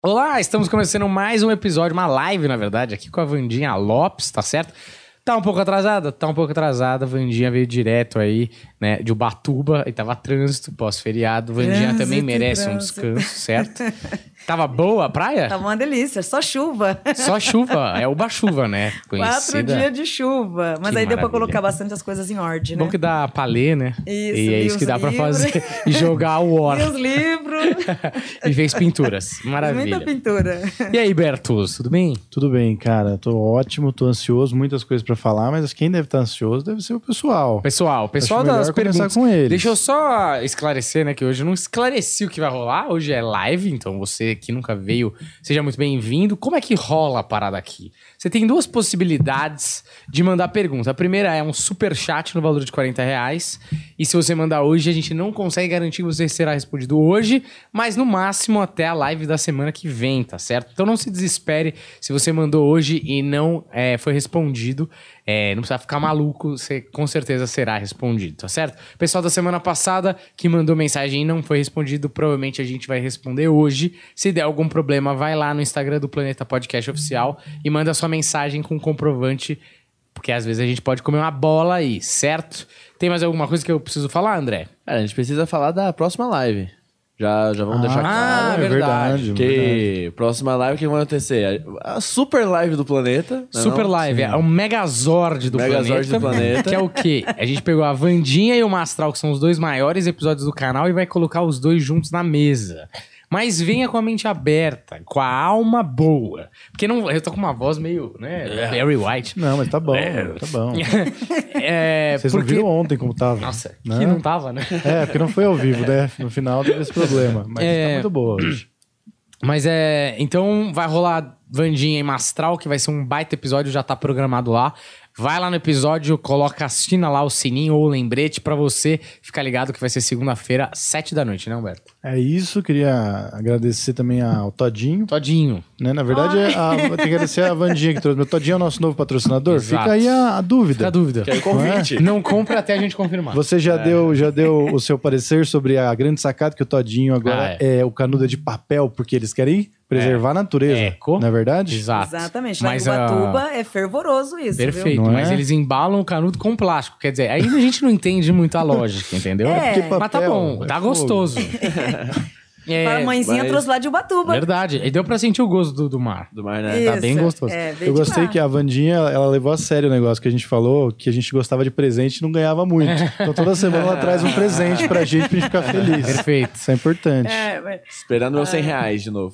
Olá, estamos começando mais um episódio, uma live, na verdade, aqui com a Wandinha Lopes, tá certo? Tá um pouco atrasada? Tá um pouco atrasada. A Wandinha veio direto aí, né, de Ubatuba, e tava trânsito, pós-feriado. Wandinha também merece um descanso, certo? Tava boa a praia? Tava uma delícia, só chuva. Só chuva, é Uba-chuva, né? Conhecida. 4 dias de chuva. Mas Que aí deu pra maravilha. colocar bastante as coisas em ordem, né? Bom que dá palê, né? Isso, e é li isso que os dá pra livros. fazer. E jogar o War. E os livros. E fez pinturas. Maravilha. Muita pintura. E aí, Bertus, tudo bem? Tudo bem, cara. Tô ótimo, tô ansioso, muitas coisas pra falar, mas quem deve estar ansioso deve ser o pessoal. Pessoal Acho das melhor começar perguntas. com eles. Deixa eu só esclarecer, né, que hoje eu não esclareci o que vai rolar. Hoje é live, então você que nunca veio, seja muito bem-vindo. Como é que rola a parada aqui? Você tem duas possibilidades de mandar pergunta. A primeira é um superchat no valor de R$40. E se você mandar hoje, a gente não consegue garantir que você será respondido hoje, mas no máximo até a live da semana que vem, tá certo? Então não se desespere se você mandou hoje e não foi respondido. Não precisa ficar maluco, você com certeza será respondido, tá certo? Pessoal da semana passada que mandou mensagem e não foi respondido, provavelmente a gente vai responder hoje. Se der algum problema, vai lá no Instagram do Planeta Podcast Oficial e manda sua mensagem com comprovante, porque às vezes a gente pode comer uma bola aí, certo? Tem mais alguma coisa que eu preciso falar, André? Cara, a gente precisa falar da próxima live. Já vamos deixar claro. é verdade. Porque próxima live, o que vai acontecer? A super live do planeta. Né, Super não? live, é um Megazord do Megazord planeta. do planeta. Que é o quê? A gente pegou a Wandinha e o Mastral, que são os dois maiores episódios do canal, e vai colocar os dois juntos na mesa. Mas venha com a mente aberta, com a alma boa. Porque não, eu tô com uma voz meio, né, Barry White. Não, mas tá bom, tá bom. Vocês não viram ontem como tava. Nossa, né? que não tava, né? Porque não foi ao vivo, né? No final teve esse problema. Mas tá muito boa hoje. Mas então vai rolar Wandinha e Mastral, que vai ser um baita episódio, já tá programado lá. Vai lá no episódio, assina lá o sininho ou o lembrete pra você ficar ligado que vai ser segunda-feira, 7 da noite, né, Humberto? É isso, queria agradecer também ao Todinho. Todinho. Né? Na verdade, vou ter que agradecer a Wandinha que trouxe. Meu Todinho é o nosso novo patrocinador. Exato. Fica aí a dúvida. Fica a dúvida. Que é o convite. Não compre até a gente confirmar. Você já deu o seu parecer sobre a grande sacada que o Todinho agora é o canudo de papel, porque eles querem preservar a natureza. Eco. Não é verdade? Exato. Exatamente. Lá Mas, em Ubatuba é fervoroso isso, perfeito, Não mas é? eles embalam o canudo com plástico. Quer dizer, ainda a gente não entende muito a lógica, entendeu? Porque Mas tá papel bom, é tá fogo. gostoso. viu? A mãezinha mas- trouxe lá de Ubatuba. Verdade. E deu pra sentir o gosto do mar. Do mar, né? Isso. Tá bem gostoso. Veio Eu de gostei lá. que a Wandinha, ela levou a sério o negócio que a gente falou, que a gente gostava de presente e não ganhava muito. Então toda semana ela traz um presente pra gente ficar feliz. Perfeito. Isso é importante. Esperando meus R$100 de novo.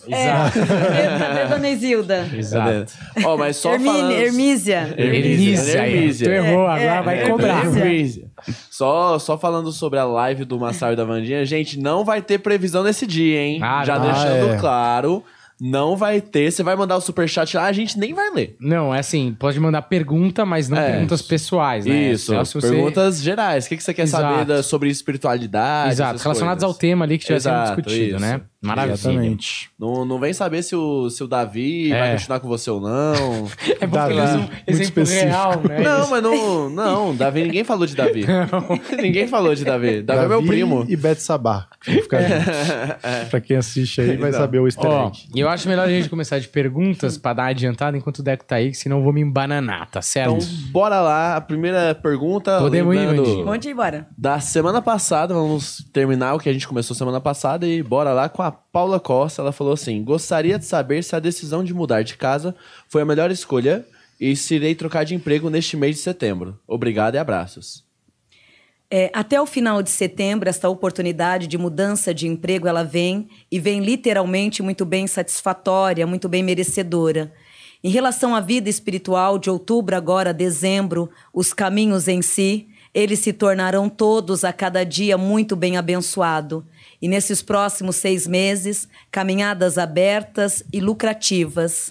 Cadê Dona Isilda? Exato. Ó, mas só falando... Hermísia. Hermísia. Tu errou, agora vai cobrar. Hermísia. Só falando sobre a live do Massaro e da Wandinha, gente, não vai ter previsão nesse dia, hein? Já deixando claro, não vai ter. Você vai mandar o superchat lá, a gente nem vai ler. Não, é assim, pode mandar pergunta, mas não perguntas pessoais, né? Isso, Só se você- perguntas gerais. O que você quer Exato. saber sobre espiritualidade? Exato, essas relacionadas coisas? ao tema ali que estiver sendo Exato, discutido, isso. né? Maravilha. Exatamente. Não vem saber se o Davi vai continuar com você ou não. É bom Davi, que eles um muito exemplo específico. real, né? Não, mas não, Davi, ninguém falou de Davi. Ninguém falou de Davi. Davi é meu primo. E Beth Sabá. Fica pra quem assiste aí vai saber o easter Ó, egg. eu acho melhor a gente começar de perguntas pra dar adiantada enquanto o Deco tá aí, que senão eu vou me embananar, tá certo? Então, bora lá. A primeira pergunta, Podemos ir, lembrando Vandinho. Onde ir embora? da semana passada. Vamos terminar o que a gente começou semana passada e bora lá com a Paula Costa. Ela falou assim: gostaria de saber se a decisão de mudar de casa foi a melhor escolha e se irei trocar de emprego neste mês de setembro. Obrigado e abraços. Até o final de setembro, esta oportunidade de mudança de emprego, ela vem e vem literalmente muito bem satisfatória, muito bem merecedora. Em relação à vida espiritual, de outubro agora a dezembro, os caminhos em si, eles se tornarão todos a cada dia muito bem abençoado. E nesses próximos 6 meses, caminhadas abertas e lucrativas.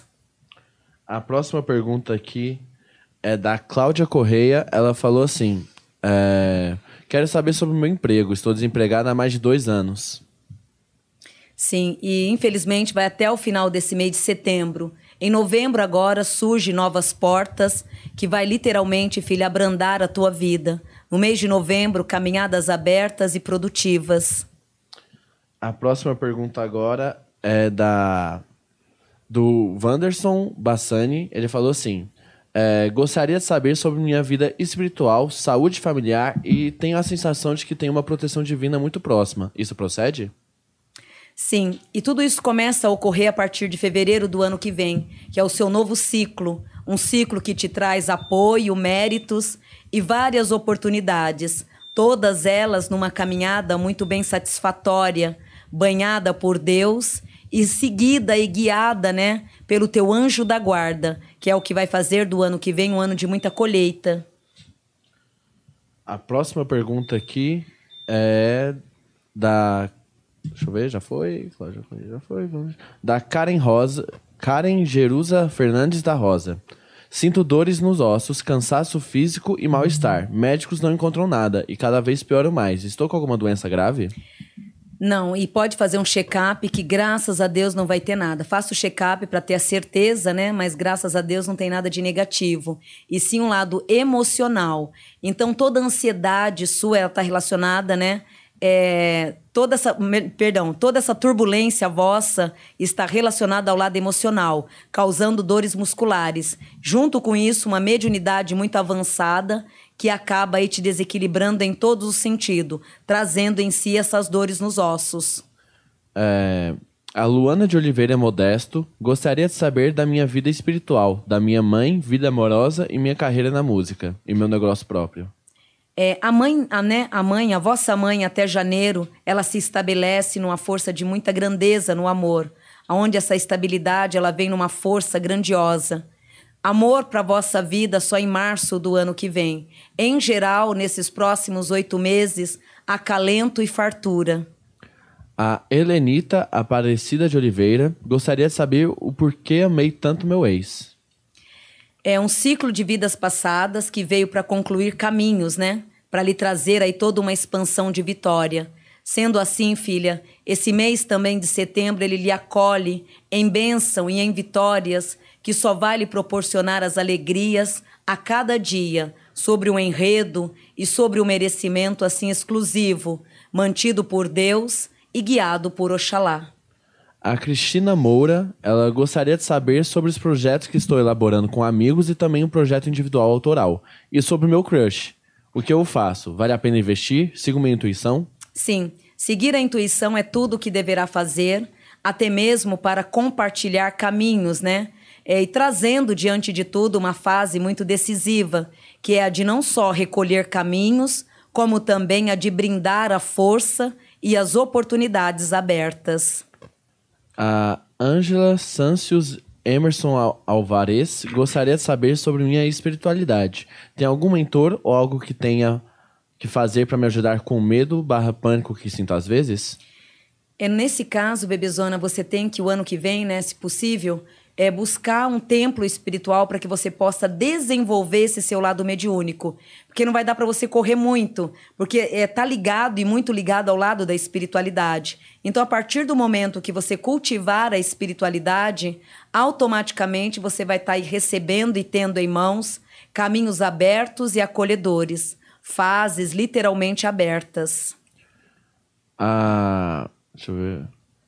A próxima pergunta aqui é da Cláudia Correia. Ela falou assim: quero saber sobre o meu emprego. Estou desempregada há mais de 2 anos. Sim, e infelizmente vai até o final desse mês de setembro. Em novembro agora surgem novas portas que vai literalmente, filha, abrandar a tua vida. No mês de novembro, caminhadas abertas e produtivas. A próxima pergunta agora é da do Wanderson Bassani. Ele falou assim: gostaria de saber sobre minha vida espiritual, saúde familiar e tenho a sensação de que tenho uma proteção divina muito próxima. Isso procede? Sim, e tudo isso começa a ocorrer a partir de fevereiro do ano que vem, que é o seu novo ciclo. Um ciclo que te traz apoio, méritos e várias oportunidades. Todas elas numa caminhada muito bem satisfatória, banhada por Deus e seguida e guiada, né, pelo teu anjo da guarda, que é o que vai fazer do ano que vem um ano de muita colheita. A próxima pergunta aqui é da... Deixa eu ver, já foi. Da Karen Jerusa Fernandes da Rosa. Sinto dores nos ossos, cansaço físico e mal-estar. Médicos não encontram nada e cada vez pioro mais. Estou com alguma doença grave? Não, e pode fazer um check-up que graças a Deus não vai ter nada. Faça o check-up para ter a certeza, né? Mas graças a Deus não tem nada de negativo. E sim um lado emocional. Então toda a ansiedade sua está relacionada, né? Toda essa turbulência vossa está relacionada ao lado emocional, causando dores musculares. Junto com isso, uma mediunidade muito avançada que acaba aí te desequilibrando em todos os sentidos, trazendo em si essas dores nos ossos. A Luana de Oliveira Modesto gostaria de saber da minha vida espiritual, da minha mãe, vida amorosa e minha carreira na música, e meu negócio próprio. A vossa mãe, até janeiro, ela se estabelece numa força de muita grandeza no amor, onde essa estabilidade ela vem numa força grandiosa. Amor para a vossa vida só em março do ano que vem. Em geral, nesses próximos 8 meses, acalento e fartura. A Helenita Aparecida de Oliveira gostaria de saber o porquê amei tanto meu ex. É um ciclo de vidas passadas que veio para concluir caminhos, né? Para lhe trazer aí toda uma expansão de vitória. Sendo assim, filha, esse mês também de setembro ele lhe acolhe em bênção e em vitórias que só vai lhe proporcionar as alegrias a cada dia, sobre o enredo e sobre o merecimento assim exclusivo, mantido por Deus e guiado por Oxalá. A Cristina Moura, ela gostaria de saber sobre os projetos que estou elaborando com amigos e também um projeto individual autoral. E sobre o meu crush. O que eu faço? Vale a pena investir? Sigo minha intuição? Sim, seguir a intuição é tudo o que deverá fazer, até mesmo para compartilhar caminhos, né? E trazendo diante de tudo uma fase muito decisiva, que é a de não só recolher caminhos, como também a de brindar a força e as oportunidades abertas. A Ângela Sancios Emerson Alvarez gostaria de saber sobre minha espiritualidade. Tem algum mentor ou algo que tenha que fazer para me ajudar com o medo / pânico que sinto às vezes? Nesse caso, bebezona, você tem que o ano que vem, né, se possível, buscar um templo espiritual para que você possa desenvolver esse seu lado mediúnico. Porque não vai dar para você correr muito, porque tá ligado e muito ligado ao lado da espiritualidade. Então, a partir do momento que você cultivar a espiritualidade, automaticamente você vai estar aí recebendo e tendo em mãos caminhos abertos e acolhedores, fases literalmente abertas. Deixa eu ver.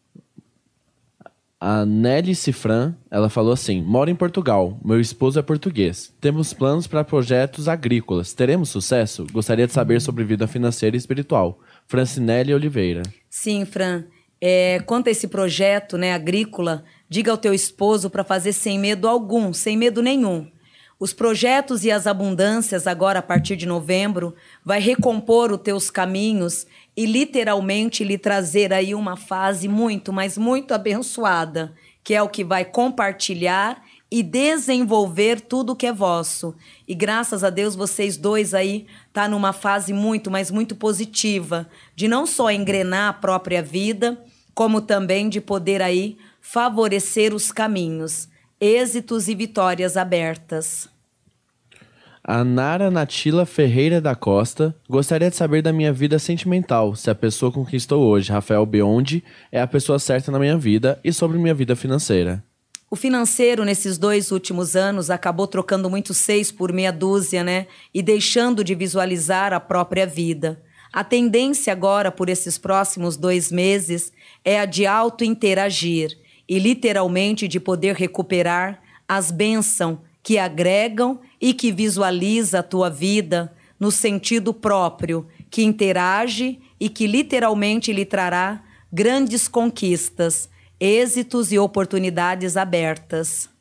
A Nelly Cifran, ela falou assim: moro em Portugal, meu esposo é português. Temos planos para projetos agrícolas. Teremos sucesso? Gostaria de saber sobre vida financeira e espiritual. Francinelli Oliveira. Sim, Fran. Quanto a esse projeto, né, agrícola, diga ao teu esposo para fazer sem medo algum, sem medo nenhum. Os projetos e as abundâncias agora, a partir de novembro, vai recompor os teus caminhos e literalmente lhe trazer aí uma fase muito, mas muito abençoada, que é o que vai compartilhar e desenvolver tudo que é vosso. E graças a Deus vocês dois aí tá numa fase muito, mas muito positiva, de não só engrenar a própria vida, como também de poder aí favorecer os caminhos. Êxitos e vitórias abertas. A Nara Natila Ferreira da Costa gostaria de saber da minha vida sentimental, se a pessoa com quem estou hoje, Rafael Biondi, é a pessoa certa na minha vida e sobre minha vida financeira. O financeiro, nesses 2 últimos anos, acabou trocando muito 6 por meia dúzia, né? E deixando de visualizar a própria vida. A tendência agora, por esses próximos 2 meses, é a de auto-interagir. e literalmente de poder recuperar as bênçãos que agregam e que visualiza a tua vida no sentido próprio, que interage e que literalmente lhe trará grandes conquistas, êxitos e oportunidades abertas.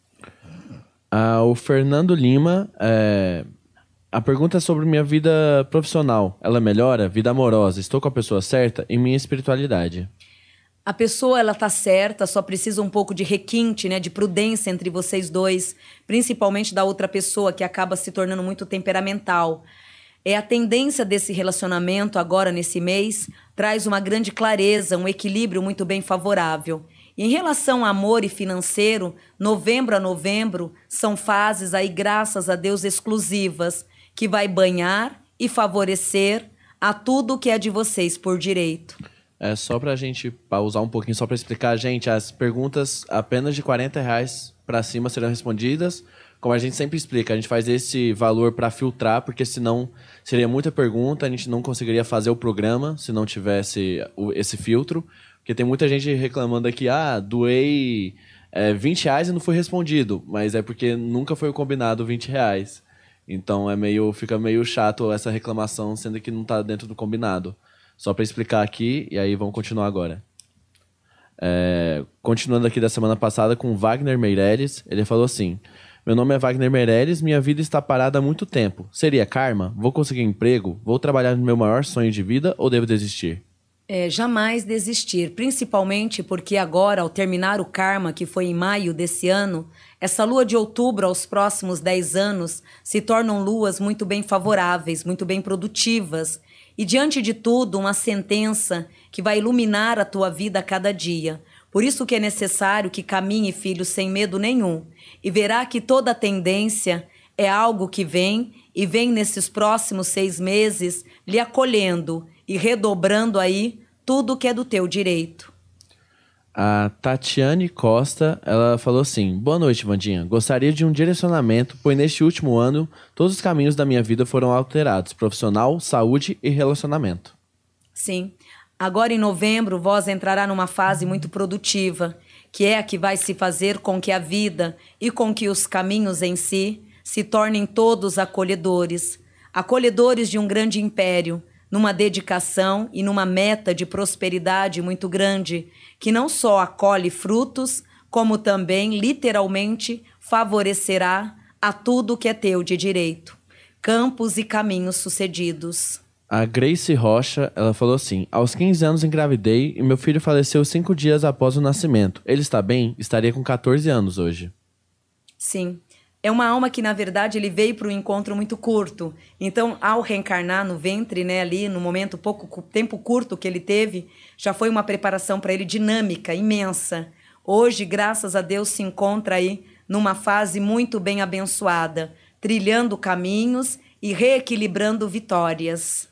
O Fernando Lima, a pergunta é sobre minha vida profissional. Ela melhora? Vida amorosa? Estou com a pessoa certa? E minha espiritualidade? A pessoa, ela tá certa, só precisa um pouco de requinte, né, de prudência entre vocês dois, principalmente da outra pessoa, que acaba se tornando muito temperamental. A tendência desse relacionamento agora, nesse mês, traz uma grande clareza, um equilíbrio muito bem favorável. Em relação ao amor e financeiro, novembro a novembro, são fases aí, graças a Deus, exclusivas, que vai banhar e favorecer a tudo que é de vocês por direito. Só pra gente pausar um pouquinho, só pra explicar, gente, as perguntas apenas de R$40 pra cima serão respondidas. Como a gente sempre explica, a gente faz esse valor pra filtrar, porque senão seria muita pergunta, a gente não conseguiria fazer o programa se não tivesse esse filtro. Porque tem muita gente reclamando aqui, doei R$20 e não foi respondido, mas é porque nunca foi combinado R$20. Então fica meio chato essa reclamação, sendo que não tá dentro do combinado. Só para explicar aqui, e aí vamos continuar agora. Continuando aqui da semana passada com Wagner Meirelles, ele falou assim: meu nome é Wagner Meirelles, minha vida está parada há muito tempo. Seria karma? Vou conseguir um emprego? Vou trabalhar no meu maior sonho de vida ou devo desistir? Jamais desistir, principalmente porque agora, ao terminar o karma, que foi em maio desse ano, essa lua de outubro aos próximos 10 anos se tornam luas muito bem favoráveis, muito bem produtivas. E, diante de tudo, uma sentença que vai iluminar a tua vida a cada dia. Por isso que é necessário que caminhe, filho, sem medo nenhum. E verá que toda a tendência é algo que vem, e vem nesses próximos 6 meses lhe acolhendo e redobrando aí tudo que é do teu direito. A Tatiane Costa, ela falou assim: boa noite, Vandinha. Gostaria de um direcionamento, pois neste último ano todos os caminhos da minha vida foram alterados: profissional, saúde e relacionamento. Sim. Agora em novembro, vós entrará numa fase muito produtiva, que é a que vai se fazer com que a vida e com que os caminhos em si se tornem todos acolhedores. Acolhedores de um grande império, numa dedicação e numa meta de prosperidade muito grande, que não só acolhe frutos, como também, literalmente, favorecerá a tudo que é teu de direito. Campos e caminhos sucedidos. A Grace Rocha, ela falou assim: aos 15 anos engravidei e meu filho faleceu 5 dias após o nascimento. Ele está bem? Estaria com 14 anos hoje. Sim. É uma alma que, na verdade, ele veio para um encontro muito curto. Então, ao reencarnar no ventre, né, ali, no momento, tempo curto que ele teve, já foi uma preparação para ele dinâmica, imensa. Hoje, graças a Deus, se encontra aí numa fase muito bem abençoada, trilhando caminhos e reequilibrando vitórias.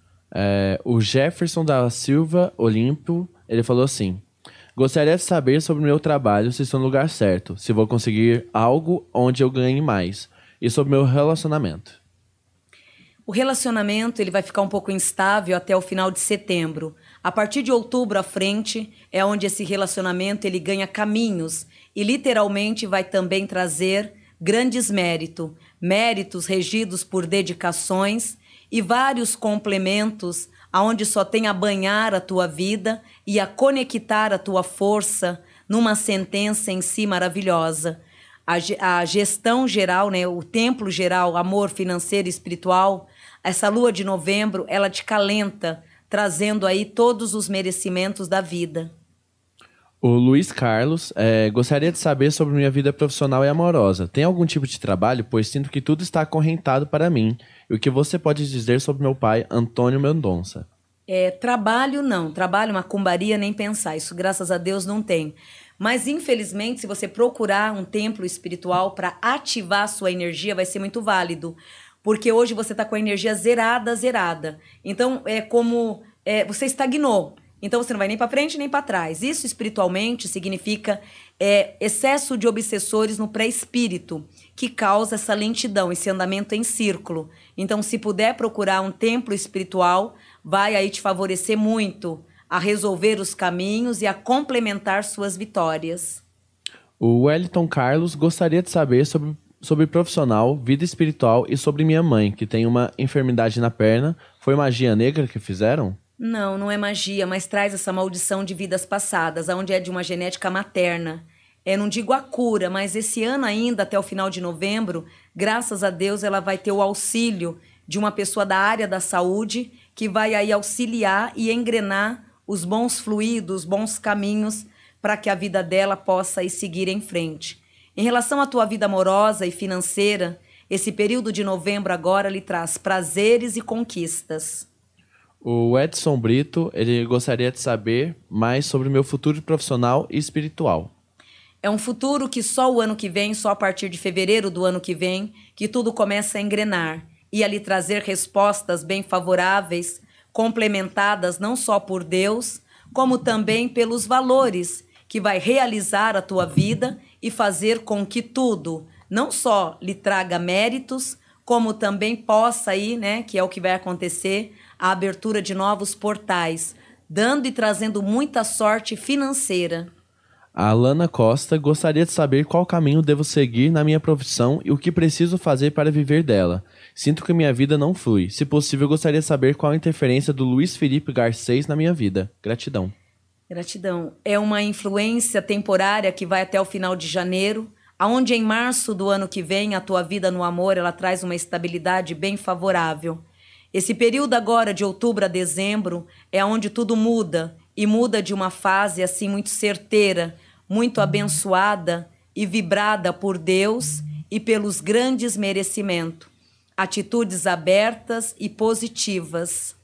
O Jefferson da Silva Olimpo, ele falou assim: gostaria de saber sobre o meu trabalho, se estou no lugar certo, se vou conseguir algo onde eu ganhe mais, e sobre o meu relacionamento. O relacionamento ele vai ficar um pouco instável até o final de setembro. A partir de outubro à frente é onde esse relacionamento ele ganha caminhos e literalmente vai também trazer grandes méritos regidos por dedicações e vários complementos aonde só tem a banhar a tua vida e a tua força numa sentença em si maravilhosa. A gestão geral, né, o templo geral, amor financeiro e espiritual, essa lua de novembro, ela te calenta, trazendo aí todos os merecimentos da vida. O Luiz Carlos, gostaria de saber sobre minha vida profissional e amorosa. Tem algum tipo de trabalho? Pois sinto que tudo está acorrentado para mim. E o que você pode dizer sobre meu pai, Antônio Mendonça? Trabalho não. Trabalho, macumbaria, nem pensar. Isso, graças a Deus, não tem. Mas, infelizmente, se você procurar um templo espiritual para ativar a sua energia, vai ser muito válido. Porque hoje você está com a energia zerada. Então, é como você estagnou. Então, você não vai nem para frente nem para trás. Isso, espiritualmente, significa excesso de obsessores no pré-espírito, que causa essa lentidão, esse andamento em círculo. Então, se puder procurar um templo espiritual, vai aí te favorecer muito a resolver os caminhos e a complementar suas vitórias. O Wellington Carlos gostaria de saber sobre profissional, vida espiritual e sobre minha mãe, que tem uma enfermidade na perna. Foi magia negra que fizeram? Não, não é magia, mas traz essa maldição de vidas passadas, onde é de uma genética materna. Não digo a cura, mas esse ano ainda, até o final de novembro, graças a Deus, ela vai ter o auxílio de uma pessoa da área da saúde que vai aí auxiliar e engrenar os bons fluidos, bons caminhos para que a vida dela possa aí seguir em frente. Em relação à tua vida amorosa e financeira, esse período de novembro agora lhe traz prazeres e conquistas. O Edson Brito, ele gostaria de saber mais sobre o meu futuro profissional e espiritual. É um futuro que só o ano que vem, só a partir de fevereiro do ano que vem, que tudo começa a engrenar e a lhe trazer respostas bem favoráveis, complementadas não só por Deus, como também pelos valores que vai realizar a tua vida e fazer com que tudo não só lhe traga méritos, como também possa aí, né, que é o que vai acontecer, a abertura de novos portais, dando e trazendo muita sorte financeira. A Alana Costa gostaria de saber qual caminho devo seguir na minha profissão e o que preciso fazer para viver dela. Sinto que minha vida não flui. Se possível, gostaria de saber qual a interferência do Luiz Felipe Garcês na minha vida. Gratidão. Gratidão. É uma influência temporária que vai até o final de janeiro, aonde em março do ano que vem a tua vida no amor ela traz uma estabilidade bem favorável. Esse período agora de outubro a dezembro é onde tudo muda e muda de uma fase assim muito certeira, muito abençoada e vibrada por Deus e pelos grandes merecimentos. Atitudes abertas e positivas.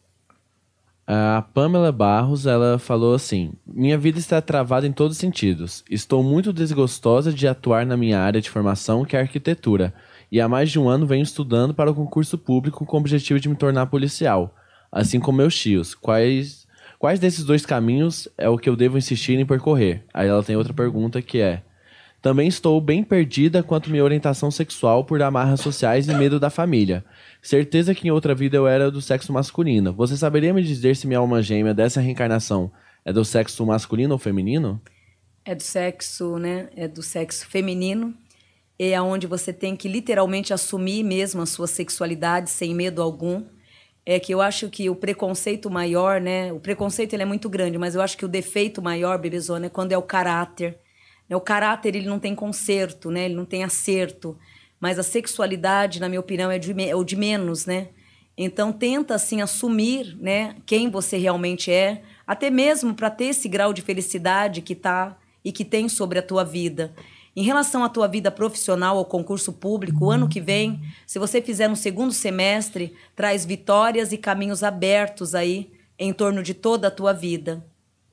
A Pamela Barros, ela falou assim: minha vida está travada em todos os sentidos. Estou muito desgostosa de atuar na minha área de formação, que é a arquitetura, e há mais de um ano venho estudando para o concurso público com o objetivo de me tornar policial, assim como meus tios. Quais desses dois caminhos é o que eu devo insistir em percorrer? Aí ela tem outra pergunta que é: também estou bem perdida quanto à minha orientação sexual por amarras sociais e medo da família. Certeza que em outra vida eu era do sexo masculino. Você saberia me dizer se minha alma gêmea dessa reencarnação é do sexo masculino ou feminino? É do sexo, né? É do sexo feminino. É onde você tem que literalmente assumir mesmo a sua sexualidade sem medo algum. É que eu acho que o preconceito maior, né? O preconceito ele é muito grande, mas eu acho que o defeito maior, bebezona, é quando é o caráter. O caráter ele não tem conserto, né? Ele não tem acerto. Mas a sexualidade, na minha opinião, é o de menos, né? Então, tenta, assim, assumir, né, quem você realmente é, até mesmo para ter esse grau de felicidade que tá e que tem sobre a tua vida. Em relação à tua vida profissional, ao concurso público, o ano que vem, se você fizer no segundo semestre, traz vitórias e caminhos abertos aí em torno de toda a tua vida.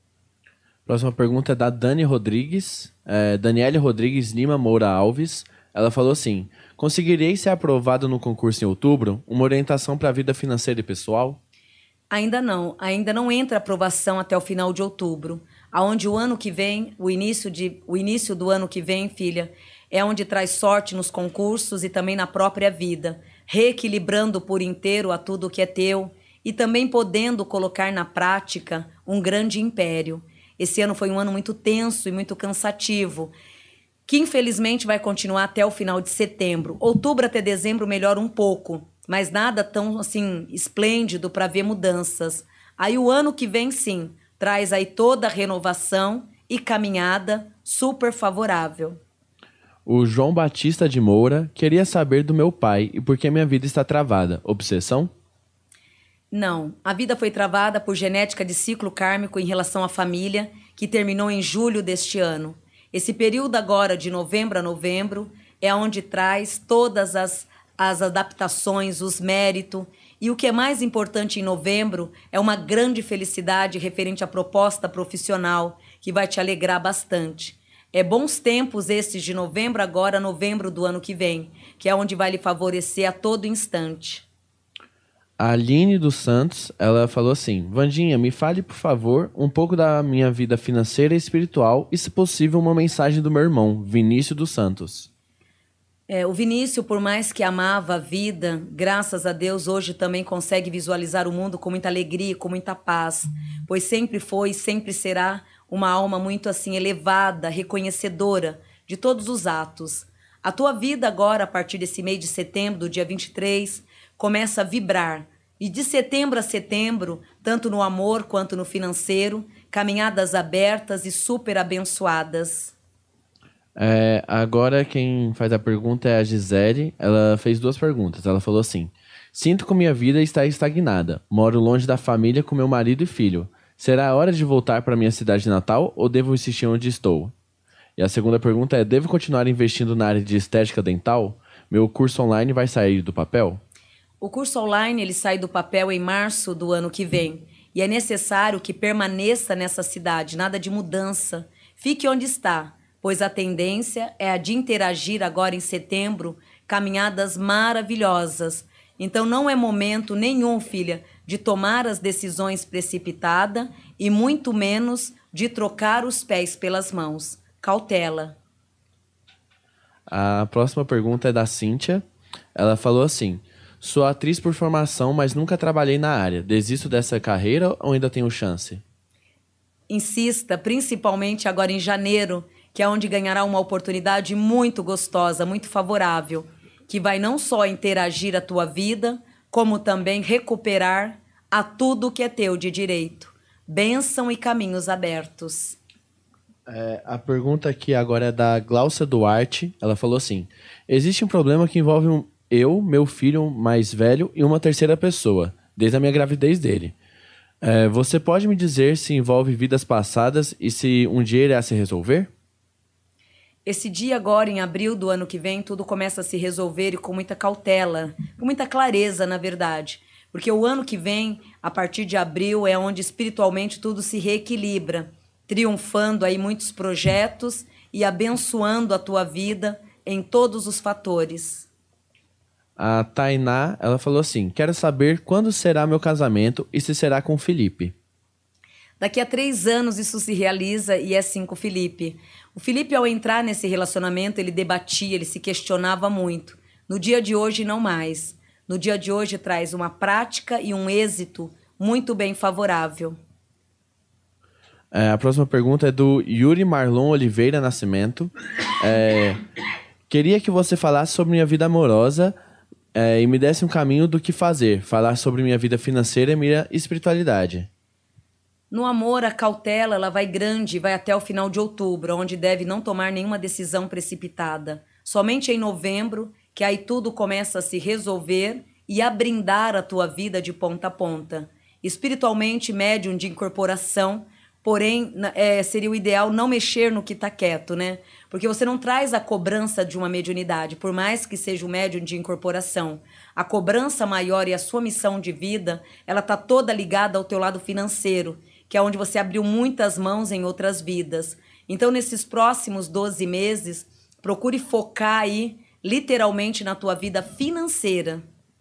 Próxima pergunta é da Dani Rodrigues, Daniele Rodrigues Lima Moura Alves. Ela falou assim: conseguirei ser aprovado no concurso em outubro? Uma orientação para a vida financeira e pessoal? Ainda não entra aprovação até o final de outubro, aonde o ano que vem, o início do ano que vem, filha, é onde traz sorte nos concursos e também na própria vida, reequilibrando por inteiro a tudo que é teu e também podendo colocar na prática um grande império. Esse ano foi um ano muito tenso e muito cansativo, que infelizmente vai continuar até o final de setembro. Outubro até dezembro melhora um pouco, mas nada tão assim esplêndido para ver mudanças. Aí o ano que vem, sim, traz aí toda a renovação e caminhada super favorável. O João Batista de Moura queria saber do meu pai e por que minha vida está travada. Obsessão? Não, a vida foi travada por genética de ciclo kármico em relação à família, que terminou em julho deste ano. Esse período agora, de novembro a novembro, é onde traz todas as adaptações, os méritos. E o que é mais importante em novembro é uma grande felicidade referente à proposta profissional, que vai te alegrar bastante. É bons tempos esses de novembro agora, novembro do ano que vem, que é onde vai lhe favorecer a todo instante. A Aline dos Santos, ela falou assim: Vandinha, me fale, por favor, um pouco da minha vida financeira e espiritual e, se possível, uma mensagem do meu irmão, Vinícius dos Santos. O Vinícius, por mais que amava a vida, graças a Deus, hoje também consegue visualizar o mundo com muita alegria, com muita paz, pois sempre foi e sempre será uma alma muito assim elevada, reconhecedora de todos os atos. A tua vida agora, a partir desse mês de setembro, do dia 23, começa a vibrar. E de setembro a setembro, tanto no amor quanto no financeiro, caminhadas abertas e super abençoadas. Agora quem faz a pergunta é a Gisele. Ela fez 2 perguntas. Ela falou assim: sinto que minha vida está estagnada. Moro longe da família com meu marido e filho. Será a hora de voltar para minha cidade natal ou devo insistir onde estou? E a segunda pergunta é: devo continuar investindo na área de estética dental? Meu curso online vai sair do papel? O curso online ele sai do papel em março do ano que vem. E é necessário que permaneça nessa cidade, nada de mudança. Fique onde está, pois a tendência é a de interagir agora em setembro, caminhadas maravilhosas. Então não é momento nenhum, filha, de tomar as decisões precipitadas e muito menos de trocar os pés pelas mãos. Cautela. A próxima pergunta é da Cíntia. Ela falou assim: sou atriz por formação, mas nunca trabalhei na área. Desisto dessa carreira ou ainda tenho chance? Insista, principalmente agora em janeiro, que é onde ganhará uma oportunidade muito gostosa, muito favorável, que vai não só interagir a tua vida, como também recuperar a tudo que é teu de direito. Bênção e caminhos abertos. A pergunta aqui agora é da Glaucia Duarte. Ela falou assim: existe um problema que envolve eu, meu filho mais velho e uma terceira pessoa, desde a minha gravidez dele. Você pode me dizer se envolve vidas passadas e se um dia irá se resolver? Esse dia agora, em abril do ano que vem, tudo começa a se resolver e com muita cautela, com muita clareza, na verdade. Porque o ano que vem, a partir de abril, é onde espiritualmente tudo se reequilibra, triunfando aí muitos projetos e abençoando a tua vida em todos os fatores. A Tainá, ela falou assim: quero saber quando será meu casamento e se será com o Felipe. Daqui a 3 anos isso se realiza e é sim com o Felipe. O Felipe, ao entrar nesse relacionamento, ele debatia, ele se questionava muito. No dia de hoje, não mais. No dia de hoje, traz uma prática e um êxito muito bem favorável. A próxima pergunta é do Yuri Marlon Oliveira Nascimento. Queria que você falasse sobre minha vida amorosa e me desse um caminho do que fazer. Falar sobre minha vida financeira e minha espiritualidade. No amor, a cautela ela vai grande, vai até o final de outubro, onde deve não tomar nenhuma decisão precipitada. Somente em novembro, que aí tudo começa a se resolver e a brindar a tua vida de ponta a ponta. Espiritualmente, médium de incorporação, porém, seria o ideal não mexer no que está quieto, né? Porque você não traz a cobrança de uma mediunidade, por mais que seja um médium de incorporação. A cobrança maior e a sua missão de vida, ela está toda ligada ao teu lado financeiro, que é onde você abriu muitas mãos em outras vidas. Então, nesses próximos 12 meses, procure focar aí, literalmente, na tua vida financeira.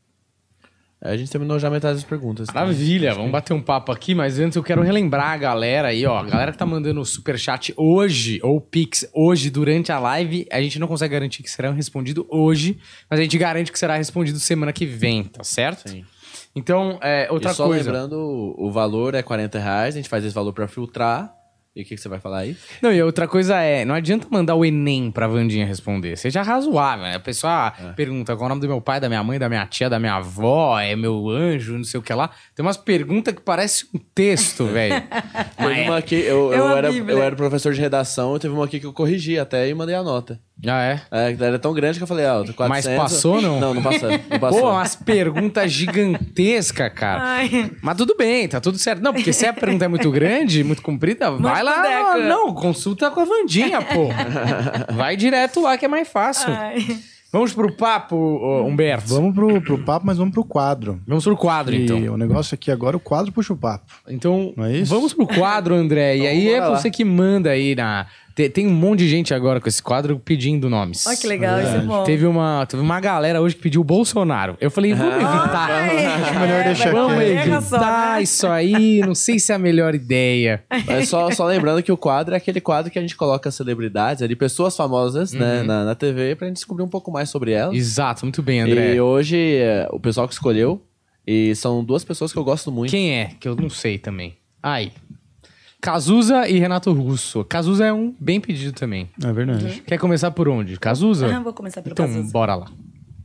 A gente terminou já metade das perguntas. Maravilha, vamos bater um papo aqui, mas antes eu quero relembrar a galera aí, ó. A galera que tá mandando o superchat hoje, ou Pix hoje, durante a live, a gente não consegue garantir que será respondido hoje, mas a gente garante que será respondido semana que vem, tá certo? Sim. Então, outra e só coisa. lembrando, o valor é R$40, a gente faz esse valor pra filtrar. E o que você vai falar aí? Não, e outra coisa não adianta mandar o Enem pra Wandinha responder. Seja razoável, né? A pessoa pergunta qual é o nome do meu pai, da minha mãe, da minha tia, da minha avó, é meu anjo, não sei o que lá. Tem umas perguntas que parecem um texto, velho. Teve uma aqui, eu era professor de redação, teve uma aqui que eu corrigi até e mandei a nota. Ah, é? Era tão grande que eu falei, 400... Mas passou, não? Não passou. Não passou. Pô, umas perguntas gigantescas, cara. Ai. Mas tudo bem, tá tudo certo. Não, porque se a pergunta é muito grande, muito comprida, vai lá. Não, consulta com a Wandinha, pô. Vai direto lá que é mais fácil. Ai. Vamos pro papo, Humberto. Vamos pro papo, mas vamos pro quadro. Vamos pro quadro, E então. o negócio aqui agora, o quadro puxa o papo. Então, Não é isso? vamos pro quadro, André. E aí é bora lá. você que manda aí na... Tem um monte de gente agora com esse quadro pedindo nomes. Olha que legal, isso é bom. Teve uma galera hoje que pediu o Bolsonaro. Eu falei, vamos evitar. Acho melhor deixar Vamos quieto. evitar isso aí. Não sei se é a melhor ideia. Mas só lembrando que o quadro é aquele quadro que a gente coloca celebridades ali, pessoas famosas, né, na TV, pra gente descobrir um pouco mais sobre elas. Exato, muito bem, André. E hoje, o pessoal que escolheu, e são 2 pessoas que eu gosto muito. Quem é? Que eu não sei também. Aí. Cazuza e Renato Russo. Cazuza é um bem pedido também. É verdade. Quer começar por onde? Cazuza? Vou começar pelo Então, Cazuza. bora lá.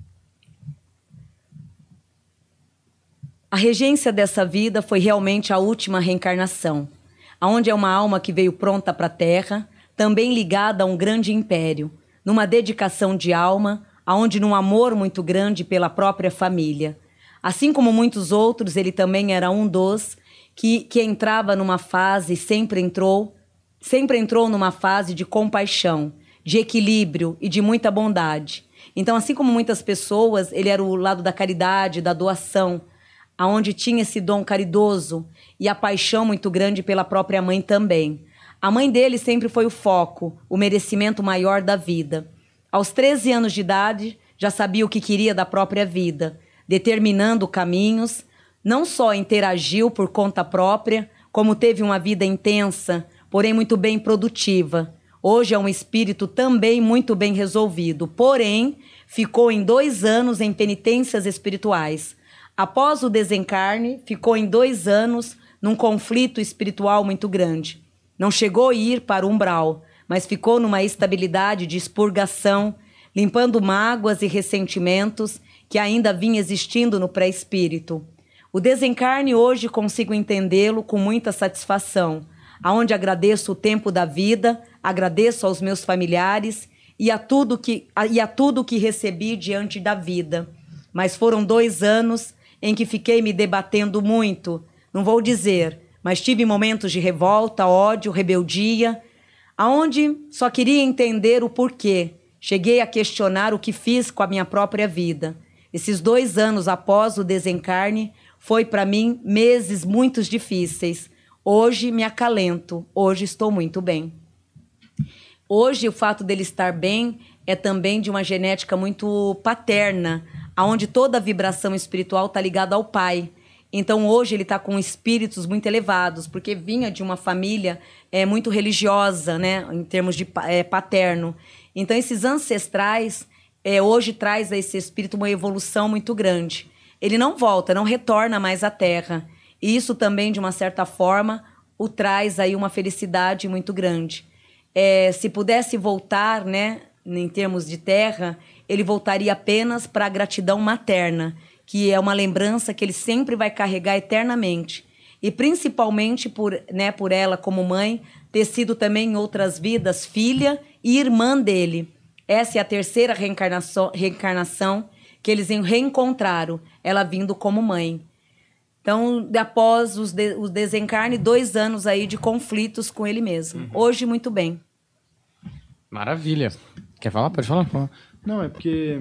A regência dessa vida foi realmente a última reencarnação, aonde é uma alma que veio pronta para a Terra, também ligada a um grande império, numa dedicação de alma, aonde num amor muito grande pela própria família. Assim como muitos outros, ele também era um dos que entrava numa fase, sempre entrou numa fase de compaixão, de equilíbrio e de muita bondade. Então, assim como muitas pessoas, ele era o lado da caridade, da doação, aonde tinha esse dom caridoso e a paixão muito grande pela própria mãe também. A mãe dele sempre foi o foco, o merecimento maior da vida. Aos 13 anos de idade, já sabia o que queria da própria vida, determinando caminhos, não só interagiu por conta própria, como teve uma vida intensa, porém muito bem produtiva. Hoje é um espírito também muito bem resolvido, porém ficou em 2 anos em penitências espirituais. Após o desencarne, ficou em 2 anos num conflito espiritual muito grande. Não chegou a ir para o umbral, mas ficou numa estabilidade de expurgação, limpando mágoas e ressentimentos que ainda vinham existindo no pré-espírito. O desencarne hoje consigo entendê-lo com muita satisfação, aonde agradeço o tempo da vida, agradeço aos meus familiares e a tudo que recebi diante da vida. Mas foram 2 anos em que fiquei me debatendo muito, não vou dizer, mas tive momentos de revolta, ódio, rebeldia, aonde só queria entender o porquê. Cheguei a questionar o que fiz com a minha própria vida. Esses 2 anos após o desencarne foi para mim meses muito difíceis. Hoje me acalento, hoje estou muito bem. Hoje o fato dele estar bem é também de uma genética muito paterna, onde toda a vibração espiritual está ligada ao pai. Então hoje ele está com espíritos muito elevados, porque vinha de uma família muito religiosa, né, em termos de paterno. Então esses ancestrais hoje traz a esse espírito uma evolução muito grande. Ele não volta, não retorna mais à Terra. E isso também, de uma certa forma, o traz aí uma felicidade muito grande. Se pudesse voltar, né, em termos de Terra, ele voltaria apenas para a gratidão materna, que é uma lembrança que ele sempre vai carregar eternamente. E principalmente por ela, como mãe, ter sido também em outras vidas filha e irmã dele. Essa é a 3ª reencarnação que eles reencontraram, ela vindo como mãe. Então, após o desencarne, 2 anos aí de conflitos com ele mesmo. Hoje, muito bem. Maravilha. Quer falar? Pode falar. Não, é porque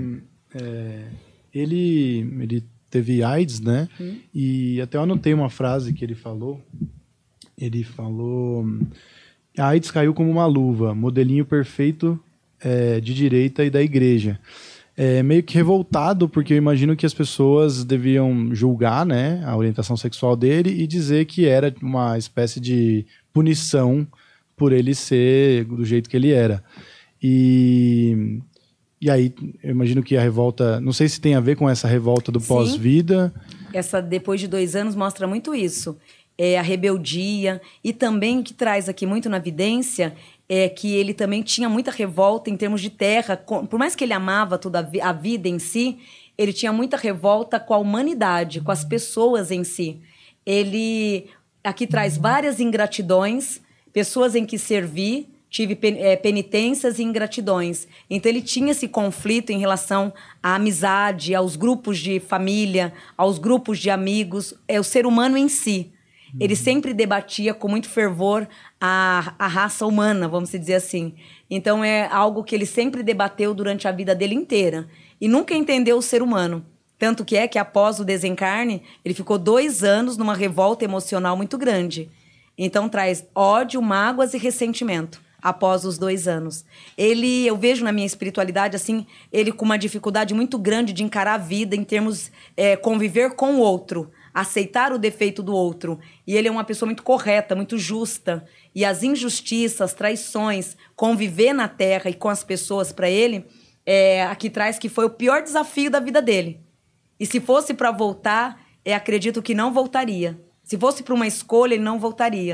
ele teve AIDS, né? E até eu anotei uma frase que ele falou. Ele falou: a AIDS caiu como uma luva, modelinho perfeito de direita e da igreja. Meio que revoltado, porque eu imagino que as pessoas deviam julgar, né, a orientação sexual dele e dizer que era uma espécie de punição por ele ser do jeito que ele era. E aí, eu imagino que a revolta... Não sei se tem a ver com essa revolta do pós-vida. Essa, depois de 2 anos, mostra muito isso. A rebeldia. E também, o que traz aqui muito na evidência... que ele também tinha muita revolta em termos de terra. Por mais que ele amava toda a vida em si, ele tinha muita revolta com a humanidade, com as pessoas em si. Ele aqui traz várias ingratidões, pessoas em que servi, tive penitências e ingratidões. Então ele tinha esse conflito em relação à amizade, aos grupos de família, aos grupos de amigos, o ser humano em si. Ele sempre debatia com muito fervor a raça humana, vamos dizer assim. Então, é algo que ele sempre debateu durante a vida dele inteira. E nunca entendeu o ser humano. Tanto que após o desencarne, ele ficou 2 anos numa revolta emocional muito grande. Então, traz ódio, mágoas e ressentimento após os 2 anos. Eu vejo na minha espiritualidade, assim, ele com uma dificuldade muito grande de encarar a vida em termos conviver com o outro, aceitar o defeito do outro. E ele é uma pessoa muito correta, muito justa. E as injustiças, traições, conviver na Terra e com as pessoas para ele, aqui traz que foi o pior desafio da vida dele. E se fosse para voltar, acredito que não voltaria. Se fosse para uma escolha, ele não voltaria.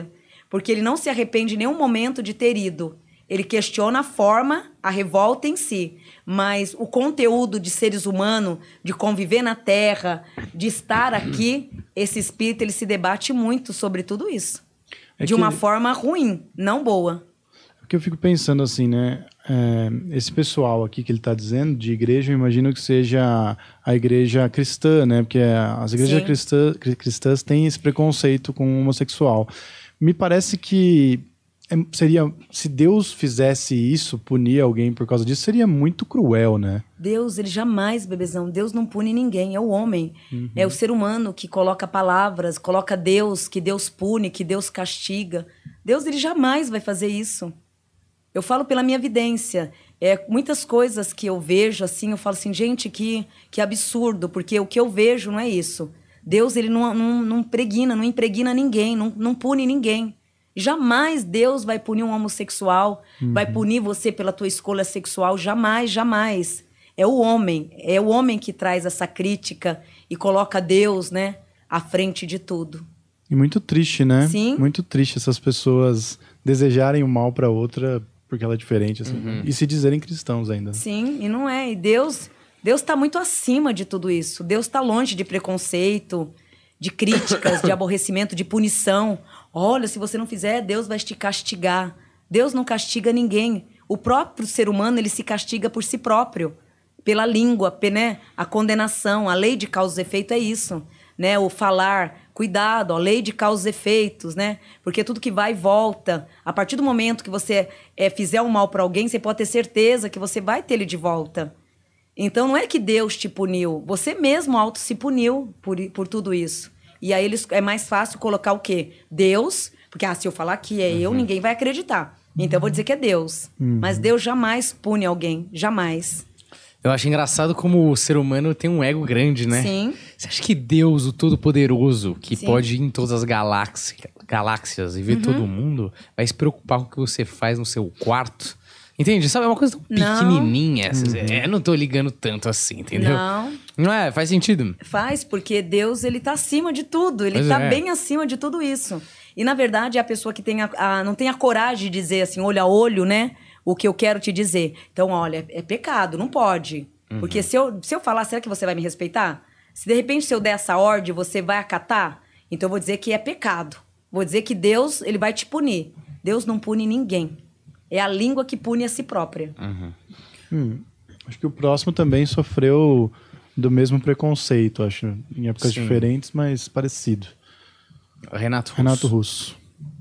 porque ele não se arrepende em nenhum momento de ter ido. Ele questiona a forma, a revolta em si, mas o conteúdo de seres humanos, de conviver na Terra, de estar aqui, esse espírito ele se debate muito sobre tudo isso. De uma forma ruim, não boa. O que eu fico pensando assim, né? Esse pessoal aqui que ele está dizendo, de igreja, eu imagino que seja a igreja cristã, né? Porque as igrejas cristãs têm esse preconceito com o homossexual. Me parece que seria, se Deus fizesse isso, punir alguém por causa disso, seria muito cruel, né? Deus, ele jamais, bebezão, Deus não pune ninguém, é o homem. É o ser humano que coloca palavras, coloca Deus, que Deus pune, que Deus castiga. Deus, ele jamais vai fazer isso. Eu falo pela minha vidência. Muitas coisas que eu vejo, assim, eu falo assim, gente, que absurdo, porque o que eu vejo não é isso. Deus, ele não impregna ninguém, não pune ninguém. Jamais Deus vai punir um homossexual, vai punir você pela tua escolha sexual, jamais, jamais. É o homem que traz essa crítica e coloca Deus, né, à frente de tudo. E muito triste, né? Sim. Muito triste essas pessoas desejarem o mal para outra porque ela é diferente, assim. E se dizerem cristãos ainda. Sim, e não é. E Deus está muito acima de tudo isso. Deus está longe de preconceito, de críticas, de aborrecimento, de punição. Olha, se você não fizer, Deus vai te castigar. Deus não castiga ninguém. O próprio ser humano, ele se castiga por si próprio. Pela língua, né? A condenação, a lei de causa e efeito é isso. Né? O falar, cuidado, a lei de causa e efeitos, né? Porque tudo que vai e volta. A partir do momento que você fizer um mal para alguém, você pode ter certeza que você vai ter ele de volta. Então, não é que Deus te puniu. Você mesmo auto se puniu por tudo isso. E aí é mais fácil colocar o quê? Deus, porque se eu falar que é eu, ninguém vai acreditar. Então eu vou dizer que é Deus. Mas Deus jamais pune alguém, jamais. Eu acho engraçado como o ser humano tem um ego grande, né? Sim. Você acha que Deus, o Todo-Poderoso, que Sim. pode ir em todas as galáxias e ver todo mundo, vai se preocupar com o que você faz no seu quarto? Entende? Sabe, é uma coisa tão pequenininha. Não tô ligando tanto assim, entendeu? Não é? Faz sentido? Faz, porque Deus, ele tá acima de tudo. Ele tá bem acima de tudo isso. E, na verdade, é a pessoa que não tem a coragem de dizer assim, olho a olho, né? O que eu quero te dizer. Então, olha, é pecado, não pode. Porque se eu falar, será que você vai me respeitar? Se, de repente, se eu der essa ordem, você vai acatar? Então, eu vou dizer que é pecado. Vou dizer que Deus, ele vai te punir. Deus não pune ninguém. É a língua que pune a si própria. Acho que o próximo também sofreu do mesmo preconceito, acho. Em épocas diferentes, mas parecido. Renato Russo.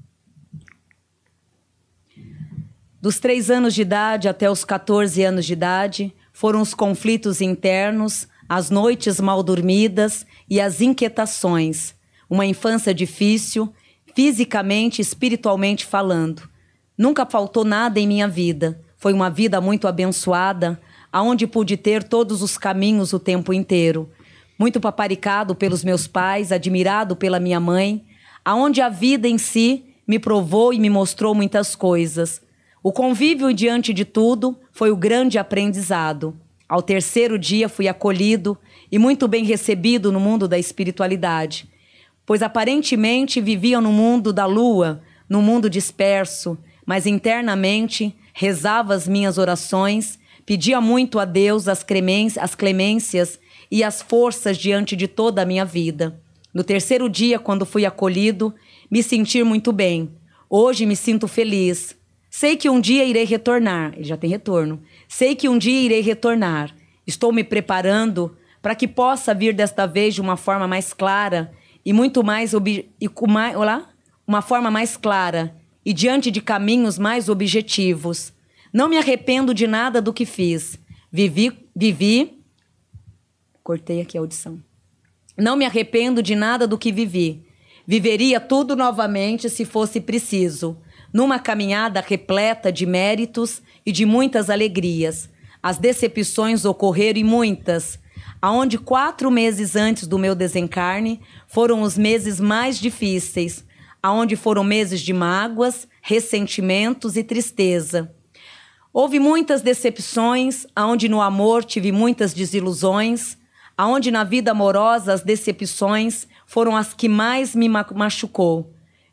Dos 3 anos de idade até os 14 anos de idade, foram os conflitos internos, as noites mal dormidas e as inquietações. Uma infância difícil, fisicamente e espiritualmente falando. Nunca faltou nada em minha vida. Foi uma vida muito abençoada, aonde pude ter todos os caminhos o tempo inteiro. Muito paparicado pelos meus pais, admirado pela minha mãe, aonde a vida em si me provou e me mostrou muitas coisas. O convívio diante de tudo foi o grande aprendizado. Ao 3º dia fui acolhido e muito bem recebido no mundo da espiritualidade, pois aparentemente viviam no mundo da lua, no mundo disperso, mas internamente rezava as minhas orações, pedia muito a Deus as clemências e as forças diante de toda a minha vida. No 3º dia, quando fui acolhido, me senti muito bem. Hoje me sinto feliz. Sei que um dia irei retornar. Ele já tem retorno. Sei que um dia irei retornar. Estou me preparando para que possa vir desta vez de uma forma mais clara e muito mais uma forma mais clara e diante de caminhos mais objetivos. Não me arrependo de nada do que fiz. Vivi. Cortei aqui a audição. Não me arrependo de nada do que vivi. Viveria tudo novamente se fosse preciso. Numa caminhada repleta de méritos e de muitas alegrias. As decepções ocorreram e muitas, aonde 4 meses antes do meu desencarne foram os meses mais difíceis, aonde foram meses de mágoas, ressentimentos e tristeza. Houve muitas decepções, aonde no amor tive muitas desilusões, aonde na vida amorosa as decepções foram as que mais me machucou.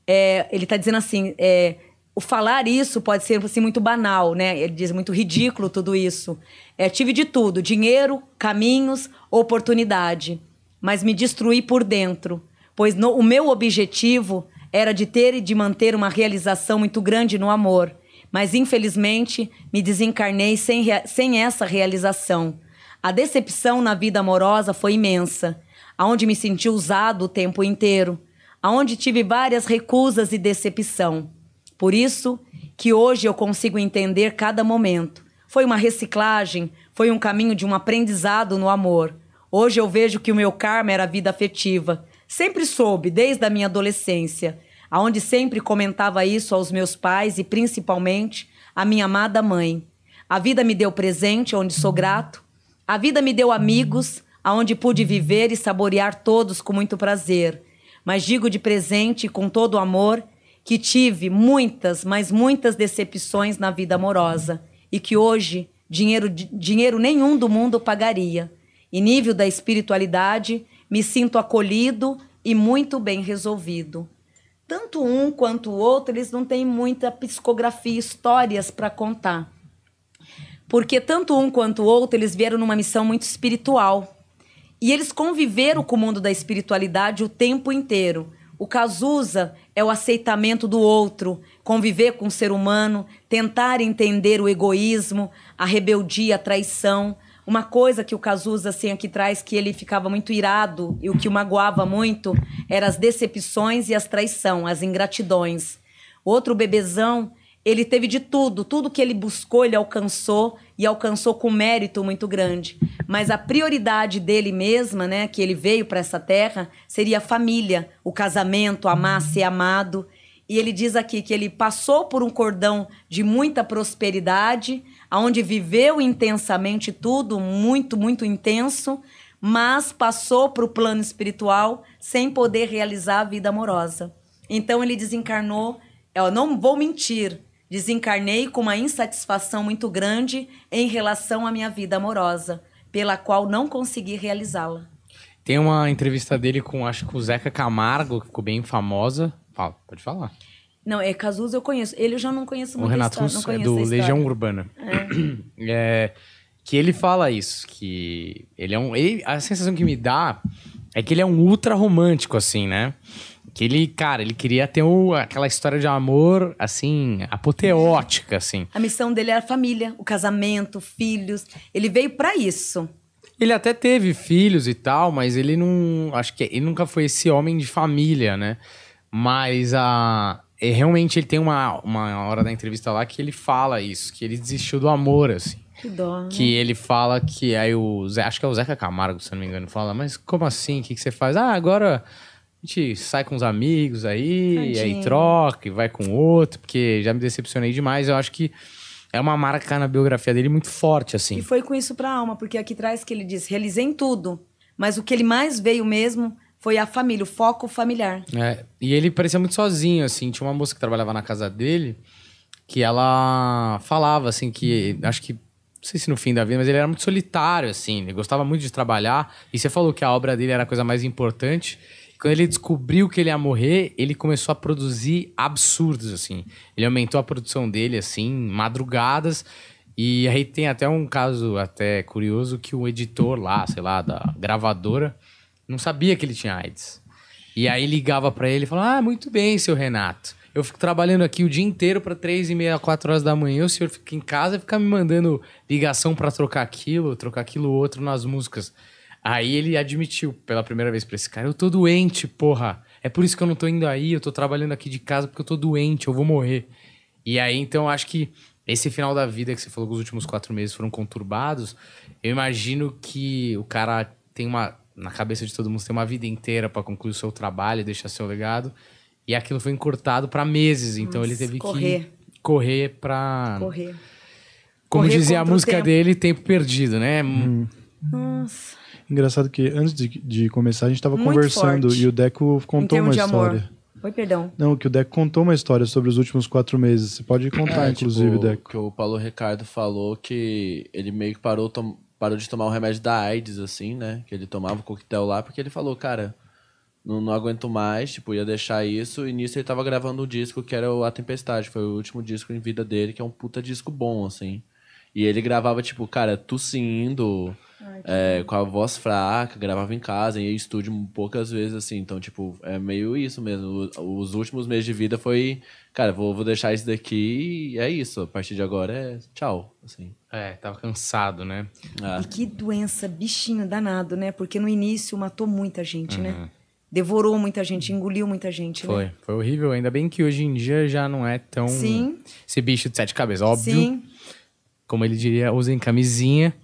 ele tá dizendo assim, o falar isso pode ser assim, muito banal, né? Ele diz muito ridículo tudo isso. Tive de tudo, dinheiro, caminhos, oportunidade, mas me destruí por dentro, pois o meu objetivo era de ter e de manter uma realização muito grande no amor, mas infelizmente me desencarnei sem essa realização. A decepção na vida amorosa foi imensa, aonde me senti usado o tempo inteiro, aonde tive várias recusas e decepção. Por isso que hoje eu consigo entender cada momento. Foi uma reciclagem, foi um caminho de um aprendizado no amor. Hoje eu vejo que o meu karma era a vida afetiva. Sempre soube, desde a minha adolescência, aonde sempre comentava isso aos meus pais e principalmente à minha amada mãe. A vida me deu presente, onde sou grato. A vida me deu amigos, aonde pude viver e saborear todos com muito prazer. Mas digo de presente e com todo o amor que tive muitas, mas muitas decepções na vida amorosa e que hoje dinheiro nenhum do mundo pagaria. Em nível da espiritualidade, me sinto acolhido e muito bem resolvido. Tanto um quanto o outro, eles não têm muita psicografia, histórias para contar. Porque tanto um quanto o outro, eles vieram numa missão muito espiritual. E eles conviveram com o mundo da espiritualidade o tempo inteiro. O Cazuza é o aceitamento do outro, conviver com o ser humano, tentar entender o egoísmo, a rebeldia, a traição. Uma coisa que o Cazuza assim, aqui traz, que ele ficava muito irado e o que o magoava muito eram as decepções e as traições, as ingratidões. Outro bebezão, ele teve de tudo, tudo que ele buscou, ele alcançou e alcançou com mérito muito grande. Mas a prioridade dele mesma, né, que ele veio para essa terra, seria a família, o casamento, amar, ser amado. E ele diz aqui que ele passou por um cordão de muita prosperidade, onde viveu intensamente tudo, muito, muito intenso, mas passou para o plano espiritual sem poder realizar a vida amorosa. Então ele desencarnou, eu não vou mentir, desencarnei com uma insatisfação muito grande em relação à minha vida amorosa, pela qual não consegui realizá-la. Tem uma entrevista dele com, acho que o Zeca Camargo, que ficou bem famosa. Fala, pode falar. Não, Cazuza eu conheço. Ele eu já não conheço muito. O Renato Russo é do Legião Urbana. Que ele fala isso, que ele é a sensação que me dá é que ele é um ultra romântico, assim, né? Que ele, cara, ele queria ter aquela história de amor, assim, apoteótica, assim. A missão dele era a família, o casamento, filhos. Ele veio pra isso. Ele até teve filhos e tal, mas ele não... Acho que ele nunca foi esse homem de família, né? Mas realmente ele tem uma hora da entrevista lá que ele fala isso, que ele desistiu do amor, assim. Que dó, né? Que ele fala que aí acho que é o Zeca Camargo, se eu não me engano, fala, mas como assim? O que você faz? Agora a gente sai com os amigos aí, Tadinho. e aí troca e vai com outro, porque já me decepcionei demais. Eu acho que é uma marca na biografia dele muito forte, assim. E foi com isso pra alma, porque aqui traz que ele diz, realizei em tudo, mas o que ele mais veio mesmo foi a família, o foco familiar. E ele parecia muito sozinho, assim. Tinha uma moça que trabalhava na casa dele, que ela falava, assim, que... Acho que... Não sei se no fim da vida, mas ele era muito solitário, assim. Ele gostava muito de trabalhar. E você falou que a obra dele era a coisa mais importante. E quando ele descobriu que ele ia morrer, ele começou a produzir absurdos, assim. Ele aumentou a produção dele, assim, madrugadas. E aí tem até um caso até curioso que o editor lá, sei lá, da gravadora, não sabia que ele tinha AIDS. E aí ligava pra ele e falava, muito bem, seu Renato. Eu fico trabalhando aqui o dia inteiro para 3h30, 4 horas da manhã. O senhor fica em casa e fica me mandando ligação para trocar aquilo outro nas músicas. Aí ele admitiu pela primeira vez pra esse cara, eu tô doente, porra. É por isso que eu não tô indo aí, eu tô trabalhando aqui de casa porque eu tô doente, eu vou morrer. E aí, então, eu acho que esse final da vida que você falou que os últimos 4 meses foram conturbados, eu imagino que o cara tem na cabeça de todo mundo, tem uma vida inteira para concluir o seu trabalho e deixar seu legado. E aquilo foi encurtado para meses, então ele teve que correr para... Como dizia a música dele, tempo perdido, né? Nossa. Engraçado que antes de começar a gente tava conversando forte. E o Deco contou uma história. Oi, perdão. Não, que o Deco contou uma história sobre os últimos 4 meses. Você pode contar, inclusive, Deco. Que o Paulo Ricardo falou que ele meio que parou de tomar o remédio da AIDS, assim, né? Que ele tomava o coquetel lá, porque ele falou, cara, não aguento mais, tipo, ia deixar isso. E nisso ele tava gravando um disco que era o A Tempestade. Foi o último disco em vida dele, que é um puta disco bom, assim. E ele gravava, tipo, cara, tossindo, com a voz fraca, gravava em casa, ia em estúdio poucas vezes, assim. Então, tipo, é meio isso mesmo. Os últimos meses de vida foi, cara, vou deixar isso daqui e é isso. A partir de agora é tchau, assim. Tava cansado, né? E que doença, bichinho danado, né? Porque no início matou muita gente, né? Devorou muita gente, engoliu muita gente, né? Foi horrível. Ainda bem que hoje em dia já não é tão... Sim. Esse bicho de 7 cabeças, óbvio. Sim. Como ele diria, usem camisinha.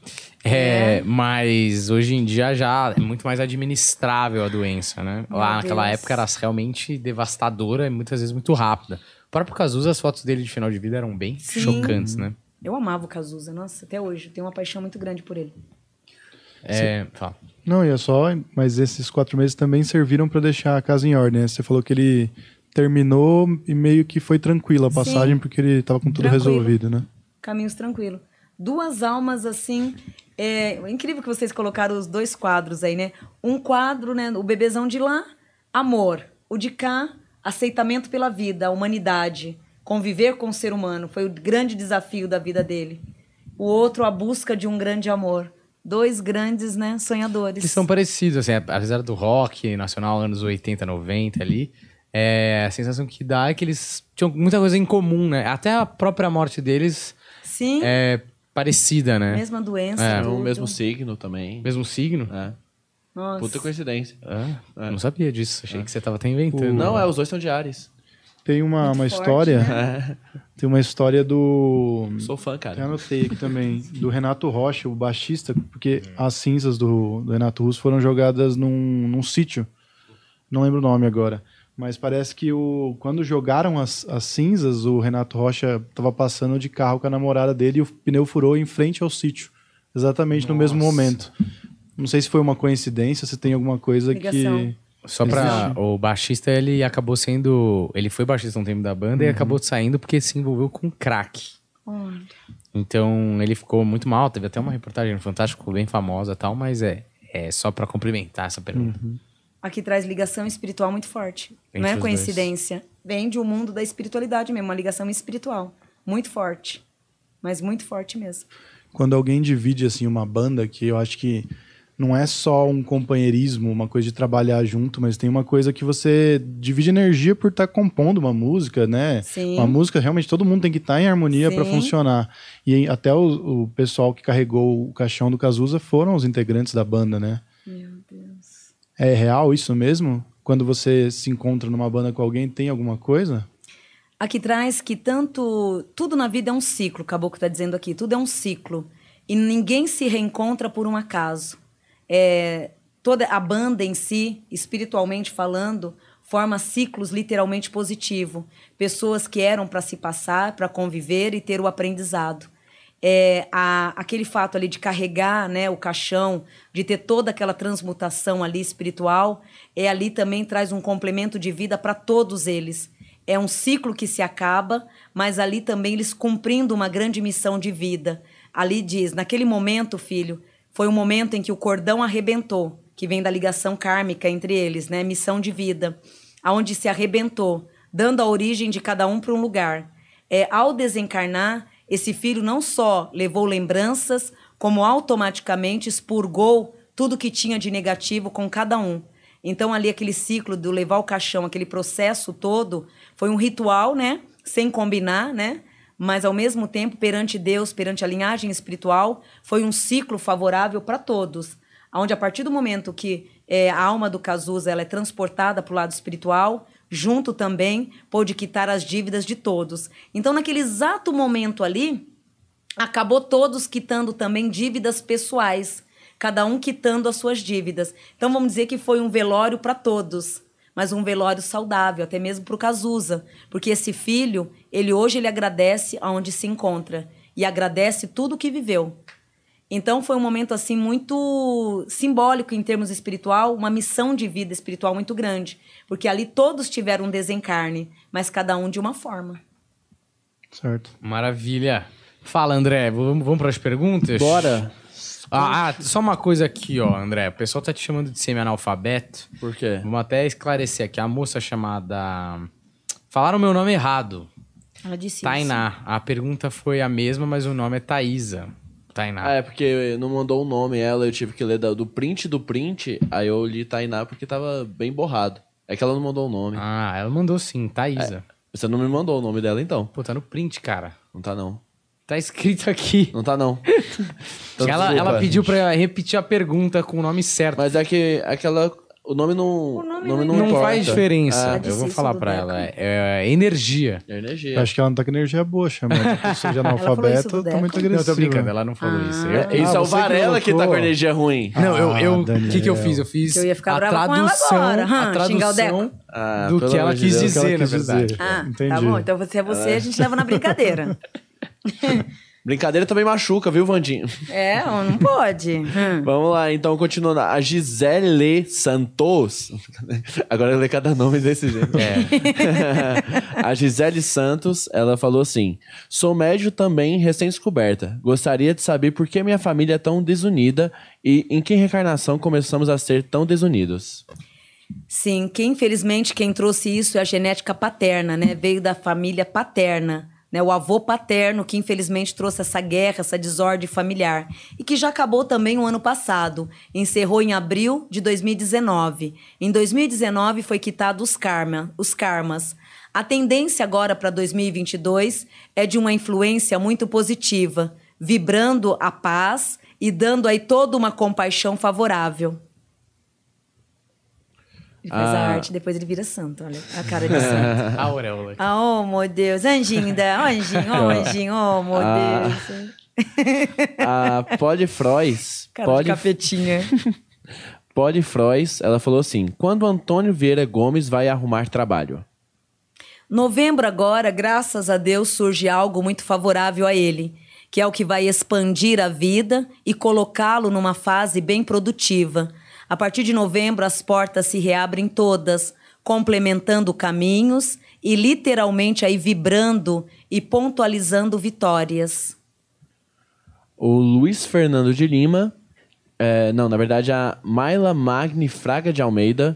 Mas hoje em dia já é muito mais administrável a doença, né? Lá naquela Deus. época era realmente devastadora e muitas vezes muito rápida. O próprio Cazuza, as fotos dele de final de vida eram bem chocantes, né? Eu amava o Cazuza, nossa, até hoje. Eu tenho uma paixão muito grande por ele. Fala. Não, e é só... Mas esses 4 meses também serviram pra deixar a casa em ordem, né? Você falou que ele terminou e meio que foi tranquilo a passagem, porque ele tava com tudo Tranquilo. resolvido, né? Caminhos tranquilos. 2 almas, assim... É incrível que vocês colocaram os 2 quadros aí, né? Um quadro, né? O bebezão de lá, amor. O de cá, aceitamento pela vida, a humanidade. Conviver com o ser humano. Foi o grande desafio da vida dele. O outro, a busca de um grande amor. 2 grandes, né? Sonhadores. Que são parecidos, assim, apesar do rock nacional, anos 80, 90 ali, a sensação que dá é que eles tinham muita coisa em comum, né? Até a própria morte deles Sim. é parecida, né? Mesma doença, O tudo. mesmo signo também. Mesmo signo? Nossa. Puta coincidência. Não sabia disso, achei que você tava até inventando. Não, os dois são de Ares. Tem uma Muito história... forte, né? Tem uma história do... Sou fã, Eu cara. anotei aqui também, do Renato Rocha, o baixista, porque as cinzas do Renato Russo foram jogadas num sítio. Não lembro o nome agora. Mas parece que quando jogaram as cinzas, o Renato Rocha estava passando de carro com a namorada dele e o pneu furou em frente ao sítio. Exatamente no mesmo momento. Não sei se foi uma coincidência, se tem alguma coisa Ligação. que... Só pra... O baixista, ele acabou sendo... Ele foi baixista um tempo da banda e acabou saindo porque se envolveu com crack. Olha. Então, ele ficou muito mal. Teve até uma reportagem no Fantástico bem famosa e tal, mas é só pra complementar essa pergunta. Aqui traz ligação espiritual muito forte. Entre Não é os coincidência. Vem de um mundo da espiritualidade mesmo, uma ligação espiritual. Muito forte. Mas muito forte mesmo. Quando alguém divide assim uma banda, que eu acho que não é só um companheirismo, uma coisa de trabalhar junto, mas tem uma coisa que você divide energia por estar compondo uma música, né? Sim. Uma música, realmente, todo mundo tem que estar em harmonia para Sim. funcionar. E até o pessoal que carregou o caixão do Cazuza foram os integrantes da banda, né? Meu Deus. É real isso mesmo? Quando você se encontra numa banda com alguém, tem alguma coisa? Aqui traz que tudo na vida é um ciclo, o Caboclo está dizendo aqui, tudo é um ciclo. E ninguém se reencontra por um acaso. Toda a banda em si, espiritualmente falando, forma ciclos literalmente positivos. Pessoas que eram para se passar, para conviver e ter o aprendizado. Aquele fato ali de carregar, né, o caixão, de ter toda aquela transmutação ali espiritual, ali também traz um complemento de vida para todos eles. É um ciclo que se acaba, mas ali também eles cumprindo uma grande missão de vida. Ali diz, naquele momento, filho, foi o momento em que o cordão arrebentou, que vem da ligação kármica entre eles, né? Missão de vida, aonde se arrebentou, dando a origem de cada um para um lugar. Ao desencarnar, esse filho não só levou lembranças, como automaticamente expurgou tudo que tinha de negativo com cada um. Então, ali, aquele ciclo do levar o caixão, aquele processo todo, foi um ritual, né? Sem combinar, né? Mas, ao mesmo tempo, perante Deus, perante a linhagem espiritual, foi um ciclo favorável para todos. Onde, a partir do momento que a alma do Cazuza ela é transportada para o lado espiritual, junto também pôde quitar as dívidas de todos. Então, naquele exato momento ali, acabou todos quitando também dívidas pessoais, cada um quitando as suas dívidas. Então, vamos dizer que foi um velório para todos, mas um velório saudável, até mesmo para o Cazuza, porque esse filho, hoje ele agradece aonde se encontra e agradece tudo o que viveu. Então, foi um momento assim muito simbólico em termos espiritual, uma missão de vida espiritual muito grande, porque ali todos tiveram um desencarne, mas cada um de uma forma. Certo. Maravilha. Fala, André, vamos para as perguntas? Bora. Só uma coisa aqui, ó, André. O pessoal tá te chamando de semi-analfabeto. Por quê? Vamos até esclarecer aqui. A moça chamada... Falaram o meu nome errado. Ela disse Tainá. A pergunta foi a mesma, mas o nome é Thaísa. Tainá. É porque não mandou o nome ela, eu tive que ler do print, aí eu li Tainá porque tava bem borrado. É que ela não mandou o nome. Ela mandou sim, Thaísa. Você não me mandou o nome dela, então? Pô, tá no print, cara. Não tá, não. Tá escrito aqui. Não tá, não. Então, ela desculpa, pediu gente. pra repetir a pergunta com o nome certo. Mas é que o nome não... não Não importa. faz diferença. Ah. Eu vou Disse falar isso pra do ela. Deco. É energia. É energia. Eu acho que ela não tá com energia boa, chamando. Que seja falou isso analfabeto, do tá Deco? muito Não, agressivo. eu tô brincando. Ela não falou isso. Isso é o você que Varela que tá colocou. com energia ruim. Não, o Daniel. que eu fiz? Eu fiz Que eu ia ficar a brava com ela tradução, agora. a Xingar o tradução Deco. do pelo que ela amor de quis Deus. É o que ela dizer, na quis verdade. dizer. Ah, Entendi. tá bom. Então você é você, a gente leva na brincadeira. Brincadeira também machuca, viu, Vandinho? Não pode. Vamos lá, então, continuando. A Gisele Santos. Agora eu leio cada nome desse jeito. A Gisele Santos, ela falou assim: sou médio também, recém-descoberta. Gostaria de saber por que minha família é tão desunida e em que reencarnação começamos a ser tão desunidos. Sim, infelizmente quem trouxe isso é a genética paterna, né? Veio da família paterna. Né, o avô paterno que infelizmente trouxe essa guerra, essa desordem familiar e que já acabou também o ano passado, encerrou em abril de 2019. Em 2019 foi quitado os karmas. A tendência agora para 2022 é de uma influência muito positiva, vibrando a paz e dando aí toda uma compaixão favorável. Ele faz a arte, depois ele vira santo. Olha a cara de santo. A auréola. Oh, meu Deus. Anjinho, anjinho, oh, meu Deus. A Polifrois... Cara de capetinha. Polifrois, ela falou assim: quando Antônio Vieira Gomes vai arrumar trabalho? Novembro agora, graças a Deus, surge algo muito favorável a ele, que é o que vai expandir a vida e colocá-lo numa fase bem produtiva. A partir de novembro, as portas se reabrem todas, complementando caminhos e literalmente aí vibrando e pontualizando vitórias. O Luiz Fernando de Lima... na verdade, a Maila Magni Fraga de Almeida...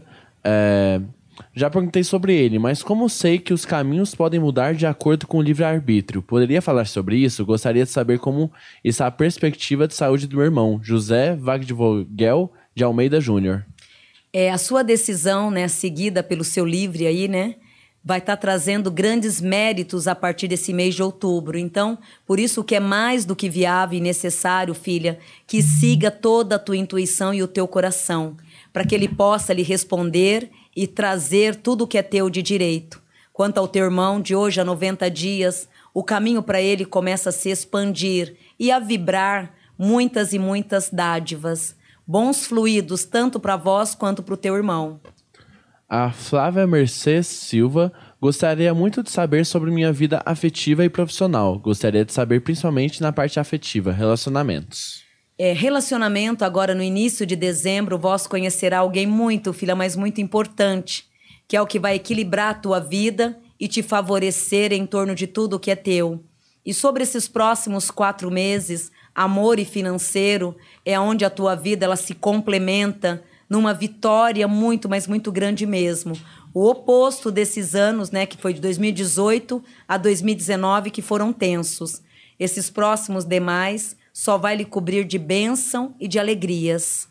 já perguntei sobre ele, mas como sei que os caminhos podem mudar de acordo com o livre-arbítrio? Poderia falar sobre isso? Gostaria de saber como está a perspectiva de saúde do meu irmão, José Wagdvogel de Almeida Júnior. A sua decisão, né, seguida pelo seu livre aí, né, vai estar trazendo grandes méritos a partir desse mês de outubro. Então, por isso que é mais do que viável e necessário, filha, que siga toda a tua intuição e o teu coração, para que ele possa lhe responder e trazer tudo o que é teu de direito. Quanto ao teu irmão, de hoje a 90 dias, o caminho para ele começa a se expandir e a vibrar muitas e muitas dádivas. Bons fluidos, tanto para vós quanto para o teu irmão. A Flávia Mercedes Silva gostaria muito de saber sobre minha vida afetiva e profissional. Gostaria de saber principalmente na parte afetiva, relacionamentos. Relacionamento, agora no início de dezembro, vós conhecerá alguém muito, filha, mas muito importante, que é o que vai equilibrar a tua vida e te favorecer em torno de tudo que é teu. E sobre esses próximos 4 meses, amor e financeiro, é onde a tua vida ela se complementa numa vitória muito, mas muito grande mesmo. O oposto desses anos, né, que foi de 2018 a 2019, que foram tensos. Esses próximos demais só vai lhe cobrir de bênção e de alegrias.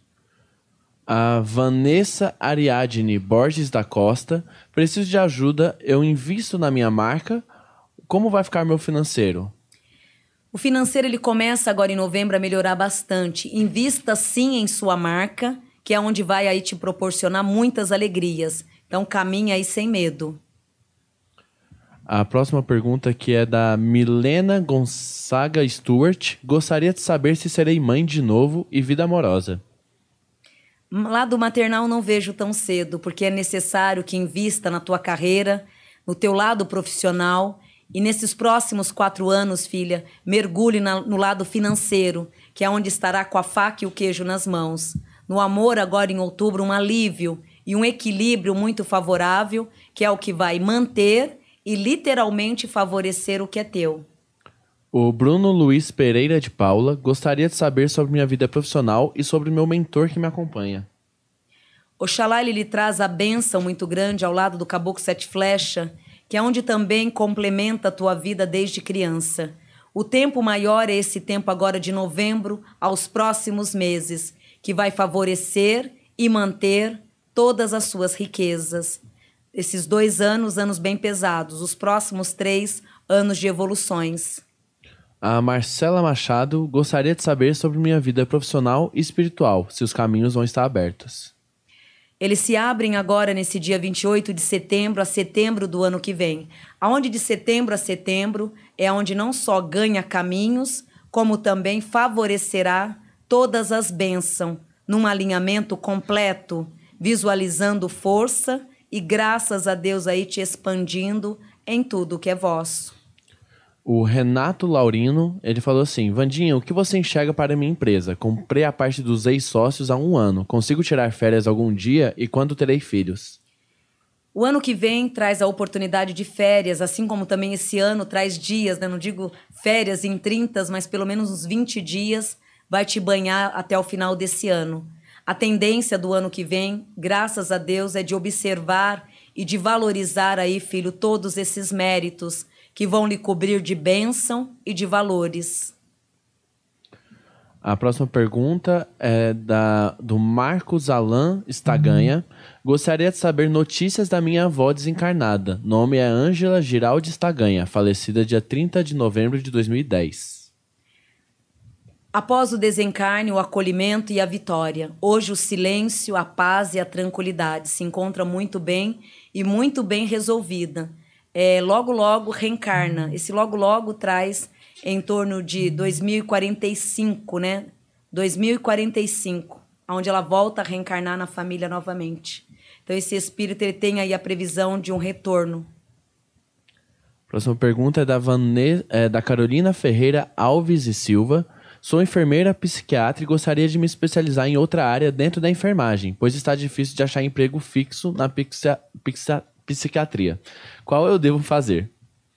A Vanessa Ariadne Borges da Costa: preciso de ajuda, eu invisto na minha marca, como vai ficar meu financeiro? O financeiro ele começa agora em novembro a melhorar bastante. Invista sim em sua marca, que é onde vai aí te proporcionar muitas alegrias. Então caminha aí sem medo. A próxima pergunta que é da Milena Gonçaga Stewart: gostaria de saber se serei mãe de novo e vida amorosa. Lado maternal não vejo tão cedo, porque é necessário que invista na tua carreira, no teu lado profissional. E nesses próximos 4 anos, filha, mergulhe no lado financeiro, que é onde estará com a faca e o queijo nas mãos. No amor, agora em outubro, um alívio e um equilíbrio muito favorável, que é o que vai manter e literalmente favorecer o que é teu. O Bruno Luiz Pereira de Paula gostaria de saber sobre minha vida profissional e sobre meu mentor que me acompanha. Oxalá ele lhe traz a bênção muito grande ao lado do Caboclo Sete Flecha, que é onde também complementa a tua vida desde criança. O tempo maior é esse tempo agora de novembro aos próximos meses, que vai favorecer e manter todas as suas riquezas. Esses 2 anos, anos bem pesados. Os próximos 3, anos de evoluções. A Marcela Machado gostaria de saber sobre minha vida profissional e espiritual, se os caminhos vão estar abertos. Eles se abrem agora nesse dia 28 de setembro a setembro do ano que vem. Aonde de setembro a setembro é onde não só ganha caminhos, como também favorecerá todas as bênçãos, num alinhamento completo, visualizando força e graças a Deus aí te expandindo em tudo que é vosso. O Renato Laurino, ele falou assim: Vandinha, o que você enxerga para minha empresa? Comprei a parte dos ex-sócios há 1 ano. Consigo tirar férias algum dia e quando terei filhos? O ano que vem traz a oportunidade de férias, assim como também esse ano traz dias, né? Não digo férias em 30, mas pelo menos uns 20 dias vai te banhar até o final desse ano. A tendência do ano que vem, graças a Deus, é de observar e de valorizar aí, filho, todos esses méritos que vão lhe cobrir de bênção e de valores. A próxima pergunta é do Marcos Alan Staganha. Gostaria de saber notícias da minha avó desencarnada. Nome é Ângela Giraldi Staganha, falecida dia 30 de novembro de 2010. Após o desencarne, o acolhimento e a vitória. Hoje o silêncio, a paz e a tranquilidade se encontra muito bem e muito bem resolvida. Logo, logo reencarna. Esse logo, logo traz em torno de 2045, né? 2045, onde ela volta a reencarnar na família novamente. Então, esse espírito ele tem aí a previsão de um retorno. Próxima pergunta é da Carolina Ferreira Alves e Silva. Sou enfermeira psiquiatra e gostaria de me especializar em outra área dentro da enfermagem, pois está difícil de achar emprego fixo na psiquiatria. Qual eu devo fazer?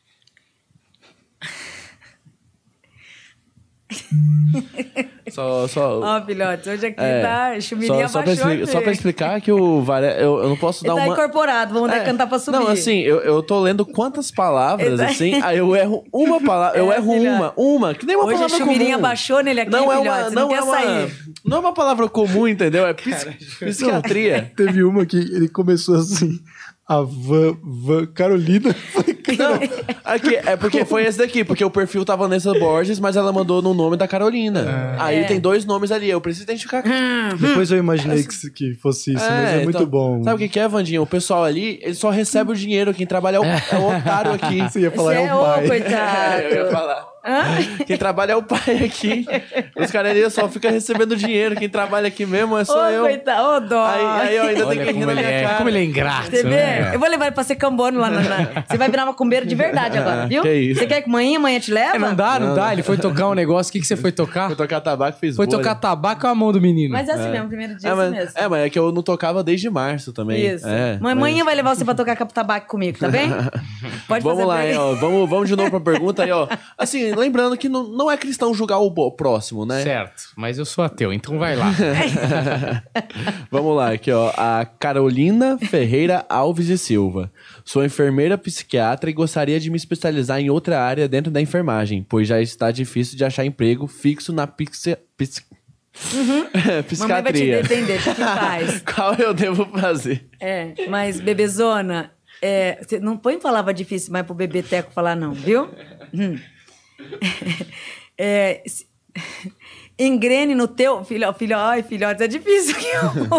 Ó, filhote, hoje aqui tá chumirinha baixou. Só pra explicar que o Varela... Eu não posso dar tá uma... incorporado, vamos cantar pra subir. Não, assim, eu tô lendo quantas palavras, assim, aí eu erro uma palavra, eu erro uma, que nem uma hoje palavra comum. Hoje a chumirinha baixou nele aqui, não filhote, não quer sair. Não é uma palavra comum, entendeu? É psiquiatria. Teve uma que ele começou assim... A Carolina. Não, aqui, é porque foi esse daqui, porque o perfil tá Vanessa Borges, mas ela mandou no nome da Carolina. Aí tem 2 nomes ali, eu preciso identificar. Depois eu imaginei que fosse isso, mas é muito bom. Sabe o que é, Vandinha? O pessoal ali, ele só recebe o dinheiro, quem trabalha é o otário aqui. Você ia falar, é o pai. Coitado. Eu ia falar. Quem trabalha é o pai aqui. Os caras ali só ficam recebendo dinheiro. Quem trabalha aqui mesmo é só eu. Coitado, dó. Aí eu ainda tenho que rir na minha cara. Como ele é ingrato, Você vê? né? Eu vou levar ele pra ser cambono lá Você vai virar macumbeiro de verdade agora, viu? Que isso. Você quer que amanhã te leva? Não dá. Ele foi tocar um negócio. O que você foi tocar? Foi tocar tabaco, fiz Foi bolha. tocar tabaco com a mão do menino. Mas é assim mesmo, primeiro dia mas, assim mesmo. mas é que eu não tocava desde março também. Isso. Amanhã vai levar você pra tocar tabaco comigo, tá bem? Pode vamos fazer lá, aí, ó. Vamos de novo pra pergunta aí, ó. Assim, lembrando que não é cristão julgar o próximo, né? Certo, mas eu sou ateu, então vai lá. Vamos lá, aqui, ó. A Carolina Ferreira Alves e Silva. Sou enfermeira psiquiatra e gostaria de me especializar em outra área dentro da enfermagem, pois já está difícil de achar emprego fixo na psiquiatria. Mamãe vai te defender, o que faz? Qual eu devo fazer? Mas, bebezona, você não põe palavra difícil mais pro bebê Teco falar não, viu? Engrene no teu... Filhotes, é difícil aqui.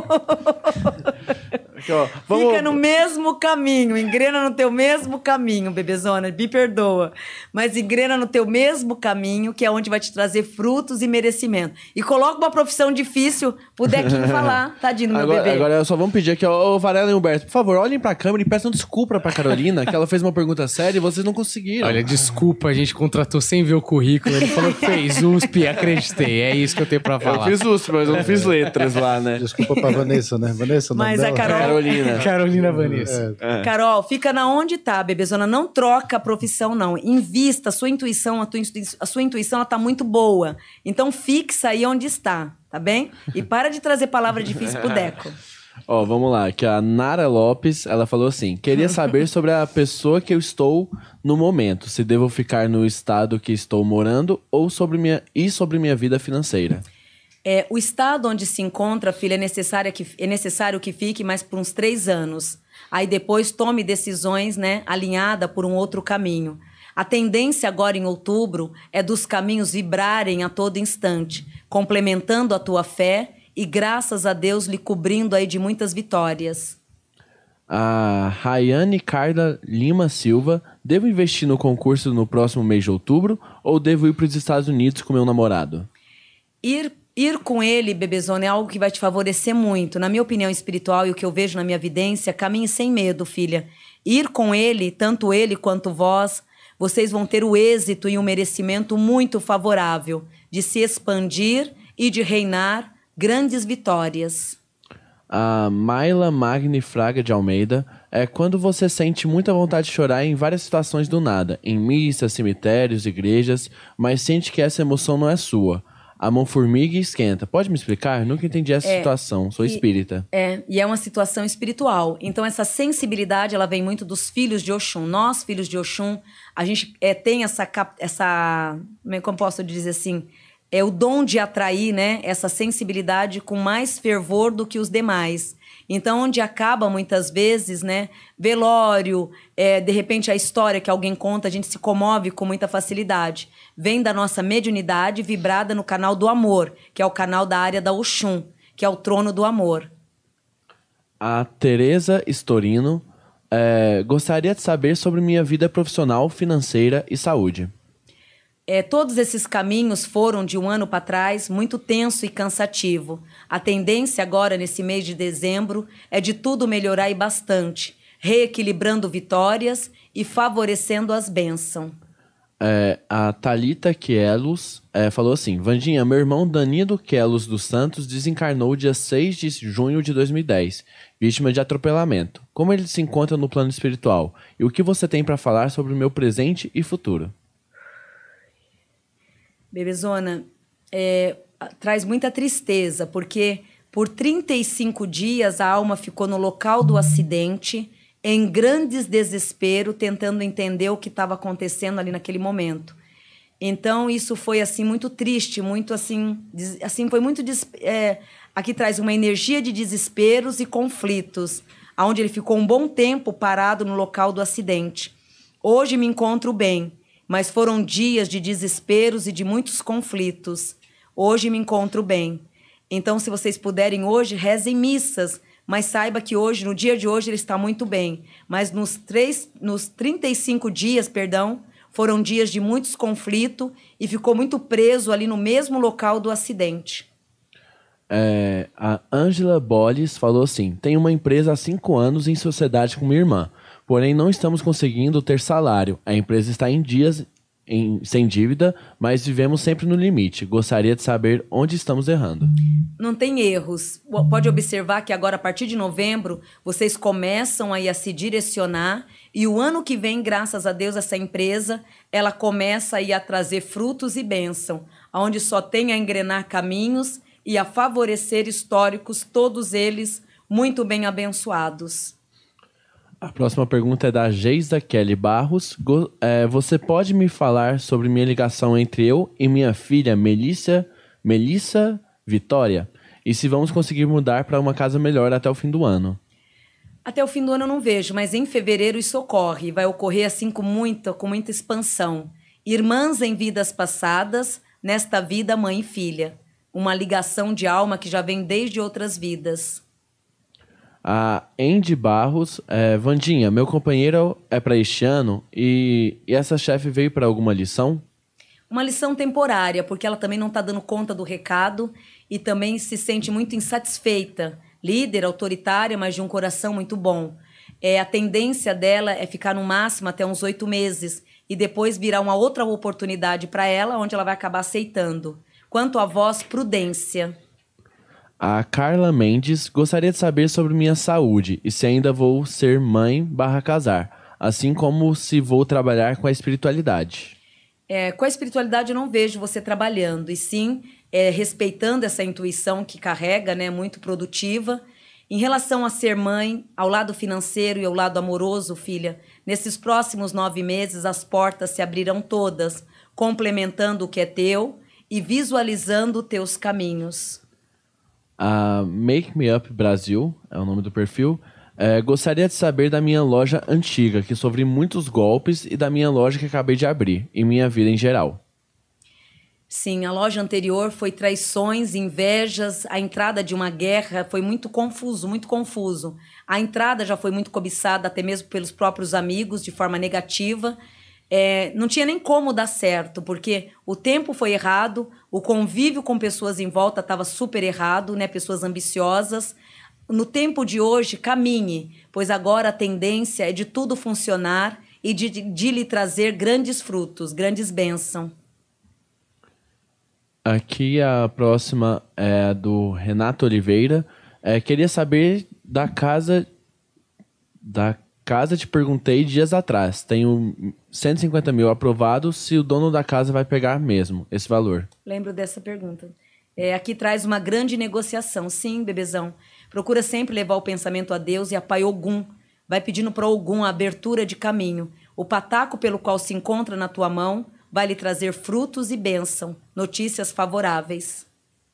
Aqui, ó, Fica no mesmo caminho, engrena no teu mesmo caminho, bebezona, me perdoa. Mas engrena no teu mesmo caminho, que é onde vai te trazer frutos e merecimento. E coloca uma profissão difícil pro Dequinho falar, tadinho do meu bebê. Agora só vamos pedir aqui, ó, Varela e Humberto, por favor, olhem pra câmera e peçam desculpa pra Carolina, que ela fez uma pergunta séria e vocês não conseguiram. Olha, desculpa, a gente contratou sem ver o currículo. Ele falou que fez USP, acreditei. É isso que eu tenho pra falar. Eu fiz USP, mas eu não fiz letras lá, né? Desculpa pra Vanessa, né? Vanessa, Mas a Carol Carolina. Carolina Vanessa. Carol, fica na onde tá, bebezona. Não troca a profissão, não. Invista a sua intuição. A sua intuição, ela tá muito boa. Então, fixa aí onde está, tá bem? E para de trazer palavra difícil pro Deco. Ó, vamos lá, que a Nara Lopes, ela falou assim: queria saber sobre a pessoa que eu estou no momento, se devo ficar no estado que estou morando ou sobre minha vida financeira. O estado onde se encontra, filha, é necessário que fique mais por uns 3 anos. Aí depois tome decisões, né, alinhada por um outro caminho. A tendência agora em outubro é dos caminhos vibrarem a todo instante, complementando a tua fé e graças a Deus lhe cobrindo aí de muitas vitórias. A Rayane Carla Lima Silva: devo investir no concurso no próximo mês de outubro ou devo ir para os Estados Unidos com meu namorado? Ir com ele, bebezona, é algo que vai te favorecer muito. Na minha opinião espiritual e o que eu vejo na minha vidência, caminhe sem medo, filha. Ir com ele, tanto ele quanto vós, vocês vão ter o êxito e um merecimento muito favorável de se expandir e de reinar grandes vitórias. A Maila Magni Fraga de Almeida: quando você sente muita vontade de chorar em várias situações do nada, em missas, cemitérios, igrejas, mas sente que essa emoção não é sua. A mão formiga e esquenta. Pode me explicar? Nunca entendi essa situação. Sou espírita. E é uma situação espiritual. Então, essa sensibilidade, ela vem muito dos filhos de Oxum. Nós, filhos de Oxum, a gente tem essa... Como posso dizer assim? É o dom de atrair, né, essa sensibilidade com mais fervor do que os demais. Então, onde acaba muitas vezes, né, velório, de repente a história que alguém conta, a gente se comove com muita facilidade. Vem da nossa mediunidade vibrada no canal do amor, que é o canal da área da Oxum, que é o trono do amor. A Tereza Storino: gostaria de saber sobre minha vida profissional, financeira e saúde. Todos esses caminhos foram, de um ano para trás, muito tenso e cansativo. A tendência agora, nesse mês de dezembro, é de tudo melhorar e bastante, reequilibrando vitórias e favorecendo as bênçãos. A Thalita Quelos falou assim: Vandinha, meu irmão Danilo Quelos dos Santos desencarnou dia 6 de junho de 2010, vítima de atropelamento. Como ele se encontra no plano espiritual? E o que você tem para falar sobre o meu presente e futuro? Bebezona, traz muita tristeza, porque por 35 dias a alma ficou no local do acidente, em grandes desespero, tentando entender o que estava acontecendo ali naquele momento. Então, isso foi, assim, muito triste, muito, assim foi muito... aqui traz uma energia de desesperos e conflitos, onde ele ficou um bom tempo parado no local do acidente. Hoje me encontro bem, mas foram dias de desesperos e de muitos conflitos. Hoje me encontro bem. Então, se vocês puderem hoje, rezem missas, mas saiba que hoje, no dia de hoje, ele está muito bem. Mas nos 35 dias, foram dias de muitos conflitos e ficou muito preso ali no mesmo local do acidente. A Ângela Bolles falou assim: tenho uma empresa há 5 anos em sociedade com minha irmã. Porém, não estamos conseguindo ter salário. A empresa está em dias sem dívida, mas vivemos sempre no limite. Gostaria de saber onde estamos errando. Não tem erros. Pode observar que agora, a partir de novembro, vocês começam aí a se direcionar e o ano que vem, graças a Deus, essa empresa, ela começa aí a trazer frutos e bênção, onde só tem a engrenar caminhos e a favorecer históricos, todos eles muito bem abençoados. A próxima pergunta é da Geisa Kelly Barros. Você pode me falar sobre minha ligação entre eu e minha filha Melissa Vitória? E se vamos conseguir mudar para uma casa melhor até o fim do ano? Até o fim do ano eu não vejo, mas em fevereiro isso ocorre. Vai ocorrer assim com muita expansão. Irmãs em vidas passadas, nesta vida mãe e filha. Uma ligação de alma que já vem desde outras vidas. A Andy Barros: Vandinha, meu companheiro é para este ano e essa chefe veio para alguma lição? Uma lição temporária, porque ela também não está dando conta do recado e também se sente muito insatisfeita. Líder, autoritária, mas de um coração muito bom. A tendência dela é ficar no máximo até uns 8 meses e depois virar uma outra oportunidade para ela, onde ela vai acabar aceitando. Quanto a vós, prudência. A Carla Mendes gostaria de saber sobre minha saúde e se ainda vou ser mãe/casar, assim como se vou trabalhar com a espiritualidade. Com a espiritualidade eu não vejo você trabalhando, e sim respeitando essa intuição que carrega, né, muito produtiva. Em relação a ser mãe, ao lado financeiro e ao lado amoroso, filha, nesses próximos 9 meses as portas se abrirão todas, complementando o que é teu e visualizando teus caminhos. A Make Me Up Brasil, é o nome do perfil, gostaria de saber da minha loja antiga, que sofri muitos golpes, e da minha loja que acabei de abrir, e minha vida em geral. Sim, a loja anterior foi traições, invejas, a entrada de uma guerra foi muito confuso, muito confuso. A entrada já foi muito cobiçada até mesmo pelos próprios amigos, de forma negativa. Não tinha nem como dar certo, porque o tempo foi errado, o convívio com pessoas em volta estava super errado, né? Pessoas ambiciosas. No tempo de hoje, caminhe, pois agora a tendência é de tudo funcionar e de lhe trazer grandes frutos, grandes bênçãos. Aqui a próxima é do Renato Oliveira. Queria saber da casa te perguntei dias atrás. Tenho 150 mil aprovado, se o dono da casa vai pegar mesmo esse valor. Lembro dessa pergunta. Aqui traz uma grande negociação. Sim, bebezão. Procura sempre levar o pensamento a Deus e a Pai Ogum. Vai pedindo para Ogum a abertura de caminho. O pataco pelo qual se encontra na tua mão vai lhe trazer frutos e bênção, notícias favoráveis.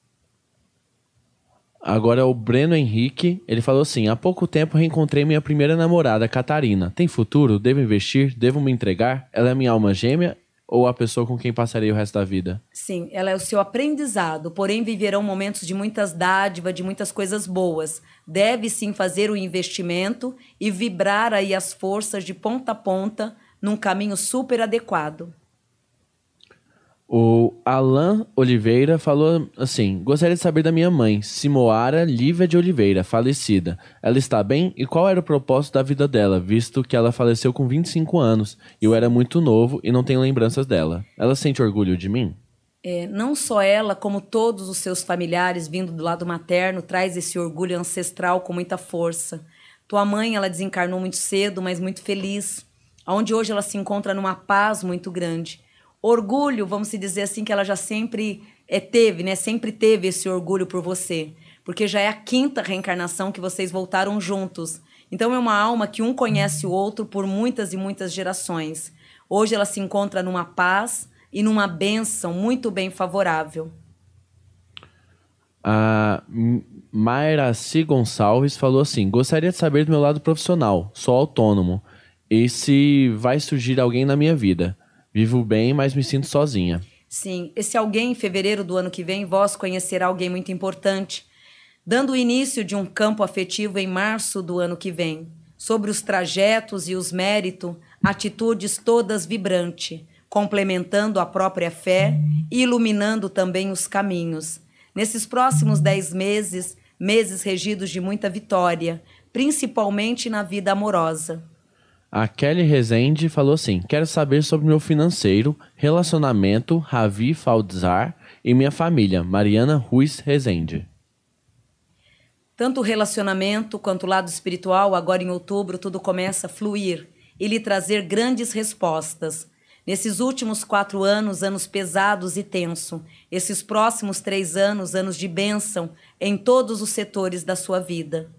Agora o Breno Henrique, ele falou assim: há pouco tempo reencontrei minha primeira namorada, Catarina. Tem futuro? Devo investir? Devo me entregar? Ela é minha alma gêmea ou a pessoa com quem passarei o resto da vida? Sim, ela é o seu aprendizado, porém viverão momentos de muitas dádivas, de muitas coisas boas. Deve sim fazer o investimento e vibrar aí as forças de ponta a ponta num caminho super adequado. O Alan Oliveira falou assim: gostaria de saber da minha mãe, Simoara Lívia de Oliveira, falecida. Ela está bem? E qual era o propósito da vida dela, visto que ela faleceu com 25 anos e eu era muito novo e não tenho lembranças dela? Ela sente orgulho de mim? Não só ela, como todos os seus familiares vindo do lado materno, traz esse orgulho ancestral com muita força. Tua mãe, ela desencarnou muito cedo, mas muito feliz, onde hoje ela se encontra numa paz muito grande. Orgulho, vamos se dizer assim, que ela já sempre teve, né? Sempre teve esse orgulho por você. Porque já é a 5ª reencarnação que vocês voltaram juntos. Então é uma alma que um conhece o outro por muitas e muitas gerações. Hoje ela se encontra numa paz e numa bênção muito bem favorável. A Mayraci Gonçalves falou assim: gostaria de saber do meu lado profissional, sou autônomo, e se vai surgir alguém na minha vida. Vivo bem, mas me sinto sozinha. Sim, esse alguém, em fevereiro do ano que vem, vós conhecerá alguém muito importante, dando o início de um campo afetivo em março do ano que vem. Sobre os trajetos e os méritos, atitudes todas vibrantes, complementando a própria fé e iluminando também os caminhos. Nesses próximos 10 meses, meses regidos de muita vitória, principalmente na vida amorosa. A Kelly Rezende falou assim: quero saber sobre meu financeiro, relacionamento, Ravi Faldzar e minha família, Mariana Ruiz Rezende. Tanto o relacionamento quanto o lado espiritual, agora em outubro, tudo começa a fluir e lhe trazer grandes respostas. Nesses últimos 4 anos, anos pesados e tensos, esses próximos 3 anos, anos de bênção em todos os setores da sua vida.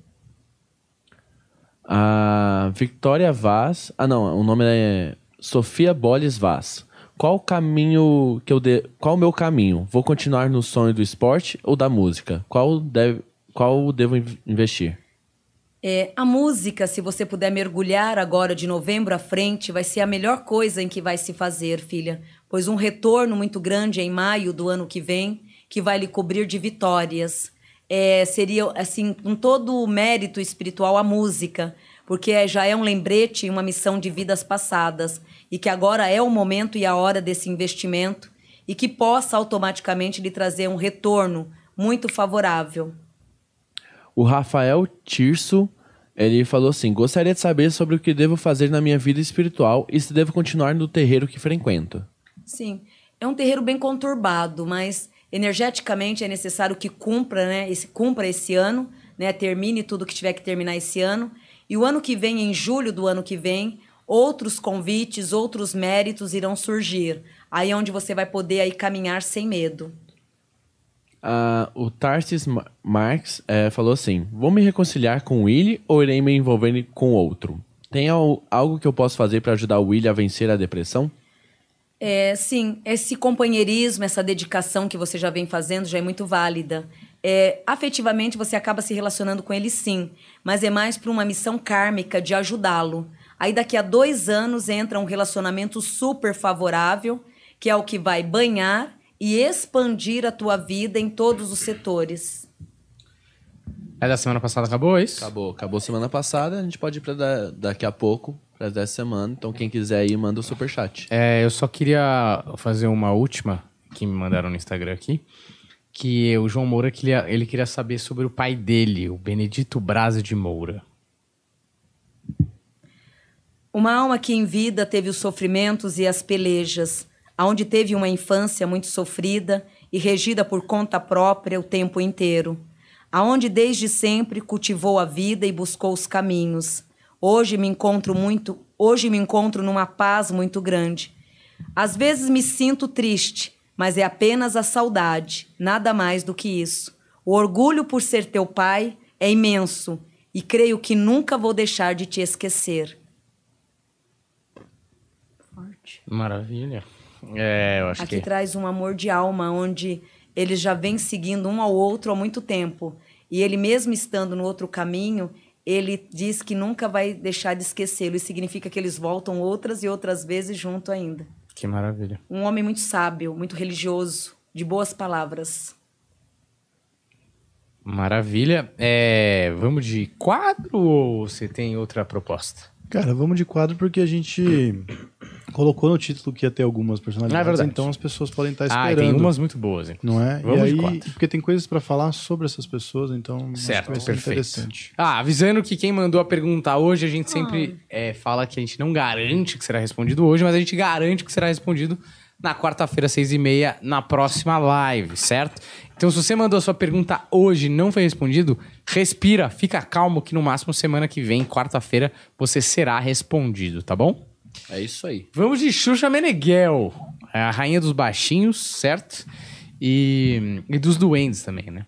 A Victoria Vaz... o nome é Sofia Boles Vaz. Qual o caminho Qual o meu caminho? Vou continuar no sonho do esporte ou da música? Qual devo investir? A música, se você puder mergulhar agora de novembro à frente, vai ser a melhor coisa em que vai se fazer, filha. Pois um retorno muito grande em maio do ano que vem, que vai lhe cobrir de vitórias. Seria, assim, com todo o mérito espiritual a música, porque já é um lembrete e uma missão de vidas passadas, e que agora é o momento e a hora desse investimento, e que possa automaticamente lhe trazer um retorno muito favorável. O Rafael Tirso, ele falou assim: gostaria de saber sobre o que devo fazer na minha vida espiritual e se devo continuar no terreiro que frequento. Sim, é um terreiro bem conturbado, mas Energeticamente é necessário que cumpra, né, cumpra esse ano, né, termine tudo que tiver que terminar esse ano. E o ano que vem, em julho do ano que vem, outros convites, outros méritos irão surgir. Aí é onde você vai poder aí caminhar sem medo. O Tarsis Marx falou assim: vou me reconciliar com o Willy ou irei me envolver com outro? Tem algo que eu posso fazer para ajudar o Willy a vencer a depressão? Sim, esse companheirismo, essa dedicação que você já vem fazendo já é muito válida. Afetivamente você acaba se relacionando com ele, sim, mas é mais para uma missão kármica de ajudá-lo. Aí daqui a 2 anos entra um relacionamento super favorável, que é o que vai banhar e expandir a tua vida em todos os setores. Da semana passada acabou, é isso? Acabou semana passada, a gente pode ir para daqui a pouco, para dessa semana. Então quem quiser ir, manda o superchat. Eu só queria fazer uma última, que me mandaram no Instagram aqui, que o João Moura, ele queria saber sobre o pai dele, o Benedito Braz de Moura. Uma alma que em vida teve os sofrimentos e as pelejas, aonde teve uma infância muito sofrida e regida por conta própria o tempo inteiro, aonde desde sempre cultivou a vida e buscou os caminhos. Hoje me encontro numa paz muito grande. Às vezes me sinto triste, mas é apenas a saudade, nada mais do que isso. O orgulho por ser teu pai é imenso e creio que nunca vou deixar de te esquecer. Forte. Maravilha. Eu acho Aqui traz um amor de alma, onde eles já vêm seguindo um ao outro há muito tempo. E ele mesmo estando no outro caminho, ele diz que nunca vai deixar de esquecê-lo. E significa que eles voltam outras e outras vezes junto ainda. Que maravilha. Um homem muito sábio, muito religioso, de boas palavras. Maravilha. Vamos de quadro ou você tem outra proposta? Cara, vamos de quadro porque a gente colocou no título que ia ter algumas personalidades, verdade. então as pessoas podem estar esperando. Tem umas muito boas, inclusive. Não é? Vamos e aí, de quadro. porque tem coisas pra falar sobre essas pessoas, então Certo, acho que vai ser perfeito. interessante. Avisando que quem mandou a pergunta hoje, a gente sempre fala que a gente não garante que será respondido hoje, mas a gente garante que será respondido na quarta-feira, 6h30, na próxima live, certo? Então, se você mandou a sua pergunta hoje e não foi respondido, respira, fica calmo que no máximo semana que vem, quarta-feira, você será respondido, tá bom? É isso aí. Vamos de Xuxa Meneghel, a rainha dos baixinhos, certo? E dos duendes também, né?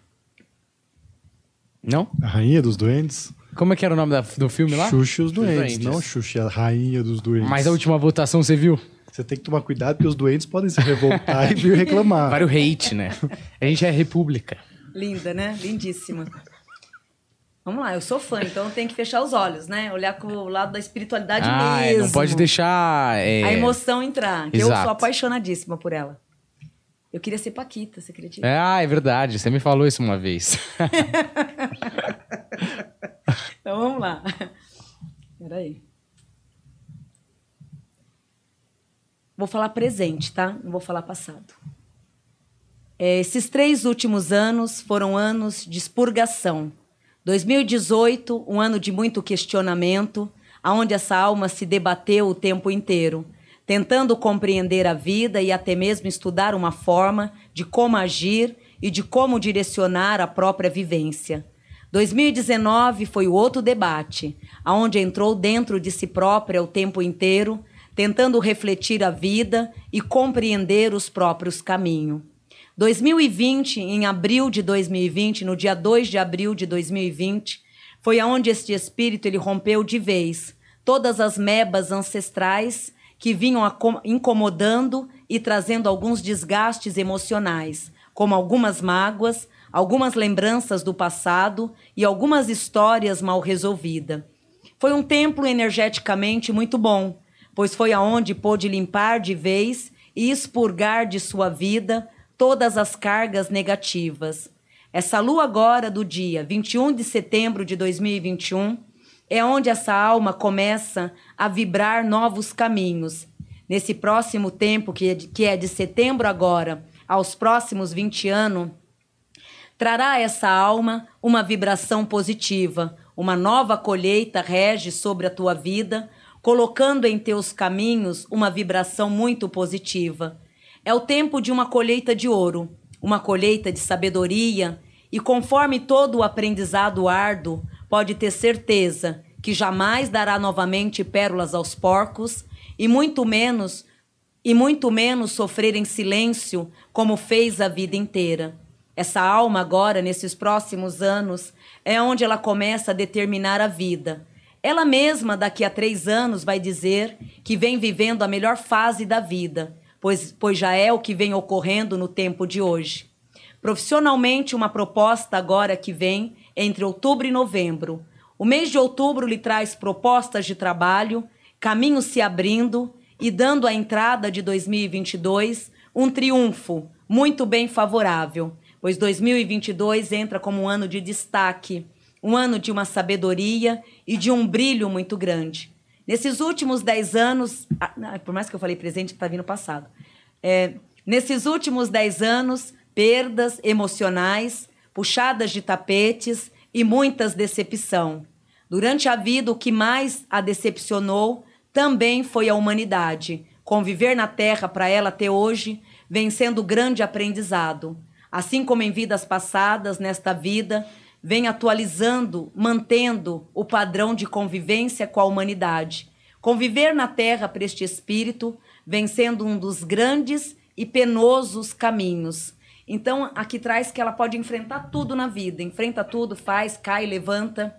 Não? A rainha dos duendes? Como é que era o nome do filme lá? Xuxa e os duendes, Duendes. não Xuxa, a rainha dos duendes. Mas a última votação, você viu? Você tem que tomar cuidado porque os doentes podem se revoltar e vir reclamar. Vários hate, né? A gente é república. Linda, né? Lindíssima. Vamos lá, eu sou fã, então tem que fechar os olhos, né? Olhar com o lado da espiritualidade mesmo. Não pode deixar... A emoção entrar, que Exato. eu sou apaixonadíssima por ela. Eu queria ser Paquita, você acredita? É verdade. Você me falou isso uma vez. Então vamos lá. Peraí. Vou falar presente, tá? Não vou falar passado. Esses 3 últimos anos foram anos de expurgação. 2018, um ano de muito questionamento, onde essa alma se debateu o tempo inteiro, tentando compreender a vida e até mesmo estudar uma forma de como agir e de como direcionar a própria vivência. 2019 foi o outro debate, onde entrou dentro de si própria o tempo inteiro, tentando refletir a vida e compreender os próprios caminhos. 2020, em abril de 2020, no dia 2 de abril de 2020, foi aonde este espírito ele rompeu de vez todas as mebas ancestrais que vinham incomodando e trazendo alguns desgastes emocionais, como algumas mágoas, algumas lembranças do passado e algumas histórias mal resolvidas. Foi um templo energeticamente muito bom, pois foi aonde pôde limpar de vez e expurgar de sua vida todas as cargas negativas. Essa lua agora do dia 21 de setembro de 2021 é onde essa alma começa a vibrar novos caminhos. Nesse próximo tempo, que é de setembro agora aos próximos 20 anos, trará essa alma uma vibração positiva, uma nova colheita rege sobre a tua vida, colocando em teus caminhos uma vibração muito positiva. É o tempo de uma colheita de ouro, uma colheita de sabedoria, e conforme todo o aprendizado árduo, pode ter certeza que jamais dará novamente pérolas aos porcos, e muito menos sofrer em silêncio como fez a vida inteira. Essa alma agora, nesses próximos anos, é onde ela começa a determinar a vida. Ela mesma, daqui a 3 anos, vai dizer que vem vivendo a melhor fase da vida, pois já é o que vem ocorrendo no tempo de hoje. Profissionalmente, uma proposta agora que vem entre outubro e novembro. O mês de outubro lhe traz propostas de trabalho, caminhos se abrindo e dando à entrada de 2022 um triunfo muito bem favorável, pois 2022 entra como um ano de destaque, um ano de uma sabedoria e de um brilho muito grande. Nesses últimos 10 anos, por mais que eu falei presente, está vindo passado. Nesses últimos 10 anos, perdas emocionais, puxadas de tapetes e muitas decepção. Durante a vida, o que mais a decepcionou também foi a humanidade. Conviver na Terra para ela até hoje vem sendo grande aprendizado. Assim como em vidas passadas, nesta vida, vem atualizando, mantendo o padrão de convivência com a humanidade. Conviver na Terra para este espírito vem sendo um dos grandes e penosos caminhos. Então, aqui traz que ela pode enfrentar tudo na vida. Enfrenta tudo, faz, cai, levanta.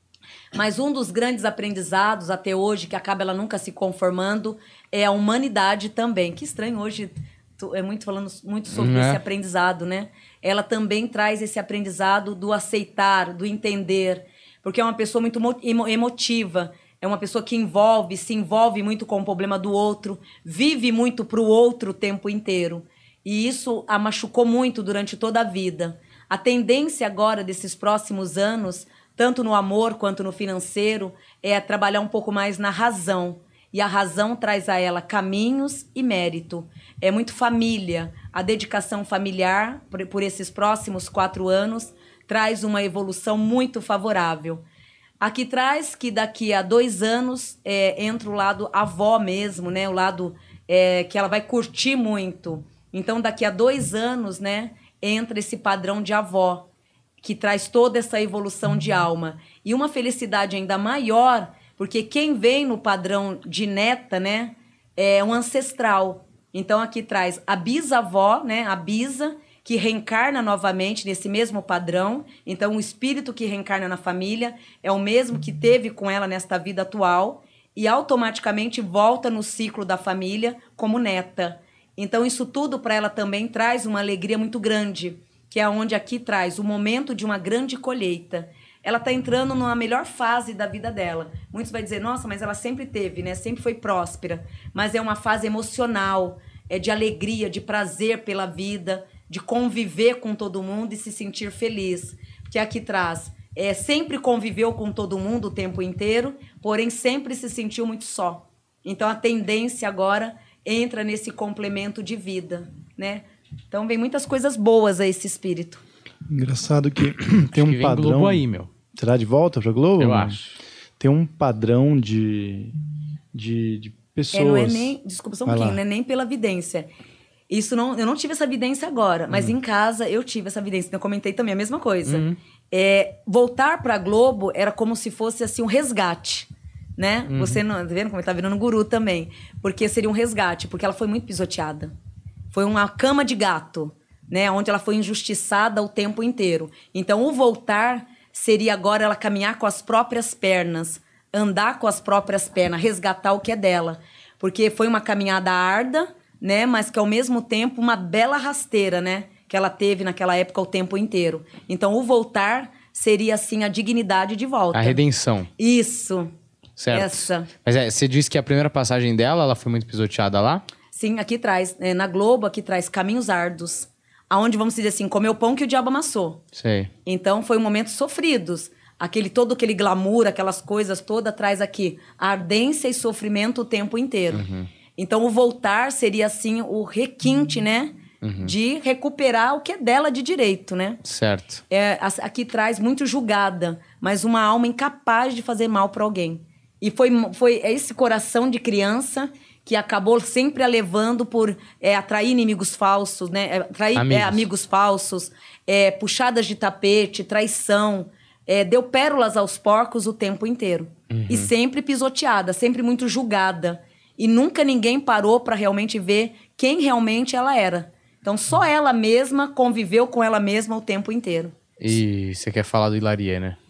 Mas um dos grandes aprendizados até hoje, que acaba ela nunca se conformando, é a humanidade também. Que estranho hoje, falando muito sobre esse aprendizado, né? Ela também traz esse aprendizado do aceitar, do entender, porque é uma pessoa muito emotiva, é uma pessoa que se envolve muito com o problema do outro, vive muito para o outro o tempo inteiro. E isso a machucou muito durante toda a vida. A tendência agora desses próximos anos, tanto no amor quanto no financeiro, é trabalhar um pouco mais na razão. E a razão traz a ela caminhos e mérito. É muito família. A dedicação familiar, por esses próximos 4 anos, traz uma evolução muito favorável. Aqui traz que daqui a 2 anos entra o lado avó mesmo, né? O lado que ela vai curtir muito. Então, daqui a 2 anos, né, entra esse padrão de avó, que traz toda essa evolução de alma. E uma felicidade ainda maior, porque quem vem no padrão de neta, né, é um ancestral. Então, aqui traz a bisavó, né, a bisa, que reencarna novamente nesse mesmo padrão. Então, o espírito que reencarna na família é o mesmo que teve com ela nesta vida atual e automaticamente volta no ciclo da família como neta. Então, isso tudo para ela também traz uma alegria muito grande, que é onde aqui traz o momento de uma grande colheita. Ela está entrando numa melhor fase da vida dela. Muitos vão dizer, nossa, mas ela sempre teve, né? Sempre foi próspera. Mas é uma fase emocional, de alegria, de prazer pela vida, de conviver com todo mundo e se sentir feliz. Porque aqui traz, sempre conviveu com todo mundo o tempo inteiro, porém sempre se sentiu muito só. Então, a tendência agora entra nesse complemento de vida, né? Então, vem muitas coisas boas a esse espírito. Engraçado que tem um padrão... Globo aí, meu. Será de volta pra Globo? Eu acho. Tem um padrão de pessoas... Não é nem... Desculpa só um pouquinho, não é nem pela vidência. Isso não... Eu não tive essa vidência agora, mas em casa eu tive essa vidência. Eu comentei também a mesma coisa. Voltar pra Globo era como se fosse, assim, um resgate, né? Você não... Tá vendo como ele tá virando guru também? Porque seria um resgate, porque ela foi muito pisoteada. Foi uma cama de gato, né? Onde ela foi injustiçada o tempo inteiro. Então, o voltar seria agora ela caminhar com as próprias pernas, andar com as próprias pernas, resgatar o que é dela. Porque foi uma caminhada árdua, né? Mas que, ao mesmo tempo, uma bela rasteira, né? Que ela teve naquela época o tempo inteiro. Então, o voltar seria, assim, a dignidade de volta. A redenção. Isso. Certo. Essa. Mas você disse que a primeira passagem dela, ela foi muito pisoteada lá? Sim, aqui traz, na Globo, aqui traz caminhos árduos. Aonde, vamos dizer assim, comeu pão que o diabo amassou. Sei. Então, foi um momentos sofridos. Todo aquele glamour, aquelas coisas todas, traz aqui ardência e sofrimento o tempo inteiro. Então, o voltar seria, assim, o requinte, né? De recuperar o que é dela de direito, né? Certo. Aqui traz muito julgada, mas uma alma incapaz de fazer mal para alguém. E foi esse coração de criança que acabou sempre a levando por atrair inimigos falsos, né? Atrair amigos falsos, puxadas de tapete, traição. Deu pérolas aos porcos o tempo inteiro. E sempre pisoteada, sempre muito julgada. E nunca ninguém parou para realmente ver quem realmente ela era. Então, só ela mesma conviveu com ela mesma o tempo inteiro. E você quer falar do Hilarie, né?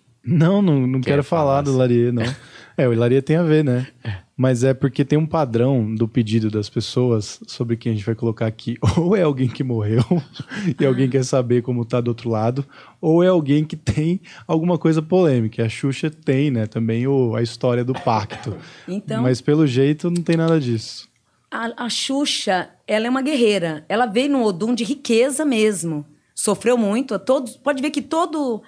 Não quero falar do Hilarie, não. O Hilarie tem a ver, né? Mas é porque tem um padrão do pedido das pessoas sobre quem a gente vai colocar aqui. Ou é alguém que morreu e alguém quer saber como tá do outro lado, ou é alguém que tem alguma coisa polêmica. A Xuxa tem, né, também a história do pacto. Então, mas pelo jeito não tem nada disso. A Xuxa, ela é uma guerreira. Ela veio no Odum de riqueza mesmo. Sofreu muito. Pode ver que todo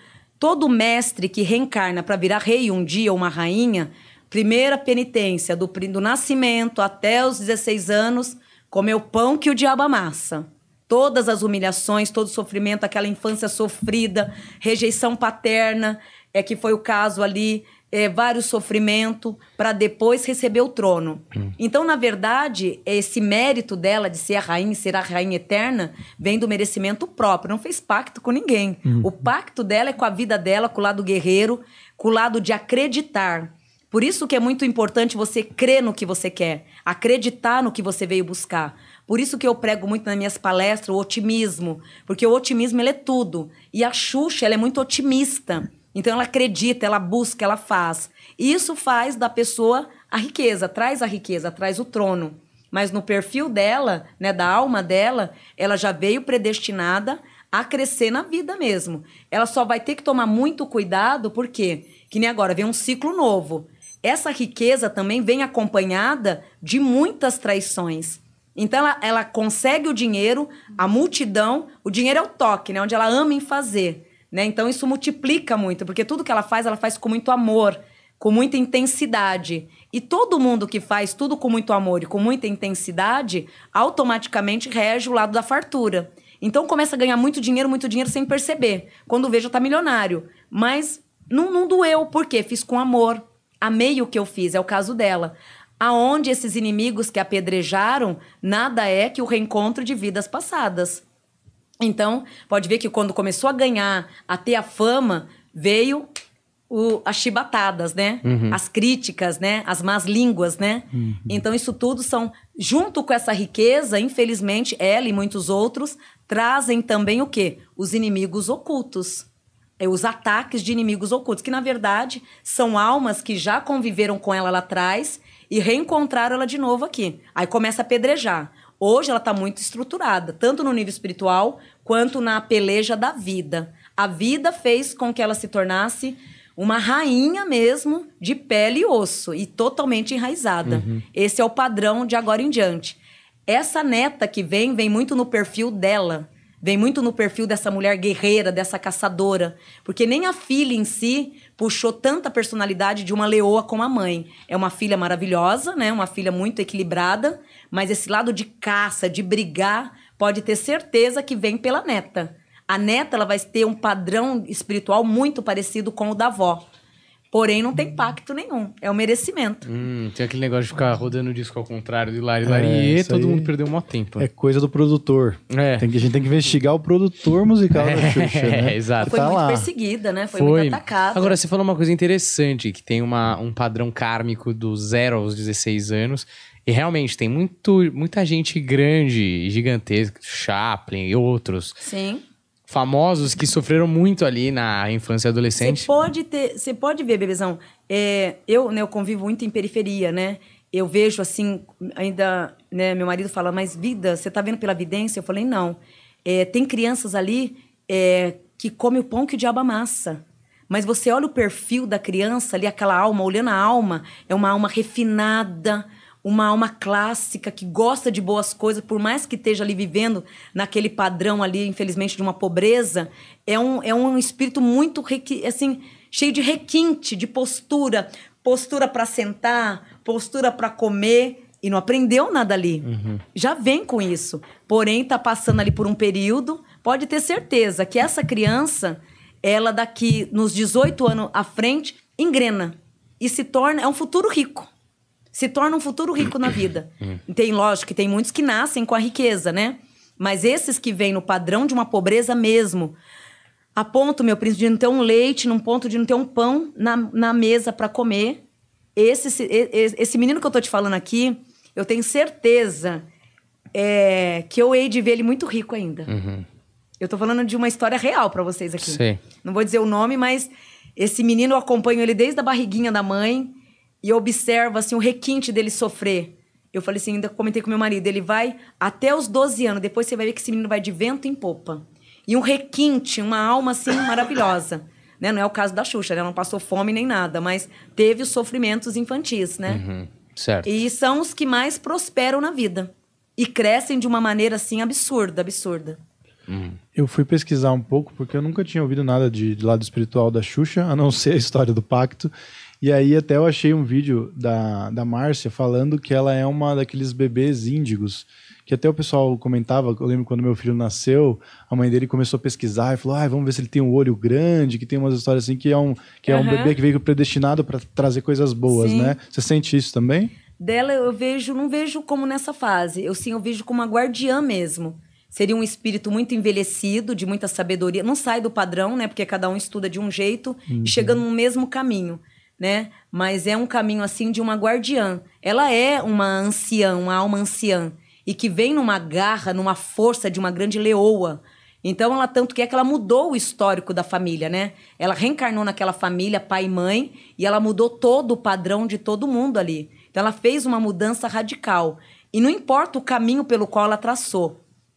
mestre que reencarna para virar rei um dia ou uma rainha, primeira penitência, do nascimento até os 16 anos, comeu pão que o diabo amassa. Todas as humilhações, todo o sofrimento, aquela infância sofrida, rejeição paterna, que foi o caso ali, vários sofrimentos, para depois receber o trono. Então, na verdade, esse mérito dela de ser a rainha, ser a rainha eterna, vem do merecimento próprio. Não fez pacto com ninguém. O pacto dela é com a vida dela, com o lado guerreiro, com o lado de acreditar. Por isso que é muito importante você crer no que você quer, acreditar no que você veio buscar. Por isso que eu prego muito nas minhas palestras o otimismo, porque o otimismo ele é tudo. E a Xuxa ela é muito otimista. Então ela acredita, ela busca, ela faz. E isso faz da pessoa a riqueza, traz o trono. Mas no perfil dela, né, da alma dela, ela já veio predestinada a crescer na vida mesmo. Ela só vai ter que tomar muito cuidado, porque, que nem agora, vem um ciclo novo. Essa riqueza também vem acompanhada de muitas traições. Então, ela consegue o dinheiro, a multidão, o dinheiro é o toque, né? Onde ela ama em fazer, né? Então, isso multiplica muito, porque tudo que ela faz com muito amor, com muita intensidade. E todo mundo que faz tudo com muito amor e com muita intensidade, automaticamente rege o lado da fartura. Então, começa a ganhar muito dinheiro sem perceber. Quando vê, já tá milionário. Mas não doeu, por quê? Fiz com amor. Amei o que eu fiz, é o caso dela. Aonde esses inimigos que apedrejaram, nada é que o reencontro de vidas passadas. Então, pode ver que quando começou a ganhar, a ter a fama, veio as chibatadas, né? As críticas, né? As más línguas, né? Então, isso tudo são... Junto com essa riqueza, infelizmente, ela e muitos outros trazem também o quê? Os inimigos ocultos. Os ataques de inimigos ocultos, que, na verdade, são almas que já conviveram com ela lá atrás e reencontraram ela de novo aqui. Aí começa a apedrejar. Hoje ela está muito estruturada, tanto no nível espiritual quanto na peleja da vida. A vida fez com que ela se tornasse uma rainha mesmo, de pele e osso, e totalmente enraizada. Esse é o padrão de agora em diante. Essa neta que vem muito no perfil dela. Vem muito no perfil dessa mulher guerreira, dessa caçadora. Porque nem a filha em si puxou tanta personalidade de uma leoa como a mãe. É uma filha maravilhosa, né? Uma filha muito equilibrada. Mas esse lado de caça, de brigar, pode ter certeza que vem pela neta. A neta ela vai ter um padrão espiritual muito parecido com o da avó. Porém, não tem pacto nenhum. É o merecimento. Tem aquele negócio de ficar rodando o disco ao contrário do Hilarie, todo mundo perdeu um maior tempo. É coisa do produtor. A gente tem que investigar o produtor musical da Xuxa, né? Exato. Foi muito perseguida, né? Foi muito atacada. Agora, você falou uma coisa interessante, que tem um padrão kármico do 0 aos 16 anos. E realmente, tem muita gente grande, gigantesca, Chaplin e outros. Sim. Famosos que sofreram muito ali na infância e adolescente. Você pode ver, bebezão. Eu convivo muito em periferia, né? Eu vejo assim, ainda, né? Meu marido fala, mas vida, você tá vendo pela vidência? Eu falei, não. Tem crianças ali que comem o pão que o diabo amassa. Mas você olha o perfil da criança ali, aquela alma, olhando a alma, é uma alma refinada, uma alma clássica que gosta de boas coisas, por mais que esteja ali vivendo naquele padrão ali, infelizmente, de uma pobreza, é um espírito muito, assim, cheio de requinte, de postura para sentar, postura para comer, e não aprendeu nada ali. Já vem com isso. Porém, está passando ali por um período, pode ter certeza que essa criança, ela daqui, nos 18 anos à frente, engrena e se torna, é um futuro rico. Se torna um futuro rico na vida. Tem, lógico, que tem muitos que nascem com a riqueza, né? Mas esses que vêm no padrão de uma pobreza mesmo, a ponto, meu príncipe, de não ter um leite, num ponto de não ter um pão na mesa para comer. Esse menino que eu tô te falando aqui, eu tenho certeza que eu hei de ver ele muito rico ainda. Eu tô falando de uma história real para vocês aqui. Sei. Não vou dizer o nome, mas esse menino, eu acompanho ele desde a barriguinha da mãe e observo, assim, o requinte dele sofrer. Eu falei assim, ainda comentei com meu marido, ele vai até os 12 anos, depois você vai ver que esse menino vai de vento em popa. E um requinte, uma alma, assim, maravilhosa. Né? Não é o caso da Xuxa, ela não passou fome nem nada, mas teve os sofrimentos infantis, né? Certo. E são os que mais prosperam na vida. E crescem de uma maneira, assim, absurda, absurda. Eu fui pesquisar um pouco, porque eu nunca tinha ouvido nada de lado espiritual da Xuxa, a não ser a história do pacto. E aí até eu achei um vídeo da Márcia falando que ela é uma daqueles bebês índigos, que até o pessoal comentava, eu lembro quando meu filho nasceu, a mãe dele começou a pesquisar e falou, vamos ver se ele tem um olho grande, que tem umas histórias assim, que é um bebê que veio predestinado para trazer coisas boas, Sim. né? Você sente isso também? Dela eu não vejo como nessa fase. Eu vejo como uma guardiã mesmo. Seria um espírito muito envelhecido, de muita sabedoria. Não sai do padrão, né? Porque cada um estuda de um jeito e chega no mesmo caminho, né? Mas é um caminho, assim, de uma guardiã. Ela é uma anciã, uma alma anciã. E que vem numa garra, numa força de uma grande leoa. Então, ela tanto que ela mudou o histórico da família, né? Ela reencarnou naquela família, pai e mãe, e ela mudou todo o padrão de todo mundo ali. Então, ela fez uma mudança radical. E não importa o caminho pelo qual ela traçou.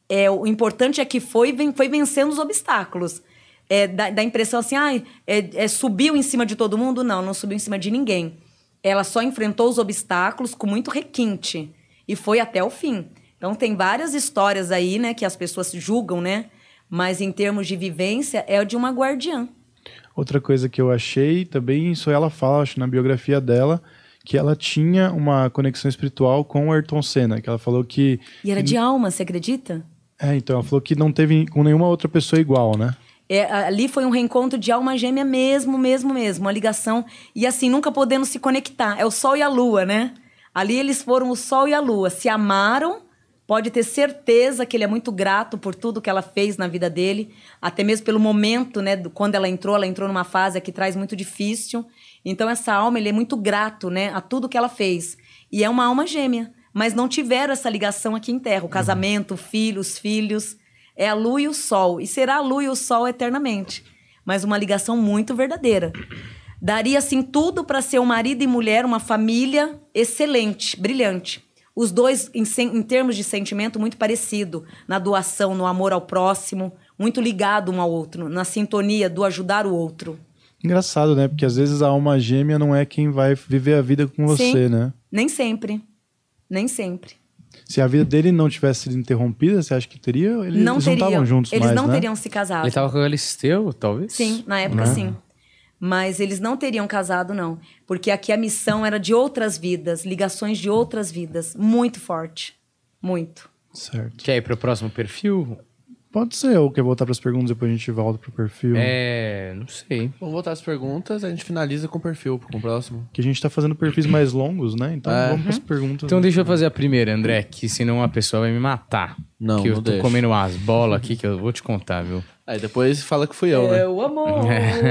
O importante é que foi vencendo os obstáculos. Dá a impressão assim, subiu em cima de todo mundo? Não subiu em cima de ninguém. Ela só enfrentou os obstáculos com muito requinte. E foi até o fim. Então, tem várias histórias aí, né, que as pessoas julgam, né? Mas, em termos de vivência, é de uma guardiã. Outra coisa que eu achei também, isso ela fala, acho, na biografia dela, que ela tinha uma conexão espiritual com o Ayrton Senna, que ela falou que... E era de alma, você acredita? Então, ela falou que não teve com nenhuma outra pessoa igual, né? Ali foi um reencontro de alma gêmea mesmo, uma ligação. E assim, nunca podendo se conectar. É o sol e a lua, né? Ali eles foram o sol e a lua. Se amaram, pode ter certeza que ele é muito grato por tudo que ela fez na vida dele. Até mesmo pelo momento, né? Quando ela entrou numa fase que traz muito difícil. Então, essa alma, ele é muito grato, né? A tudo que ela fez. E é uma alma gêmea. Mas não tiveram essa ligação aqui em Terra. O casamento, os filhos. É a lua e o sol. E será a lua e o sol eternamente. Mas uma ligação muito verdadeira. Daria, assim, tudo para ser um marido e mulher, uma família excelente, brilhante. Os dois, em termos de sentimento, muito parecido. Na doação, no amor ao próximo. Muito ligado um ao outro. Na sintonia do ajudar o outro. Engraçado, né? Porque às vezes a alma gêmea não é quem vai viver a vida com você, né? Nem sempre. Nem sempre. Se a vida dele não tivesse sido interrompida, você acha que teria? Eles não estavam juntos mais, Eles não né? teriam se casado. Ele tava com a Galisteu, talvez? Sim, na época sim. Mas eles não teriam casado, não. Porque aqui a missão era de outras vidas, ligações de outras vidas. Muito forte. Muito. Certo. Quer ir pro próximo perfil? Pode ser, ou quer voltar para as perguntas e depois a gente volta pro perfil? Não sei. Vamos voltar às perguntas, a gente finaliza com o perfil, com o próximo. Que a gente tá fazendo perfis mais longos, né? Então vamos para as perguntas. Então deixa eu fazer a primeira, André, que senão a pessoa vai me matar. Não, que eu não tô deixa. comendo umas bolas aqui que eu vou te contar, viu? Aí depois fala que fui eu, né? o amor.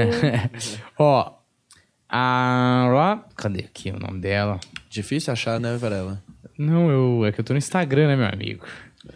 Ó, cadê aqui o nome dela? Difícil achar, né, Varela? Não, é que eu tô no Instagram, né, meu amigo?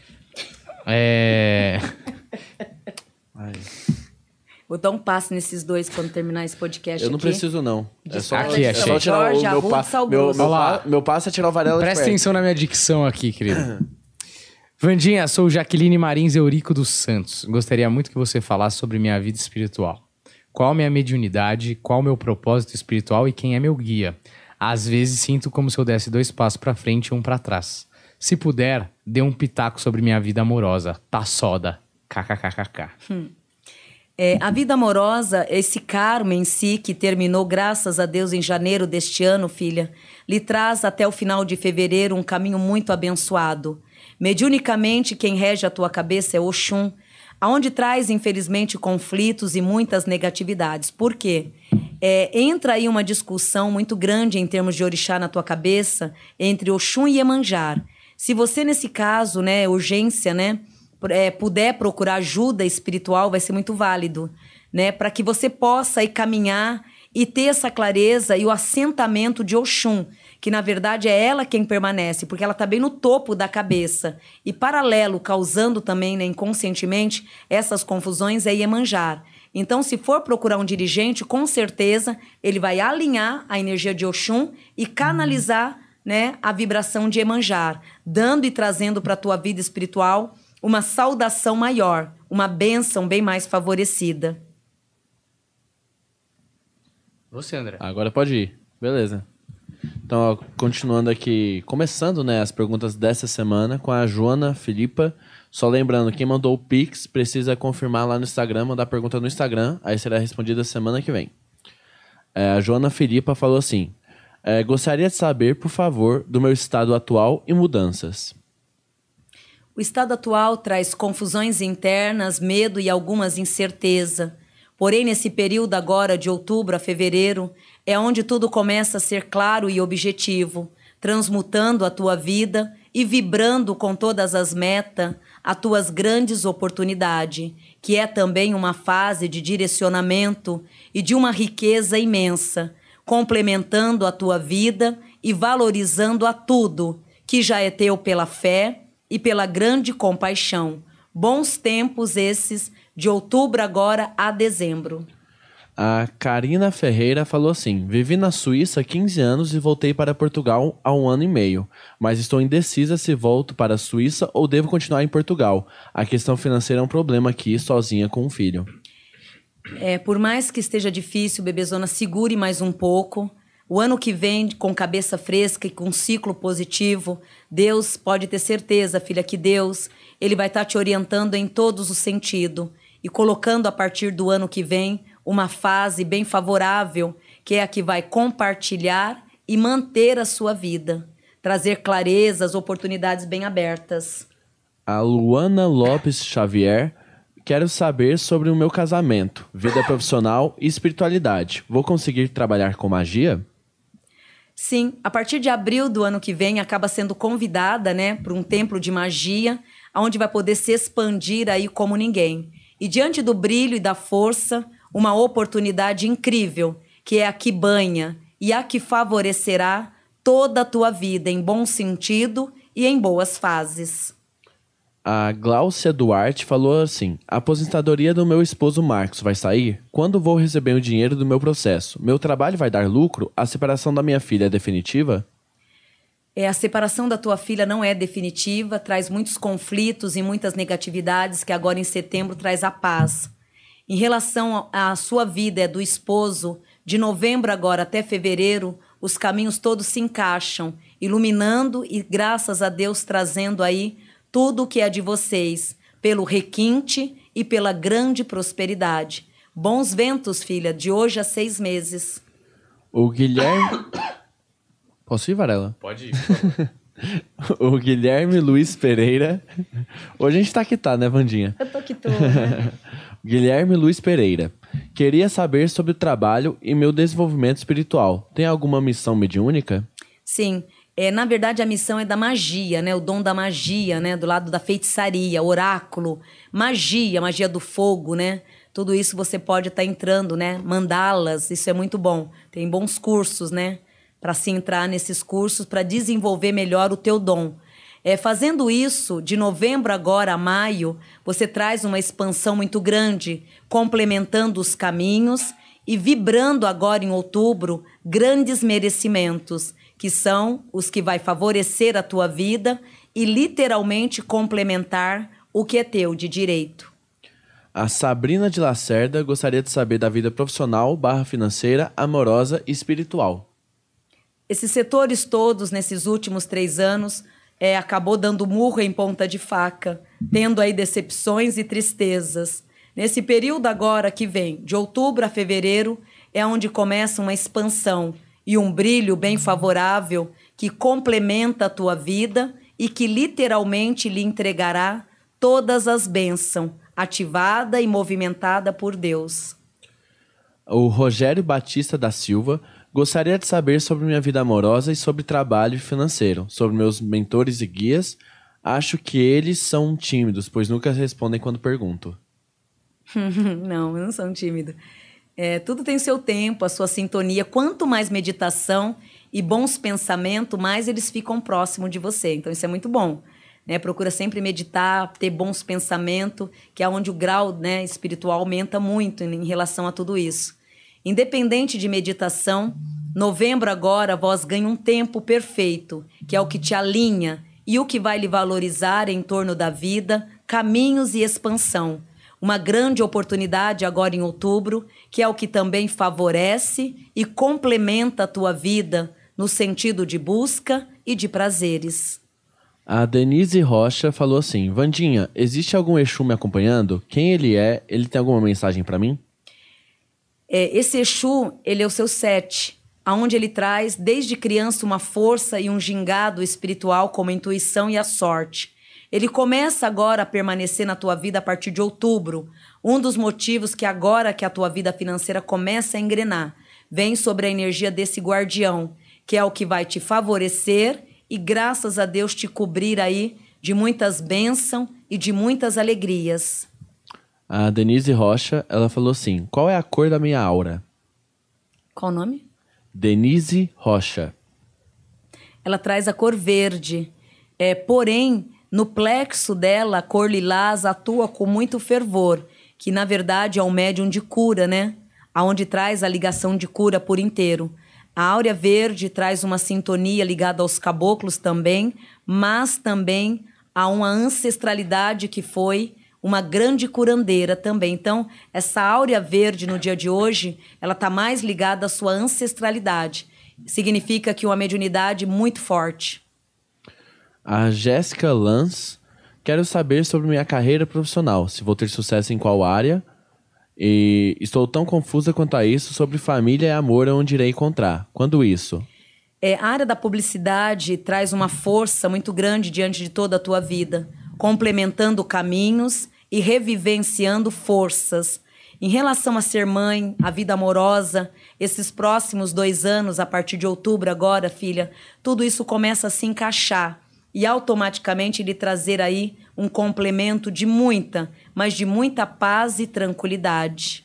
Ai. Vou dar um passo nesses dois quando terminar esse podcast Eu não aqui. preciso, não. É só, Aqui, é achei. só tirar Jorge o meu Arruda passo. Salgoso. Meu passo é tirar o Varela Presta de perto. atenção na minha dicção aqui, querido. Vandinha, sou Jaqueline Marins Eurico dos Santos. Gostaria muito que você falasse sobre minha vida espiritual. Qual minha mediunidade, qual meu propósito espiritual e quem é meu guia? Às vezes sinto como se eu desse 2 passos pra frente e 1 pra trás. Se puder, dê um pitaco sobre minha vida amorosa. Tá soda. KKKKK. A vida amorosa, esse karma em si, que terminou, graças a Deus, em janeiro deste ano, filha, lhe traz até o final de fevereiro um caminho muito abençoado. Mediunicamente, quem rege a tua cabeça é Oxum, aonde traz, infelizmente, conflitos e muitas negatividades. Por quê? Entra aí uma discussão muito grande em termos de orixá na tua cabeça entre Oxum e Iemanjá. Se você, nesse caso, né, urgência, né, puder procurar ajuda espiritual, vai ser muito válido, né, para que você possa aí caminhar e ter essa clareza e o assentamento de Oxum, que na verdade é ela quem permanece, porque ela está bem no topo da cabeça. E paralelo, causando também, né, inconscientemente, essas confusões é Iemanjá. Então, se for procurar um dirigente, com certeza ele vai alinhar a energia de Oxum e canalizar, né, a vibração de Iemanjá, dando e trazendo para a tua vida espiritual uma saudação maior, uma bênção bem mais favorecida. Você, André. Agora pode ir. Beleza. Então, ó, continuando aqui, começando, né, as perguntas dessa semana com a Joana Filipa. Só lembrando, quem mandou o Pix precisa confirmar lá no Instagram, mandar pergunta no Instagram, aí será respondida semana que vem. A Joana Filipa falou assim: gostaria de saber, por favor, do meu estado atual e mudanças. O estado atual traz confusões internas, medo e algumas incerteza. Porém, nesse período agora, de outubro a fevereiro, é onde tudo começa a ser claro e objetivo, transmutando a tua vida e vibrando com todas as metas, as tuas grandes oportunidades, que é também uma fase de direcionamento e de uma riqueza imensa, complementando a tua vida e valorizando a tudo que já é teu pela fé e pela grande compaixão. Bons tempos esses, de outubro agora a dezembro. A Karina Ferreira falou assim: vivi na Suíça há 15 anos e voltei para Portugal há 1 ano e meio, mas estou indecisa se volto para a Suíça ou devo continuar em Portugal. A questão financeira é um problema aqui, sozinha com um filho. Por mais que esteja difícil, bebezona, segure mais um pouco. O ano que vem, com cabeça fresca e com um ciclo positivo, Deus, pode ter certeza, filha, que Deus, Ele vai estar te orientando em todos os sentidos e colocando a partir do ano que vem uma fase bem favorável, que é a que vai compartilhar e manter a sua vida, trazer clarezas, oportunidades bem abertas. A Luana Lopes Xavier: quero saber sobre o meu casamento, vida profissional e espiritualidade. Vou conseguir trabalhar com magia? Sim, a partir de abril do ano que vem, acaba sendo convidada, né, para um templo de magia, onde vai poder se expandir aí como ninguém. E diante do brilho e da força, uma oportunidade incrível, que é a que banha e a que favorecerá toda a tua vida em bom sentido e em boas fases. A Gláucia Duarte falou assim: a aposentadoria do meu esposo Marcos vai sair? Quando vou receber o dinheiro do meu processo? Meu trabalho vai dar lucro? A separação da minha filha é definitiva? A separação da tua filha não é definitiva, traz muitos conflitos e muitas negatividades, que agora em setembro traz a paz. Em relação à sua vida do esposo, de novembro agora até fevereiro, os caminhos todos se encaixam, iluminando e, graças a Deus, trazendo aí tudo o que é de vocês, pelo requinte e pela grande prosperidade. Bons ventos, filha, de hoje a 6 meses. O Guilherme... Posso ir, Varela? Pode ir. O Guilherme Luiz Pereira... Hoje a gente tá que tá, né, Vandinha? Eu tô que tô, né? Guilherme Luiz Pereira: queria saber sobre o trabalho e meu desenvolvimento espiritual. Tem alguma missão mediúnica? Sim. Na verdade, a missão é da magia, né? O dom da magia, né? Do lado da feitiçaria, oráculo, magia do fogo, né? Tudo isso você pode estar entrando, né? Mandalas, isso é muito bom. Tem bons cursos, né? Para se entrar nesses cursos, para desenvolver melhor o teu dom. Fazendo isso, de novembro agora a maio, você traz uma expansão muito grande, complementando os caminhos e vibrando agora em outubro grandes merecimentos, que são os que vai favorecer a tua vida e literalmente complementar o que é teu de direito. A Sabrina de Lacerda gostaria de saber da vida profissional, financeira, amorosa e espiritual. Esses setores todos, nesses últimos 3 anos, acabou dando murro em ponta de faca, tendo aí decepções e tristezas. Nesse período agora que vem, de outubro a fevereiro, é onde começa uma expansão e um brilho bem favorável que complementa a tua vida e que literalmente lhe entregará todas as bênçãos, ativada e movimentada por Deus. O Rogério Batista da Silva. Gostaria de saber sobre minha vida amorosa e sobre trabalho financeiro, sobre meus mentores e guias. Acho que eles são tímidos, pois nunca respondem quando pergunto. Não são tímidos. Tudo tem o seu tempo, a sua sintonia. Quanto mais meditação e bons pensamentos, mais eles ficam próximos de você. Então, isso é muito bom. Né? Procura sempre meditar, ter bons pensamentos, que é onde o grau, né, espiritual aumenta muito em relação a tudo isso. Independente de meditação, novembro agora, vós ganha um tempo perfeito, que é o que te alinha e o que vai lhe valorizar em torno da vida, caminhos e expansão. Uma grande oportunidade agora em outubro, que é o que também favorece e complementa a tua vida no sentido de busca e de prazeres. A Denise Rocha falou assim: Wandinha, existe algum Exu me acompanhando? Quem ele é? Ele tem alguma mensagem pra mim? Esse Exu, ele é o seu 7, aonde ele traz desde criança uma força e um gingado espiritual como a intuição e a sorte. Ele começa agora a permanecer na tua vida a partir de outubro. Um dos motivos que agora que a tua vida financeira começa a engrenar, vem sobre a energia desse guardião, que é o que vai te favorecer e graças a Deus te cobrir aí de muitas bênçãos e de muitas alegrias. A Denise Rocha, ela falou assim: qual é a cor da minha aura? Qual o nome? Denise Rocha. Ela traz a cor verde. Porém, no plexo dela, a cor lilás atua com muito fervor, que na verdade é um médium de cura, né? Aonde traz a ligação de cura por inteiro. A áurea verde traz uma sintonia ligada aos caboclos também, mas também a uma ancestralidade que foi uma grande curandeira também. Então, essa áurea verde no dia de hoje, ela está mais ligada à sua ancestralidade. Significa que uma mediunidade muito forte. A Jéssica Lanz, quero saber sobre minha carreira profissional, se vou ter sucesso em qual área, e estou tão confusa quanto a isso, sobre família e amor, onde irei encontrar. Quando isso? A área da publicidade traz uma força muito grande diante de toda a tua vida, complementando caminhos e revivenciando forças. Em relação a ser mãe, a vida amorosa, esses próximos 2 anos, a partir de outubro agora, filha, tudo isso começa a se encaixar e automaticamente lhe trazer aí um complemento de muita, mas de muita paz e tranquilidade.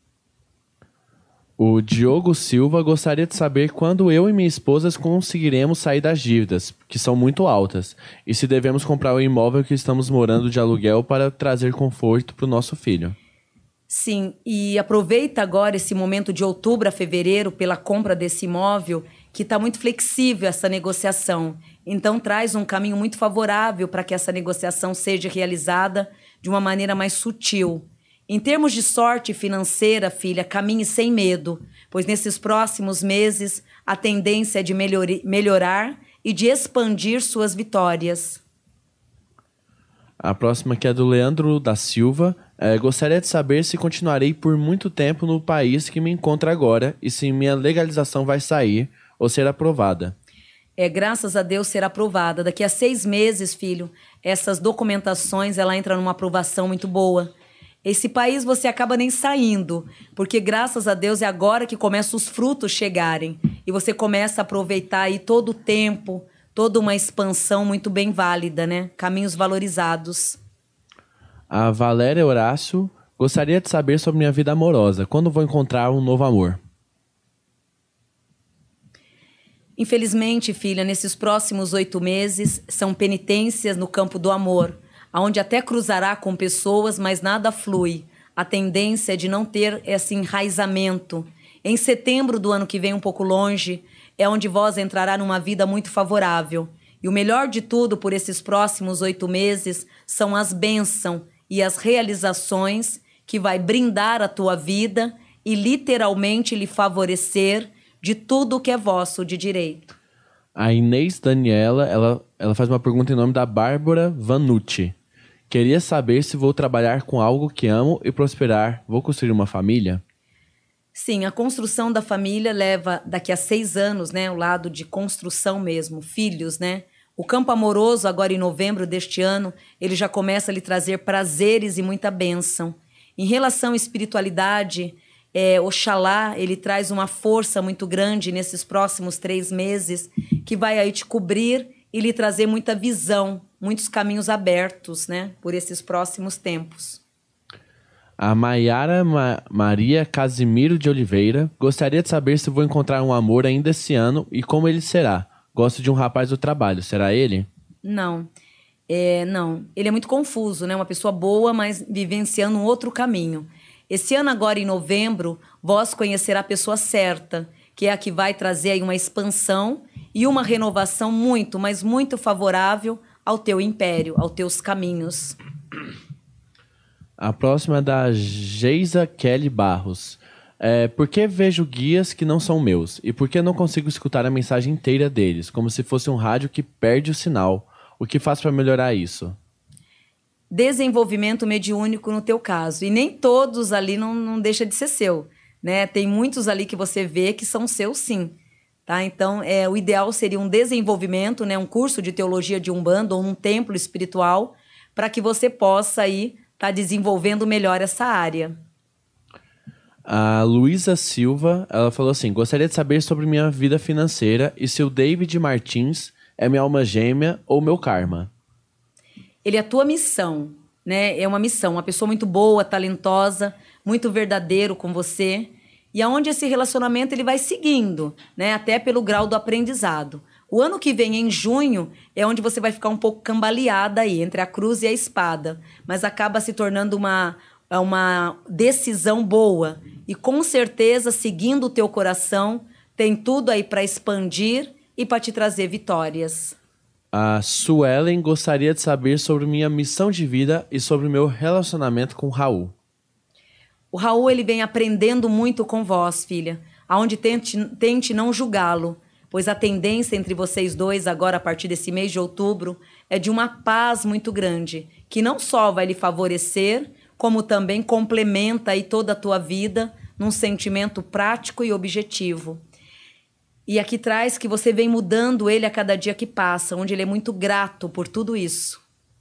O Diogo Silva gostaria de saber quando eu e minha esposa conseguiremos sair das dívidas, que são muito altas, e se devemos comprar o imóvel que estamos morando de aluguel para trazer conforto para o nosso filho. Sim, e aproveita agora esse momento de outubro a fevereiro pela compra desse imóvel, que está muito flexível essa negociação. Então traz um caminho muito favorável para que essa negociação seja realizada de uma maneira mais sutil. Em termos de sorte financeira, filha, caminhe sem medo, pois nesses próximos meses a tendência é de melhorar e de expandir suas vitórias. A próxima que é do Leandro da Silva. Gostaria de saber se continuarei por muito tempo no país que me encontro agora e se minha legalização vai sair ou ser aprovada. Graças a Deus ser aprovada. Daqui a 6 meses, filho, essas documentações ela entra numa aprovação muito boa. Esse país você acaba nem saindo, porque graças a Deus é agora que começam os frutos chegarem. E você começa a aproveitar aí todo o tempo, toda uma expansão muito bem válida, né? Caminhos valorizados. A Valéria Horácio gostaria de saber sobre minha vida amorosa. Quando vou encontrar um novo amor? Infelizmente, filha, nesses próximos 8 meses são penitências no campo do amor, onde até cruzará com pessoas, mas nada flui. A tendência é de não ter esse enraizamento. Em setembro do ano que vem, um pouco longe, é onde vós entrará numa vida muito favorável. E o melhor de tudo por esses próximos 8 meses são as bênçãos e as realizações que vai brindar a tua vida e literalmente lhe favorecer de tudo que é vosso de direito. A Inês Daniela, ela faz uma pergunta em nome da Bárbara Vanucci. Queria saber se vou trabalhar com algo que amo e prosperar. Vou construir uma família? Sim, a construção da família leva daqui a 6 anos, né? O lado de construção mesmo, filhos, né? O campo amoroso, agora em novembro deste ano, ele já começa a lhe trazer prazeres e muita bênção. Em relação à espiritualidade, Oxalá, ele traz uma força muito grande nesses próximos 3 meses, que vai aí te cobrir e lhe trazer muita visão, muitos caminhos abertos, né, por esses próximos tempos. A Maiara Maria Casimiro de Oliveira gostaria de saber se vou encontrar um amor ainda esse ano e como ele será. Gosto de um rapaz do trabalho, será ele? Não. Não. Ele é muito confuso, né? Uma pessoa boa, mas vivenciando um outro caminho. Esse ano agora, em novembro, vós conhecerá a pessoa certa, que é a que vai trazer aí uma expansão e uma renovação muito, mas muito favorável ao teu império, aos teus caminhos. A próxima é da Geisa Kelly Barros. Por que vejo guias que não são meus? E por que não consigo escutar a mensagem inteira deles? Como se fosse um rádio que perde o sinal. O que faço para melhorar isso? Desenvolvimento mediúnico no teu caso. E nem todos ali não deixa de ser seu, né? Tem muitos ali que você vê que são seus, sim. Tá? Então, o ideal seria um desenvolvimento, né? Um curso de teologia de Umbanda ou um templo espiritual para que você possa aí estar desenvolvendo melhor essa área. A Luísa Silva, ela falou assim, gostaria de saber sobre minha vida financeira e se o David Martins é minha alma gêmea ou meu karma. Ele é a tua missão, né? É uma missão, uma pessoa muito boa, talentosa, muito verdadeiro com você. E aonde esse relacionamento ele vai seguindo, né? Até pelo grau do aprendizado. O ano que vem, em junho, é onde você vai ficar um pouco cambaleada aí, entre a cruz e a espada. Mas acaba se tornando uma decisão boa. E com certeza, seguindo o teu coração, tem tudo aí para expandir e para te trazer vitórias. A Suelen gostaria de saber sobre minha missão de vida e sobre o meu relacionamento com o Raul. O Raul ele vem aprendendo muito com vós, filha, aonde tente não julgá-lo, pois a tendência entre vocês dois agora, a partir desse mês de outubro, é de uma paz muito grande, que não só vai lhe favorecer, como também complementa aí toda a tua vida num sentimento prático e objetivo. E aqui traz que você vem mudando ele a cada dia que passa, onde ele é muito grato por tudo isso.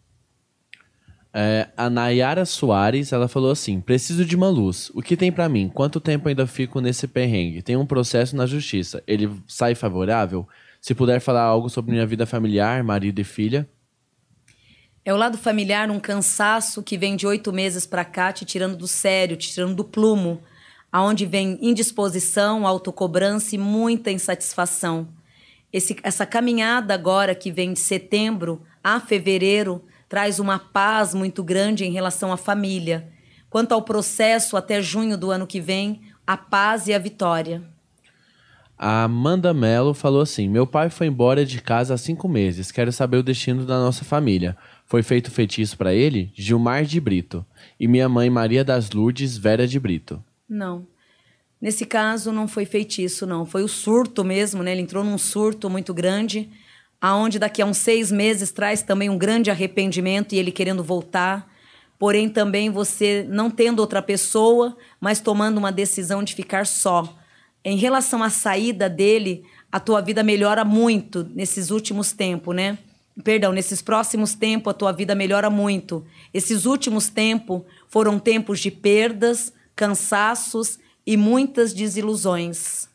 A Nayara Soares, ela falou assim, preciso de uma luz. O que tem pra mim? Quanto tempo ainda fico nesse perrengue? Tem um processo na justiça. Ele sai favorável? Se puder falar algo sobre minha vida familiar, marido e filha. É o lado familiar, um cansaço que vem de 8 meses pra cá, te tirando do sério, te tirando do plumo, aonde vem indisposição, autocobrança e muita insatisfação. Essa caminhada agora que vem de setembro a fevereiro traz uma paz muito grande em relação à família. Quanto ao processo, até junho do ano que vem, a paz e a vitória. A Amanda Mello falou assim, meu pai foi embora de casa há 5 meses, quero saber o destino da nossa família. Foi feito feitiço para ele? Gilmar de Brito. E minha mãe Maria das Lourdes Vera de Brito. Não. Nesse caso, não foi feitiço, não. Foi o surto mesmo, né? Ele entrou num surto muito grande, aonde daqui a uns 6 meses traz também um grande arrependimento e ele querendo voltar. Porém, também você não tendo outra pessoa, mas tomando uma decisão de ficar só. Em relação à saída dele, a tua vida melhora muito nesses últimos tempos, né? Perdão, nesses próximos tempos, a tua vida melhora muito. Esses últimos tempos foram tempos de perdas, cansaços e muitas desilusões.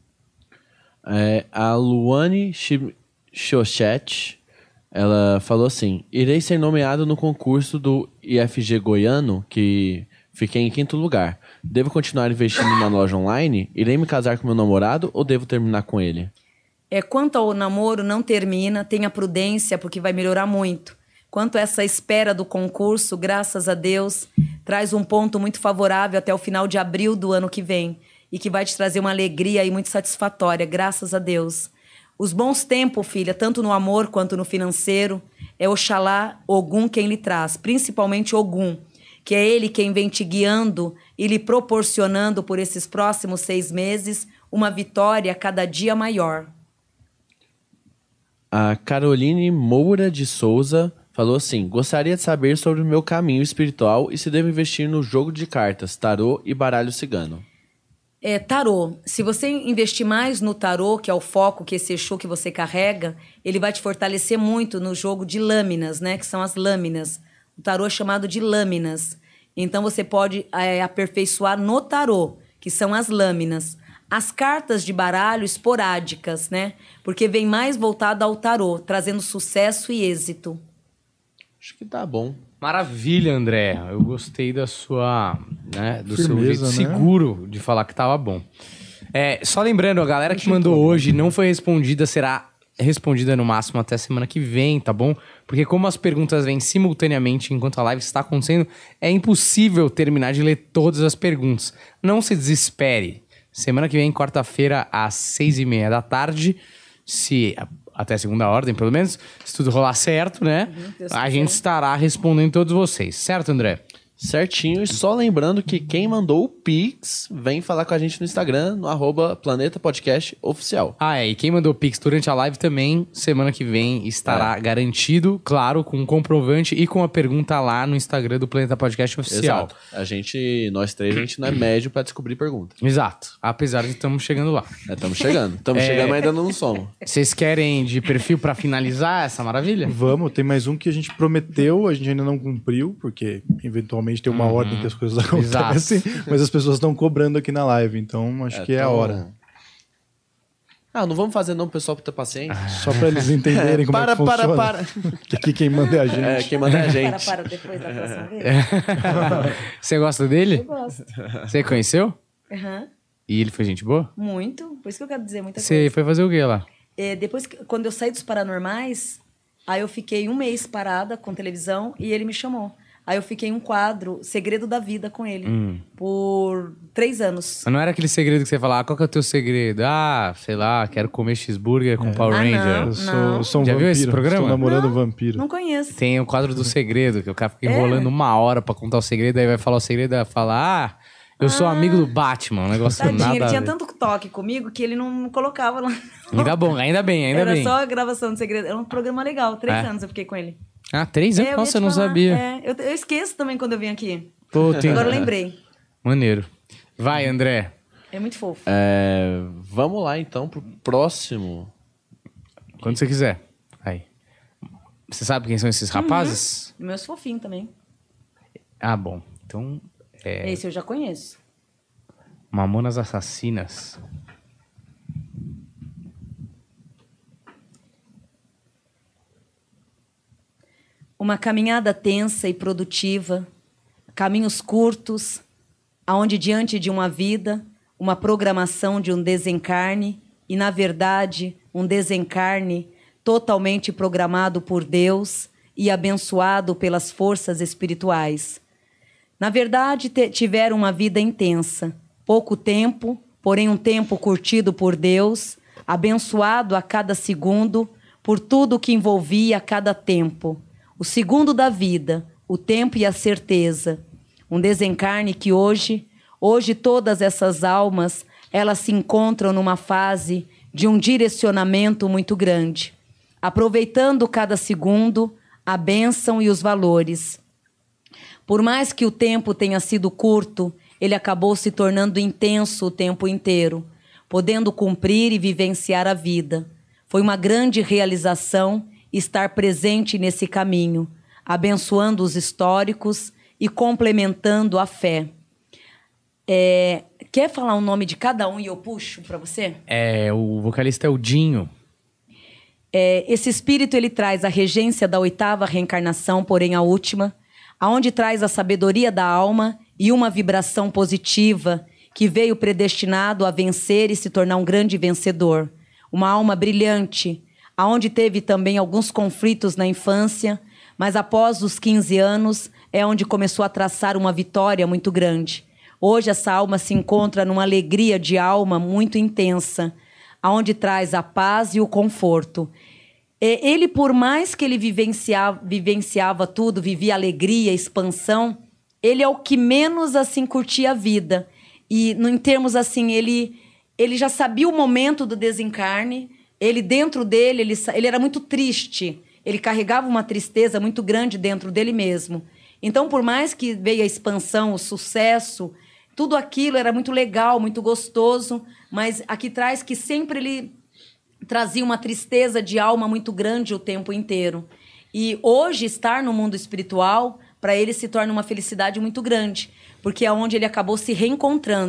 A Luane Chochete, ela falou assim, irei ser nomeado no concurso do IFG Goiano, que fiquei em 5º lugar. Devo continuar investindo na loja online? Irei me casar com meu namorado ou devo terminar com ele? Quanto ao namoro, não termina, tenha prudência, porque vai melhorar muito. Quanto a essa espera do concurso, graças a Deus, traz um ponto muito favorável até o final de abril do ano que vem e que vai te trazer uma alegria aí muito satisfatória, graças a Deus. Os bons tempos, filha, tanto no amor quanto no financeiro, é Oxalá, Ogum quem lhe traz, principalmente Ogum, que é ele quem vem te guiando e lhe proporcionando por esses próximos 6 meses uma vitória a cada dia maior. A Caroline Moura de Souza falou assim, gostaria de saber sobre o meu caminho espiritual e se devo investir no jogo de cartas, tarô e baralho cigano. Tarô. Se você investir mais no tarô, que é o foco, que esse Exu que você carrega, ele vai te fortalecer muito no jogo de lâminas, né? Que são as lâminas. O tarô é chamado de lâminas. Então você pode aperfeiçoar no tarô, que são as lâminas. As cartas de baralho esporádicas, né? Porque vem mais voltado ao tarô, trazendo sucesso e êxito. Acho que tá bom. Maravilha, André. Eu gostei da sua, né, do Firmeza, seu jeito né? seguro de falar que tava bom. Só lembrando, a galera que mandou hoje não foi respondida, será respondida no máximo até semana que vem, tá bom? Porque como as perguntas vêm simultaneamente enquanto a live está acontecendo, é impossível terminar de ler todas as perguntas. Não se desespere. Semana que vem, quarta-feira, às 6h30 da tarde, até segunda ordem, pelo menos, se tudo rolar certo, né? A gente estará respondendo todos vocês. Certo, André? Certinho. E só lembrando que quem mandou o Pix, vem falar com a gente no Instagram, no @Planeta Podcast Oficial. E quem mandou Pix durante a live também, semana que vem estará garantido, claro, com um comprovante e com a pergunta lá no Instagram do Planeta Podcast Oficial. Exato. Nós três, a gente não é médio pra descobrir pergunta. Exato. Apesar de estamos chegando lá. Estamos chegando. Estamos chegando, mas ainda não somos. Vocês querem de perfil pra finalizar essa maravilha? Vamos, tem mais um que a gente prometeu, a gente ainda não cumpriu, porque eventualmente tem uma ordem que as coisas acontecem, mas as pessoas estão cobrando aqui na live, então acho que é a hora. Não vamos fazer não, pessoal, pra ter paciência. Só pra eles entenderem como é que funciona. Para. Que aqui quem manda é a gente. Quem manda é a gente. Para, depois da próxima vez. Você gosta dele? Eu gosto. Você conheceu? Aham. E ele foi gente boa? Muito. Por isso que eu quero dizer muita Você coisa. foi fazer o quê lá? Depois, quando eu saí dos Paranormais, aí eu fiquei 1 mês parada com televisão e ele me chamou. Aí eu fiquei um quadro, Segredo da Vida, com ele. Por 3 anos. Mas não era aquele segredo que você fala, qual que é o teu segredo? Sei lá, quero comer cheeseburger com Power Ranger. Eu sou um Já vampiro. viu esse programa? Estou namorando um vampiro. Não conheço. Tem o quadro do segredo, que o cara fica enrolando 1 hora pra contar o segredo, aí vai falar o segredo e vai falar, eu sou amigo do Batman, um negócio Tadinho, nada ele a tinha ver. tanto toque comigo que ele não colocava lá. Ainda bom, ainda bem. Era só a gravação de segredo. Era um programa legal. 3 anos eu fiquei com ele. 3 anos? Eu ia Nossa, te eu não falar. sabia. Eu esqueço também quando eu vim aqui. Pô, Agora eu lembrei. Maneiro. Vai, André. É muito fofo. Vamos lá, então, pro próximo. Quando você quiser. Aí. Você sabe quem são esses rapazes? Meus fofinhos também. Bom. Então, Esse eu já conheço. Mamonas Assassinas. Uma caminhada tensa e produtiva, caminhos curtos, aonde diante de uma vida, uma programação de um desencarne e, na verdade, um desencarne totalmente programado por Deus e abençoado pelas forças espirituais. Na verdade, tiveram uma vida intensa, pouco tempo, porém um tempo curtido por Deus, abençoado a cada segundo por tudo que envolvia cada tempo. O segundo da vida, o tempo e a certeza. Um desencarne que hoje todas essas almas, elas se encontram numa fase de um direcionamento muito grande, aproveitando cada segundo, a bênção e os valores. Por mais que o tempo tenha sido curto, ele acabou se tornando intenso o tempo inteiro, podendo cumprir e vivenciar a vida. Foi uma grande realização estar presente nesse caminho, abençoando os históricos e complementando a fé. Quer falar o nome de cada um e eu puxo para você? O vocalista é o Dinho. Esse espírito ele traz a regência da 8ª reencarnação, porém a última, aonde traz a sabedoria da alma e uma vibração positiva que veio predestinado a vencer e se tornar um grande vencedor. Uma alma brilhante, aonde teve também alguns conflitos na infância, mas após os 15 anos é onde começou a traçar uma vitória muito grande. Hoje essa alma se encontra numa alegria de alma muito intensa, aonde traz a paz e o conforto. Ele, por mais que ele vivenciava tudo, vivia alegria, expansão, ele é o que menos assim curtia a vida. E em termos assim, ele já sabia o momento do desencarne. Ele, dentro dele, ele era muito triste. Ele carregava uma tristeza muito grande dentro dele mesmo. Então, por mais que veio a expansão, o sucesso, tudo aquilo era muito legal, muito gostoso, mas aqui traz que sempre ele trazia uma tristeza de alma muito grande o tempo inteiro. E hoje, estar no mundo espiritual, para ele se torna uma felicidade muito grande, porque é onde ele acabou se reencontrando.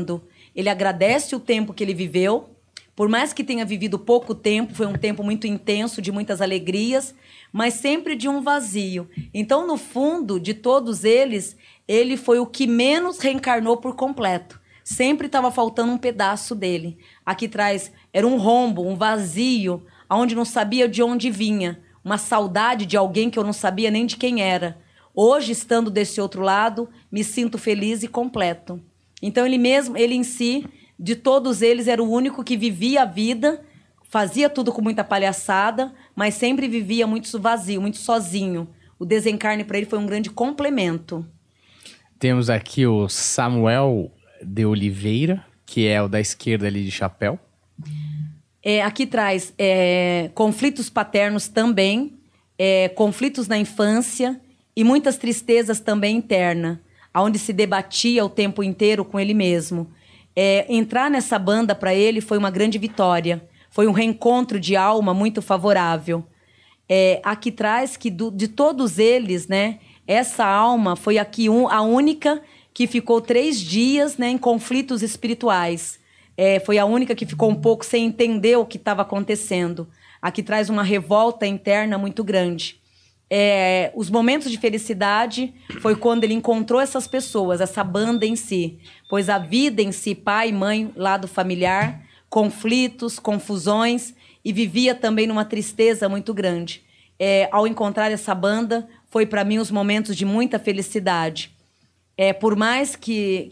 Ele agradece o tempo que ele viveu. Por mais que tenha vivido pouco tempo, foi um tempo muito intenso, de muitas alegrias, mas sempre de um vazio. Então, no fundo, de todos eles, ele foi o que menos reencarnou por completo. Sempre estava faltando um pedaço dele. Aqui atrás era um rombo, um vazio, onde não sabia de onde vinha. Uma saudade de alguém que eu não sabia nem de quem era. Hoje, estando desse outro lado, me sinto feliz e completo. Então, ele em si, de todos eles, era o único que vivia a vida, fazia tudo com muita palhaçada, mas sempre vivia muito vazio, muito sozinho. O desencarne para ele foi um grande complemento. Temos aqui o Samuel de Oliveira, que é o da esquerda ali de chapéu. Aqui traz conflitos paternos também, conflitos na infância e muitas tristezas também internas, onde se debatia o tempo inteiro com ele mesmo. Entrar nessa banda para ele foi uma grande vitória. Foi um reencontro de alma muito favorável. Aqui traz que de todos eles, né, essa alma foi aqui a única que ficou 3 dias, né, em conflitos espirituais. Foi a única que ficou um pouco sem entender o que estava acontecendo. Aqui traz uma revolta interna muito grande. Os momentos de felicidade foi quando ele encontrou essas pessoas, essa banda em si. Pois a vida em si, pai, mãe, lado familiar, conflitos, confusões, e vivia também numa tristeza muito grande. Ao encontrar essa banda, foi para mim os momentos de muita felicidade. Por mais que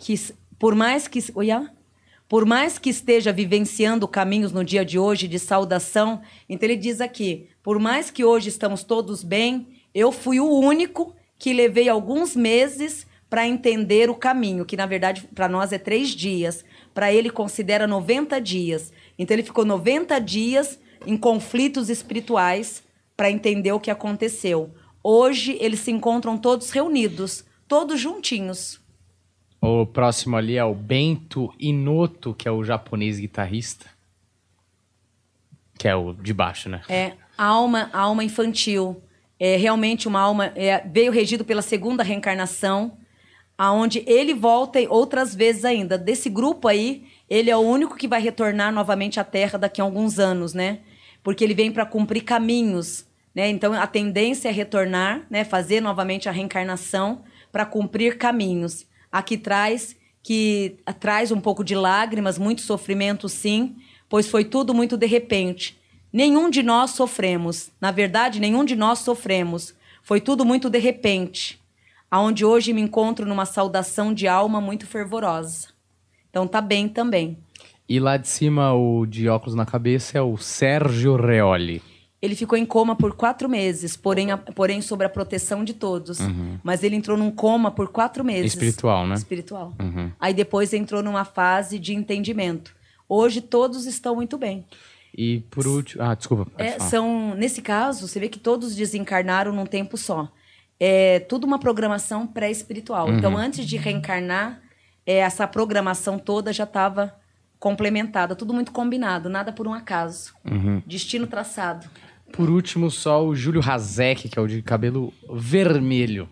esteja vivenciando caminhos no dia de hoje de saudação, então ele diz aqui, por mais que hoje estamos todos bem, eu fui o único que levei alguns meses para entender o caminho, que na verdade para nós é 3 dias, para ele considera 90 dias. Então ele ficou 90 dias em conflitos espirituais para entender o que aconteceu. Hoje eles se encontram todos reunidos, todos juntinhos. O próximo ali é o Bento Inoto, que é o japonês guitarrista. Que é o de baixo, né? A alma infantil. Realmente uma alma... veio regido pela segunda reencarnação, aonde ele volta outras vezes ainda. Desse grupo aí, ele é o único que vai retornar novamente à Terra daqui a alguns anos, né? Porque ele vem para cumprir caminhos, né? Então, a tendência é retornar, né? Fazer novamente a reencarnação para cumprir caminhos. Aqui traz um pouco de lágrimas, muito sofrimento, sim, pois foi tudo muito de repente. Nenhum de nós sofremos. Na verdade, nenhum de nós sofremos. Foi tudo muito de repente. Aonde hoje me encontro numa saudação de alma muito fervorosa. Então tá bem também. E lá de cima, o de óculos na cabeça é o Sérgio Reoli. Ele ficou em coma por 4 meses, porém sob a proteção de todos. Uhum. Mas ele entrou num coma por 4 meses. Espiritual, né? Espiritual. Uhum. Aí depois entrou numa fase de entendimento. Hoje todos estão muito bem. E por último... desculpa. Nesse caso, você vê que todos desencarnaram num tempo só. Tudo uma programação pré-espiritual. Uhum. Então, antes de reencarnar, essa programação toda já estava complementada. Tudo muito combinado, nada por um acaso. Uhum. Destino traçado. Por último, só o Júlio Hazek, que é o de cabelo vermelho.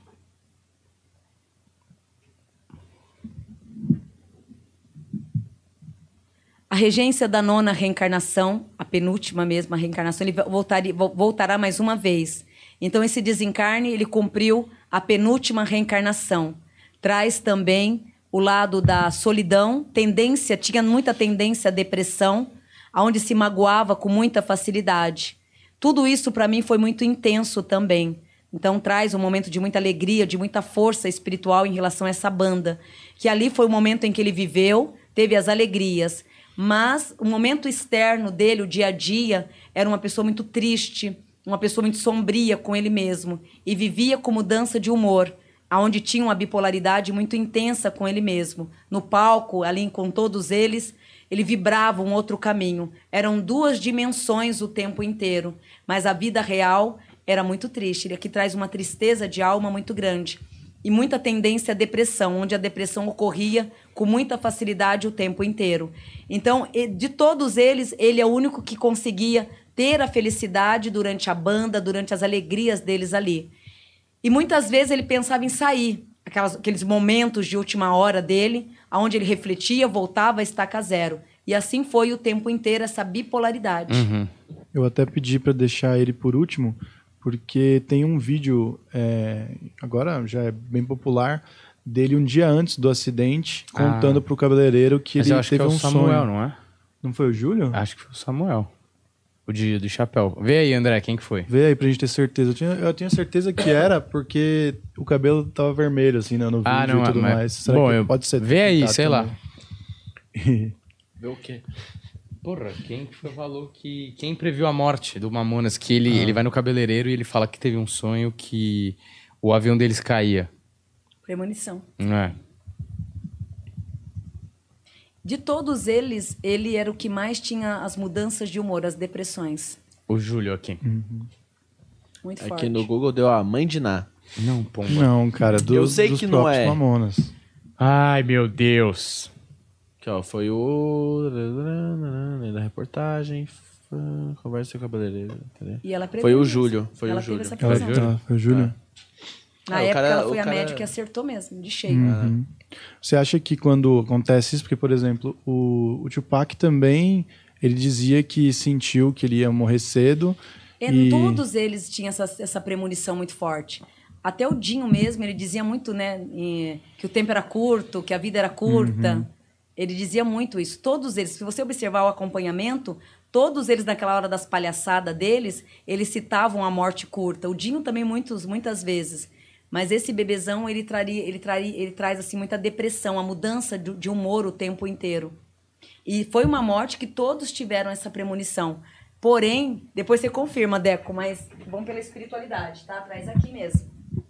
A regência da 9ª reencarnação, a penúltima mesma reencarnação, ele voltará mais uma vez. Então, esse desencarne, ele cumpriu a penúltima reencarnação. Traz também o lado da solidão, tinha muita tendência à depressão, onde se magoava com muita facilidade. Tudo isso, para mim, foi muito intenso também. Então, traz um momento de muita alegria, de muita força espiritual em relação a essa banda. Que ali foi o momento em que ele viveu, teve as alegrias. Mas o momento externo dele, o dia a dia, era uma pessoa muito triste, uma pessoa muito sombria com ele mesmo. E vivia com mudança de humor, onde tinha uma bipolaridade muito intensa com ele mesmo. No palco, ali com todos eles, ele vibrava um outro caminho. Eram 2 dimensões o tempo inteiro. Mas a vida real era muito triste. Ele aqui traz uma tristeza de alma muito grande. E muita tendência à depressão, onde a depressão ocorria com muita facilidade o tempo inteiro. Então, de todos eles, ele é o único que conseguia ter a felicidade durante a banda, durante as alegrias deles ali. E muitas vezes ele pensava em sair, aqueles momentos de última hora dele, onde ele refletia, voltava a estaca zero. E assim foi o tempo inteiro, essa bipolaridade. Eu até pedi para deixar ele por último, porque tem um vídeo, agora já é bem popular, dele um dia antes do acidente, contando pro cabeleireiro que Mas ele eu acho teve que é o um Samuel, sonho. não é? Não foi o Júlio? Acho que foi o Samuel. O do chapéu. Vê aí, André, quem que foi? Vê aí pra gente ter certeza. Eu tinha certeza que era porque o cabelo tava vermelho, assim, né, no vídeo não, e tudo mas... mais. Será Bom, que pode ser? Vê aí, pintado sei lá. também? Vê o quê? Porra, quem que falou que... Quem previu a morte do Mamonas? Que ele vai no cabeleireiro e ele fala que teve um sonho que o avião deles caía. Premonição. Não é? De todos eles, ele era o que mais tinha as mudanças de humor, as depressões. O Júlio aqui. Muito Aqui forte. no Google deu a Mãe de Ná. Não, pomba. Não, cara, Eu sei dos que não próprios é. Mamonas. Ai, meu Deus. Aqui, ó, foi o... da reportagem, conversa com o cabeleireiro, entendeu? E ela Foi o previu Júlio, isso. foi ela o Júlio. Teve essa Ela previsão. Foi o Júlio? Na o época, cara- ela o foi a cara- médica que acertou mesmo, de cheio. Você acha que quando acontece isso, porque, por exemplo, o Tupac também, ele dizia que sentiu que ele ia morrer cedo. Todos eles tinham essa premonição muito forte. Até o Dinho mesmo, ele dizia muito, né, que o tempo era curto, que a vida era curta. Ele dizia muito isso. Todos eles, se você observar o acompanhamento, todos eles, naquela hora das palhaçadas deles, eles citavam a morte curta. O Dinho também muitas vezes. Mas esse bebezão, ele traz assim, muita depressão, a mudança de humor o tempo inteiro. E foi uma morte que todos tiveram essa premonição. Porém, depois você confirma, Deco, mas vamos pela espiritualidade, tá? Traz aqui mesmo.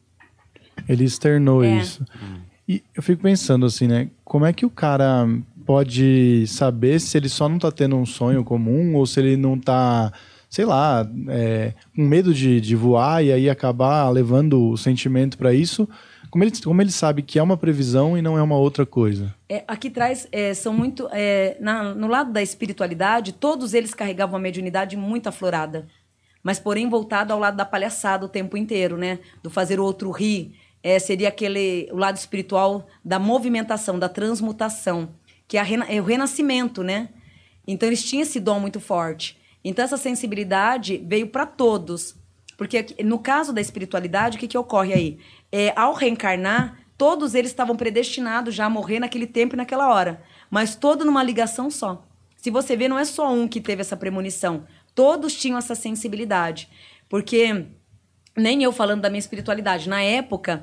Ele externou isso. E eu fico pensando assim, né? Como é que o cara pode saber se ele só não tá tendo um sonho comum ou se ele não tá, sei lá, com medo de voar e aí acabar levando o sentimento para isso? Como ele sabe que é uma previsão e não é uma outra coisa? Aqui traz, são muito... no lado da espiritualidade, todos eles carregavam uma mediunidade muito aflorada. Mas, porém, voltado ao lado da palhaçada o tempo inteiro, né? Do fazer o outro rir. Seria o lado espiritual da movimentação, da transmutação, que é o renascimento, né? Então, eles tinham esse dom muito forte. Então, essa sensibilidade veio para todos. Porque, no caso da espiritualidade, o que ocorre aí? Ao reencarnar, todos eles estavam predestinados já a morrer naquele tempo e naquela hora. Mas todo numa ligação só. Se você vê, não é só um que teve essa premonição. Todos tinham essa sensibilidade. Porque... Nem eu falando da minha espiritualidade. Na época,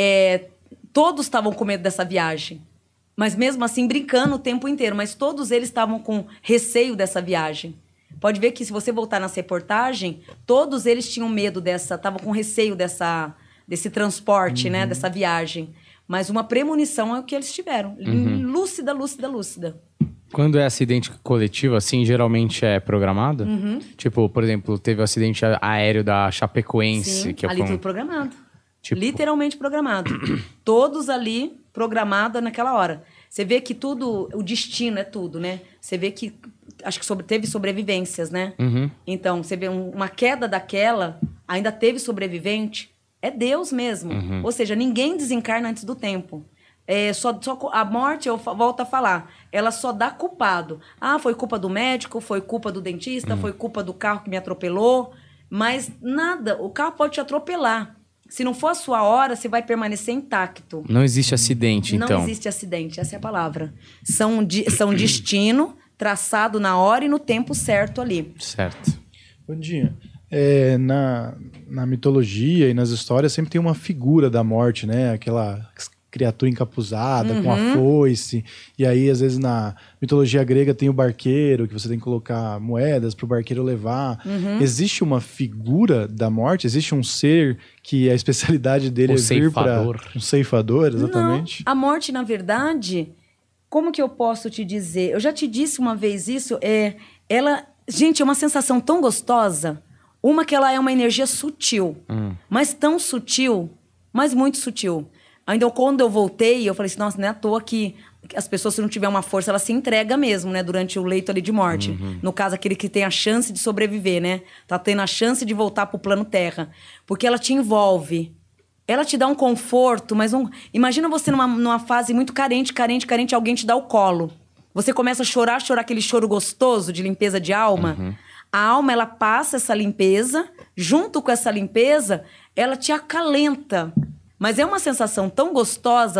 todos estavam com medo dessa viagem. Mas mesmo assim, brincando o tempo inteiro. Mas todos eles estavam com receio dessa viagem. Pode ver que se você voltar nessa reportagem, todos eles tinham medo estavam com receio desse transporte, né? Dessa viagem. Mas uma premonição é o que eles tiveram. Lúcida, lúcida, lúcida. Quando é acidente coletivo, assim, geralmente é programado? Tipo, por exemplo, teve o acidente aéreo da Chapecoense. Sim, que ali tudo programado. Tipo- Literalmente programado. Todos ali programados naquela hora. Você vê que tudo, o destino é tudo, né? Você vê que, acho que teve sobrevivências, né? Então, você vê uma queda daquela, ainda teve sobrevivente, é Deus mesmo. Ou seja, ninguém desencarna antes do tempo. A morte, eu volto a falar, ela só dá culpado. Foi culpa do médico, foi culpa do dentista, foi culpa do carro que me atropelou. Mas nada, o carro pode te atropelar. Se não for a sua hora, você vai permanecer intacto. Não existe acidente, então. Não existe acidente, essa é a palavra. São destino traçado na hora e no tempo certo ali. Certo. Bandinha, na mitologia e nas histórias sempre tem uma figura da morte, né? Aquela criatura encapuzada, com a foice. E aí, às vezes, na mitologia grega tem o barqueiro, que você tem que colocar moedas para o barqueiro levar. Existe uma figura da morte? Existe um ser que a especialidade dele O é vir para... ceifador. Um ceifador, exatamente. Não, a morte, na verdade, como que eu posso te dizer? Eu já te disse uma vez isso, gente, é uma sensação tão gostosa. Uma que ela é uma energia sutil, mas tão sutil, mas muito sutil. Então, quando eu voltei, eu falei assim, nossa, não é à toa que as pessoas, se não tiver uma força, ela se entrega mesmo, né? Durante o leito ali de morte. No caso, aquele que tem a chance de sobreviver, né? Tá tendo a chance de voltar pro plano terra. Porque ela te envolve. Ela te dá um conforto, mas imagina você numa fase muito carente, alguém te dá o colo. Você começa a chorar aquele choro gostoso de limpeza de alma. A alma, ela passa essa limpeza, junto com essa limpeza, ela te acalenta. Mas é uma sensação tão gostosa,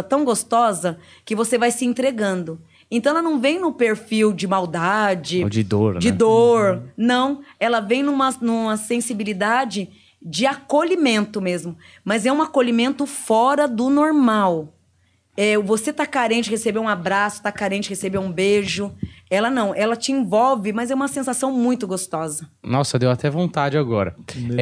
que você vai se entregando. Então, ela não vem no perfil de maldade... Ou de dor, de né? dor. Não, ela vem numa sensibilidade de acolhimento mesmo. Mas é um acolhimento fora do normal. Você tá carente de receber um abraço, tá carente de receber um beijo. Ela não, ela te envolve, mas é uma sensação muito gostosa. Nossa, deu até vontade agora.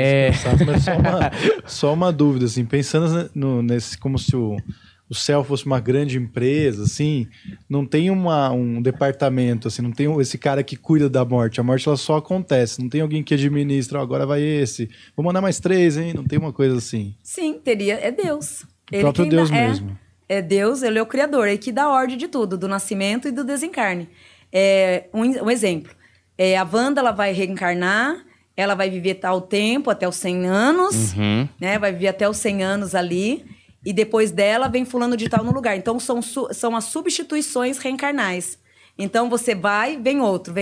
Mas só uma dúvida, assim, pensando nesse como se o céu fosse uma grande empresa, assim, não tem um departamento, assim, não tem esse cara que cuida da morte. A morte, ela só acontece, não tem alguém que administra, agora vai esse, vou mandar mais 3, hein? Não tem uma coisa assim. Sim, teria, é Deus. O próprio Deus mesmo. É Deus, ele é o criador, é que dá ordem de tudo, do nascimento e do desencarne. Um exemplo, a Wanda, ela vai reencarnar, ela vai viver tal tempo, até os 100 anos, né? Vai viver até os 100 anos ali, e depois dela vem fulano de tal no lugar. Então, são as substituições reencarnais. Então, você vai, vem outro,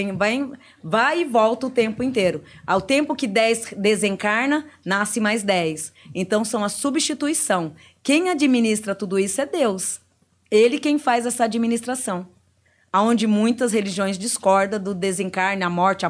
vai e volta o tempo inteiro. Ao tempo que 10 desencarna, nasce mais 10. Então, são a substituição. Quem administra tudo isso é Deus. Ele quem faz essa administração. Onde muitas religiões discordam do desencarne, a morte,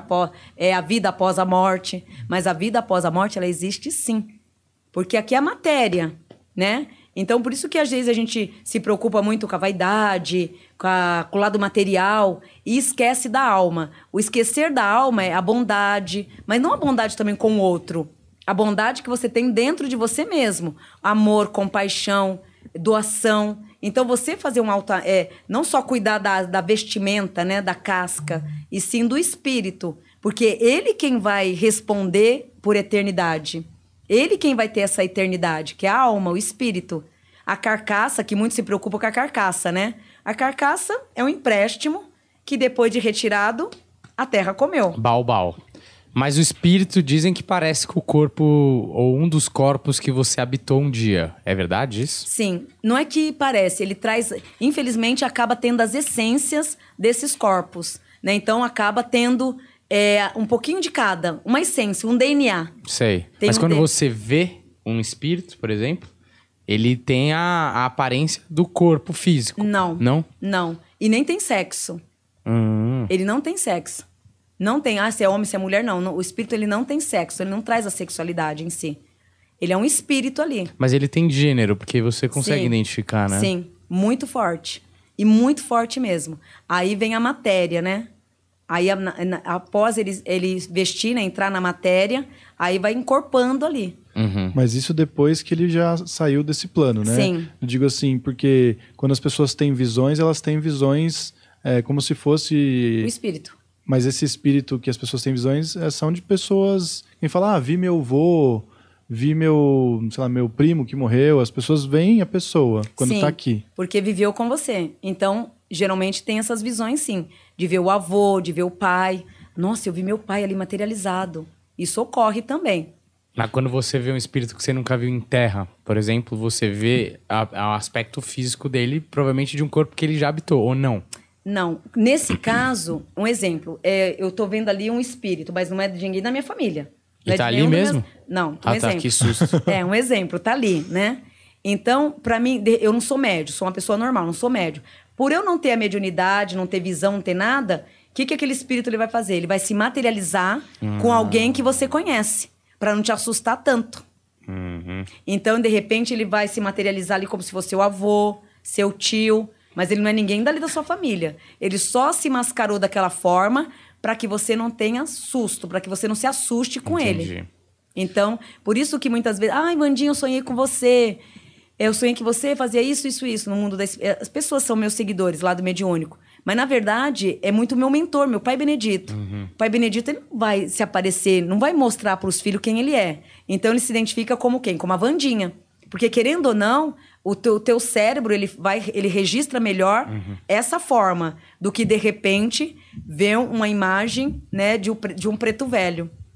a vida após a morte. Mas a vida após a morte, ela existe sim. Porque aqui é a matéria, né? Então, por isso que às vezes a gente se preocupa muito com a vaidade, com o lado material e esquece da alma. O esquecer da alma é a bondade, mas não a bondade também com o outro. A bondade que você tem dentro de você mesmo. Amor, compaixão, doação. Então, você fazer não só cuidar da vestimenta, né, da casca, e sim do espírito. Porque ele quem vai responder por eternidade. Ele quem vai ter essa eternidade, que é a alma, o espírito. A carcaça, que muito se preocupa com a carcaça, né? A carcaça é um empréstimo que depois de retirado, a terra comeu. Baubau. Mas o espírito dizem que parece com o corpo, ou um dos corpos que você habitou um dia. É verdade isso? Sim. Não é que parece, ele traz... Infelizmente, acaba tendo as essências desses corpos, né? Então, acaba tendo... um pouquinho de cada, uma essência, um DNA. Sei. Mas quando você vê um espírito, por exemplo, ele tem a aparência do corpo físico. Não. Não? Não. E nem tem sexo. Ele não tem sexo. Não tem, se é homem, se é mulher, não. O espírito, ele não tem sexo, ele não traz a sexualidade em si. Ele é um espírito ali. Mas ele tem gênero, porque você consegue Sim. identificar, né? Sim, muito forte. E muito forte mesmo. Aí vem a matéria, né? Aí, após ele vestir, né, entrar na matéria, aí vai encorpando ali. Mas isso depois que ele já saiu desse plano, né? Sim. Eu digo assim, porque quando as pessoas têm visões, elas têm visões como se fosse... O espírito. Mas esse espírito que as pessoas têm visões são de pessoas... Quem fala, vi meu avô, vi meu primo que morreu. As pessoas veem a pessoa quando tá aqui. Porque viveu com você. Então... Geralmente tem essas visões, sim. De ver o avô, de ver o pai. Nossa, eu vi meu pai ali materializado. Isso ocorre também. Mas quando você vê um espírito que você nunca viu em terra, por exemplo, você vê o aspecto físico dele, provavelmente de um corpo que ele já habitou, ou não? Não. Nesse caso, um exemplo. Eu tô vendo ali um espírito, mas não é de ninguém da minha família. E tá ali mesmo? Não, um exemplo. Tá, que susto. Um exemplo, tá ali, né? Então, pra mim, eu não sou médio, sou uma pessoa normal, não sou médio. Por eu não ter a mediunidade, não ter visão, não ter nada, o que aquele espírito ele vai fazer? Ele vai se materializar com alguém que você conhece, para não te assustar tanto. Então, de repente, ele vai se materializar ali como se fosse seu avô, seu tio, mas ele não é ninguém dali da sua família. Ele só se mascarou daquela forma para que você não tenha susto, para que você não se assuste com ele. Então, por isso que muitas vezes... Ai, Vandinha, eu sonhei com você... Eu sonhei que você fazia isso no mundo as pessoas são meus seguidores lá do Mediúnico. Mas, na verdade, é muito meu mentor, meu pai Benedito. O pai Benedito, ele não vai se aparecer, não vai mostrar para os filhos quem ele é. Então, ele se identifica como quem? Como a Vandinha. Porque, querendo ou não, o teu cérebro, ele registra melhor essa forma do que, de repente, ver uma imagem, né, de um preto velho.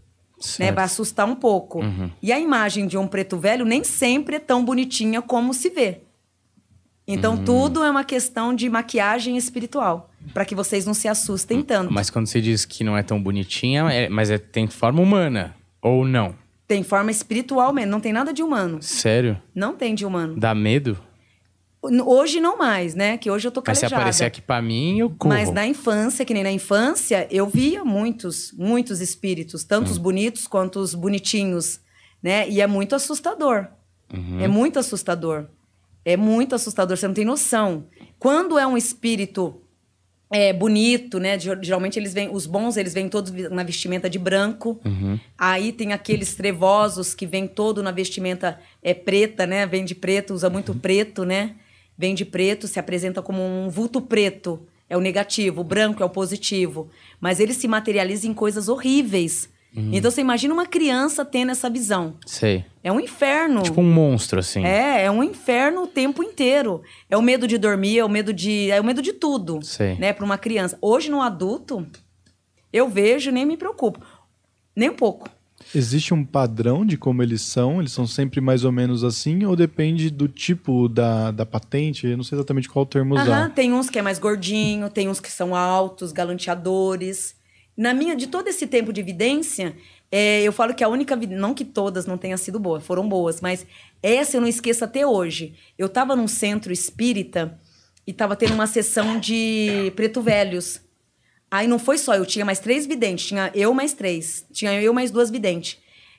né? Vai assustar um pouco. E a imagem de um preto velho nem sempre é tão bonitinha como se vê. Então, tudo é uma questão de maquiagem espiritual, para que vocês não se assustem tanto. Mas quando você diz que não é tão bonitinha, tem forma humana, ou não? Tem forma espiritual mesmo, não tem nada de humano. Sério? Não tem de humano. Dá medo? Hoje não mais, né? Que hoje eu tô Mas calejada. se aparecer aqui pra mim, eu corro. Mas na infância, que nem na infância, eu via muitos espíritos, tanto os bonitos quanto os bonitinhos, né? E é muito assustador. É muito assustador. É muito assustador, você não tem noção. Quando é um espírito bonito, né? Geralmente os bons, eles vêm todos na vestimenta de branco. Aí tem aqueles trevosos que vêm todo na vestimenta preta, né? Vem de preto, usa muito preto, né? Vem de preto, se apresenta como um vulto preto. É o negativo, o branco é o positivo. Mas ele se materializa em coisas horríveis. Então você imagina uma criança tendo essa visão. Sei. É um inferno. Tipo um monstro, assim. É um inferno o tempo inteiro. É o medo de dormir, é o medo de tudo. Sei. Né, para uma criança. Hoje, no adulto, eu vejo e nem me preocupo. Nem um pouco. Existe um padrão de como eles são? Eles são sempre mais ou menos assim? Ou depende do tipo da patente? Eu não sei exatamente qual termo usar. Tem uns que é mais gordinho, tem uns que são altos, galanteadores. De todo esse tempo de evidência, eu falo que a única... Não que todas não tenham sido boas, foram boas, mas essa eu não esqueço até hoje. Eu estava num centro espírita e estava tendo uma sessão de preto velhos. Aí não foi só, eu tinha mais 3 videntes, tinha eu mais 3. Tinha eu mais 2 videntes.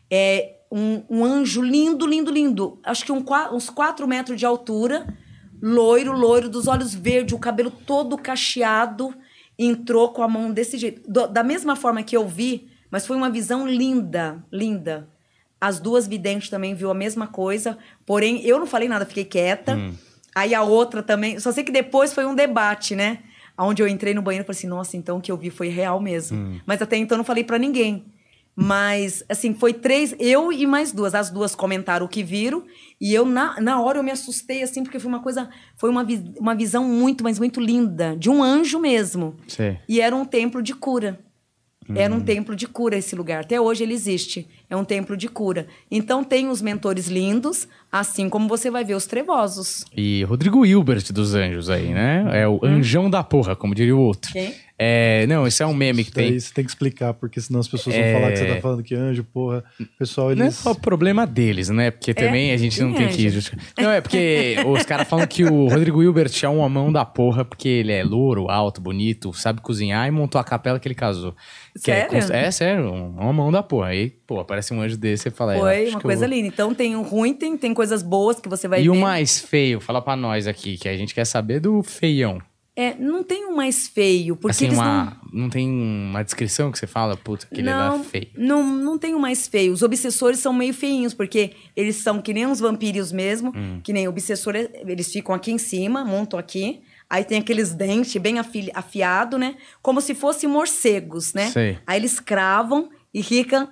Um anjo lindo, lindo, lindo. Acho que uns 4 metros de altura, loiro, dos olhos verdes, o cabelo todo cacheado... Entrou com a mão desse jeito. Da mesma forma que eu vi, mas foi uma visão linda, linda. As 2 videntes também viu a mesma coisa. Porém, eu não falei nada, fiquei quieta. Aí a outra também... Só sei que depois foi um debate, né? Onde eu entrei no banheiro e falei assim, nossa, então o que eu vi foi real mesmo. Mas até então eu não falei pra ninguém. Mas, assim, foi 3, eu e mais 2. As 2 comentaram o que viram. E eu, na hora, eu me assustei, assim, porque foi uma coisa... Foi uma visão muito, mas muito linda. De um anjo mesmo. Sei. E era um templo de cura. Era um templo de cura esse lugar. Até hoje ele existe. É um templo de cura. Então tem os mentores lindos, assim como você vai ver os trevosos. E Rodrigo Hilbert dos Anjos aí, né? É o anjão da porra, como diria o outro. Quem? Não, esse é um meme que tem. Isso tem que explicar, porque senão as pessoas vão falar que você tá falando que anjo, porra. O pessoal, Não é eles... só o problema deles, né? Porque também a gente não tem que... Não, é porque os caras falam que o Rodrigo Hilbert é um homão da porra, porque ele é louro, alto, bonito, sabe cozinhar e montou a capela que ele casou. Sério? Sério, um homão da porra. Aí, pô, aparece um anjo desse e fala... Foi uma coisa linda. Então tem o ruim, tem coisas boas que você vai ver. E o mais feio? Fala pra nós aqui, que a gente quer saber do feião. Não tem um mais feio, porque assim, eles não tem uma descrição que você fala, puta, que ele é feio. Não tem um mais feio. Os obsessores são meio feinhos, porque eles são que nem uns vampiros mesmo, que nem obsessor, eles ficam aqui em cima, montam aqui, aí tem aqueles dentes bem afiados, né? Como se fossem morcegos, né? Sei. Aí eles cravam e ficam,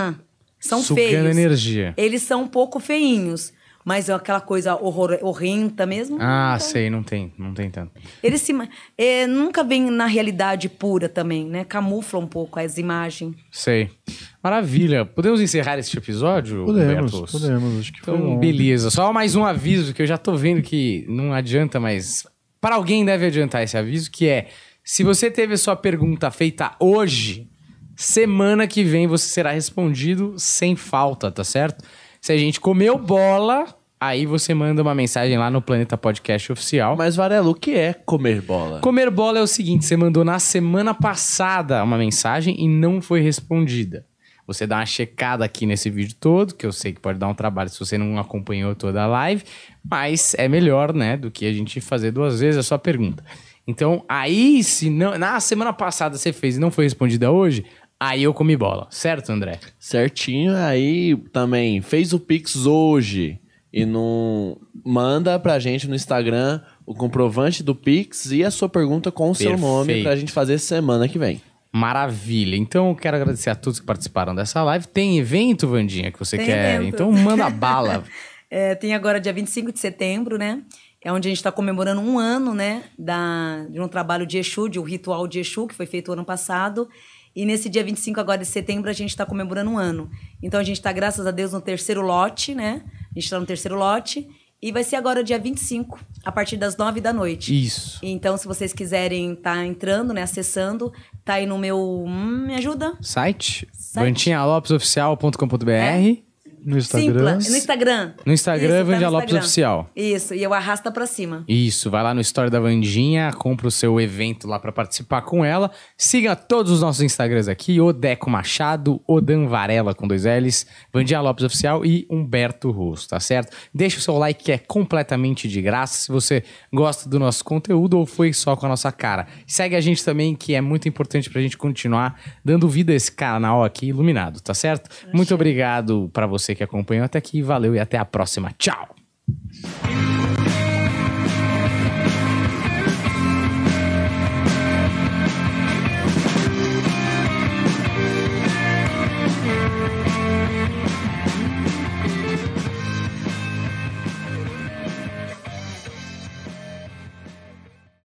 são sugando feios. energia. Eles são um pouco feinhos. Mas é aquela coisa horrenda mesmo. Sei, não tem tanto. Eles nunca vêm na realidade pura também, né? Camufla um pouco as imagens. Sei. Maravilha. Podemos encerrar este episódio, Podemos. Acho que foi então, bom. beleza. Só mais um aviso, que eu já tô vendo que não adianta, mas para alguém deve adiantar esse aviso, que é, se você teve a sua pergunta feita hoje, semana que vem você será respondido sem falta, tá certo? Se a gente comeu bola, aí você manda uma mensagem lá no Planeta Podcast Oficial. Mas, Varela, o que é comer bola? Comer bola é o seguinte, você mandou na semana passada uma mensagem e não foi respondida. Você dá uma checada aqui nesse vídeo todo, que eu sei que pode dar um trabalho se você não acompanhou toda a live, mas é melhor, né, do que a gente fazer 2 vezes a sua pergunta. Então, aí, se não, na semana passada você fez e não foi respondida hoje... Aí eu comi bola, certo, André? Certinho, aí também fez o Pix hoje e não manda pra gente no Instagram o comprovante do Pix e a sua pergunta com o seu nome pra gente fazer semana que vem. Maravilha. Então eu quero agradecer a todos que participaram dessa live. Tem evento, Vandinha, que você quer? Evento. Então manda bala. Tem agora dia 25 de setembro, né? É onde a gente está comemorando 1 ano, né? De um trabalho de Exu, de um ritual de Exu, que foi feito ano passado. E nesse dia 25 agora de setembro a gente está comemorando um ano. Então a gente está, graças a Deus, no terceiro lote, né? A gente está no terceiro lote. E vai ser agora dia 25, a partir das 9 da noite. Isso. Então, se vocês quiserem estar entrando, né, acessando, tá aí no meu... me ajuda? Site? vandinhalopesoficial.com.br. No Instagram. Simpla. No Instagram. No Instagram, Isso, tá Vandinha no Lopes Instagram. Oficial. Isso, e eu arrasta pra cima. Isso, vai lá no Story da Vandinha, compra o seu evento lá pra participar com ela. Siga todos os nossos Instagrams aqui, o Deco Machado, o Dan Varela com 2 L's, Vandinha Lopes Oficial e Humberto Russo, tá certo? Deixa o seu like que é completamente de graça se você gosta do nosso conteúdo ou foi só com a nossa cara. Segue a gente também, que é muito importante pra gente continuar dando vida a esse canal aqui iluminado, tá certo? Muito obrigado pra você que acompanhou até aqui, valeu e até a próxima. Tchau!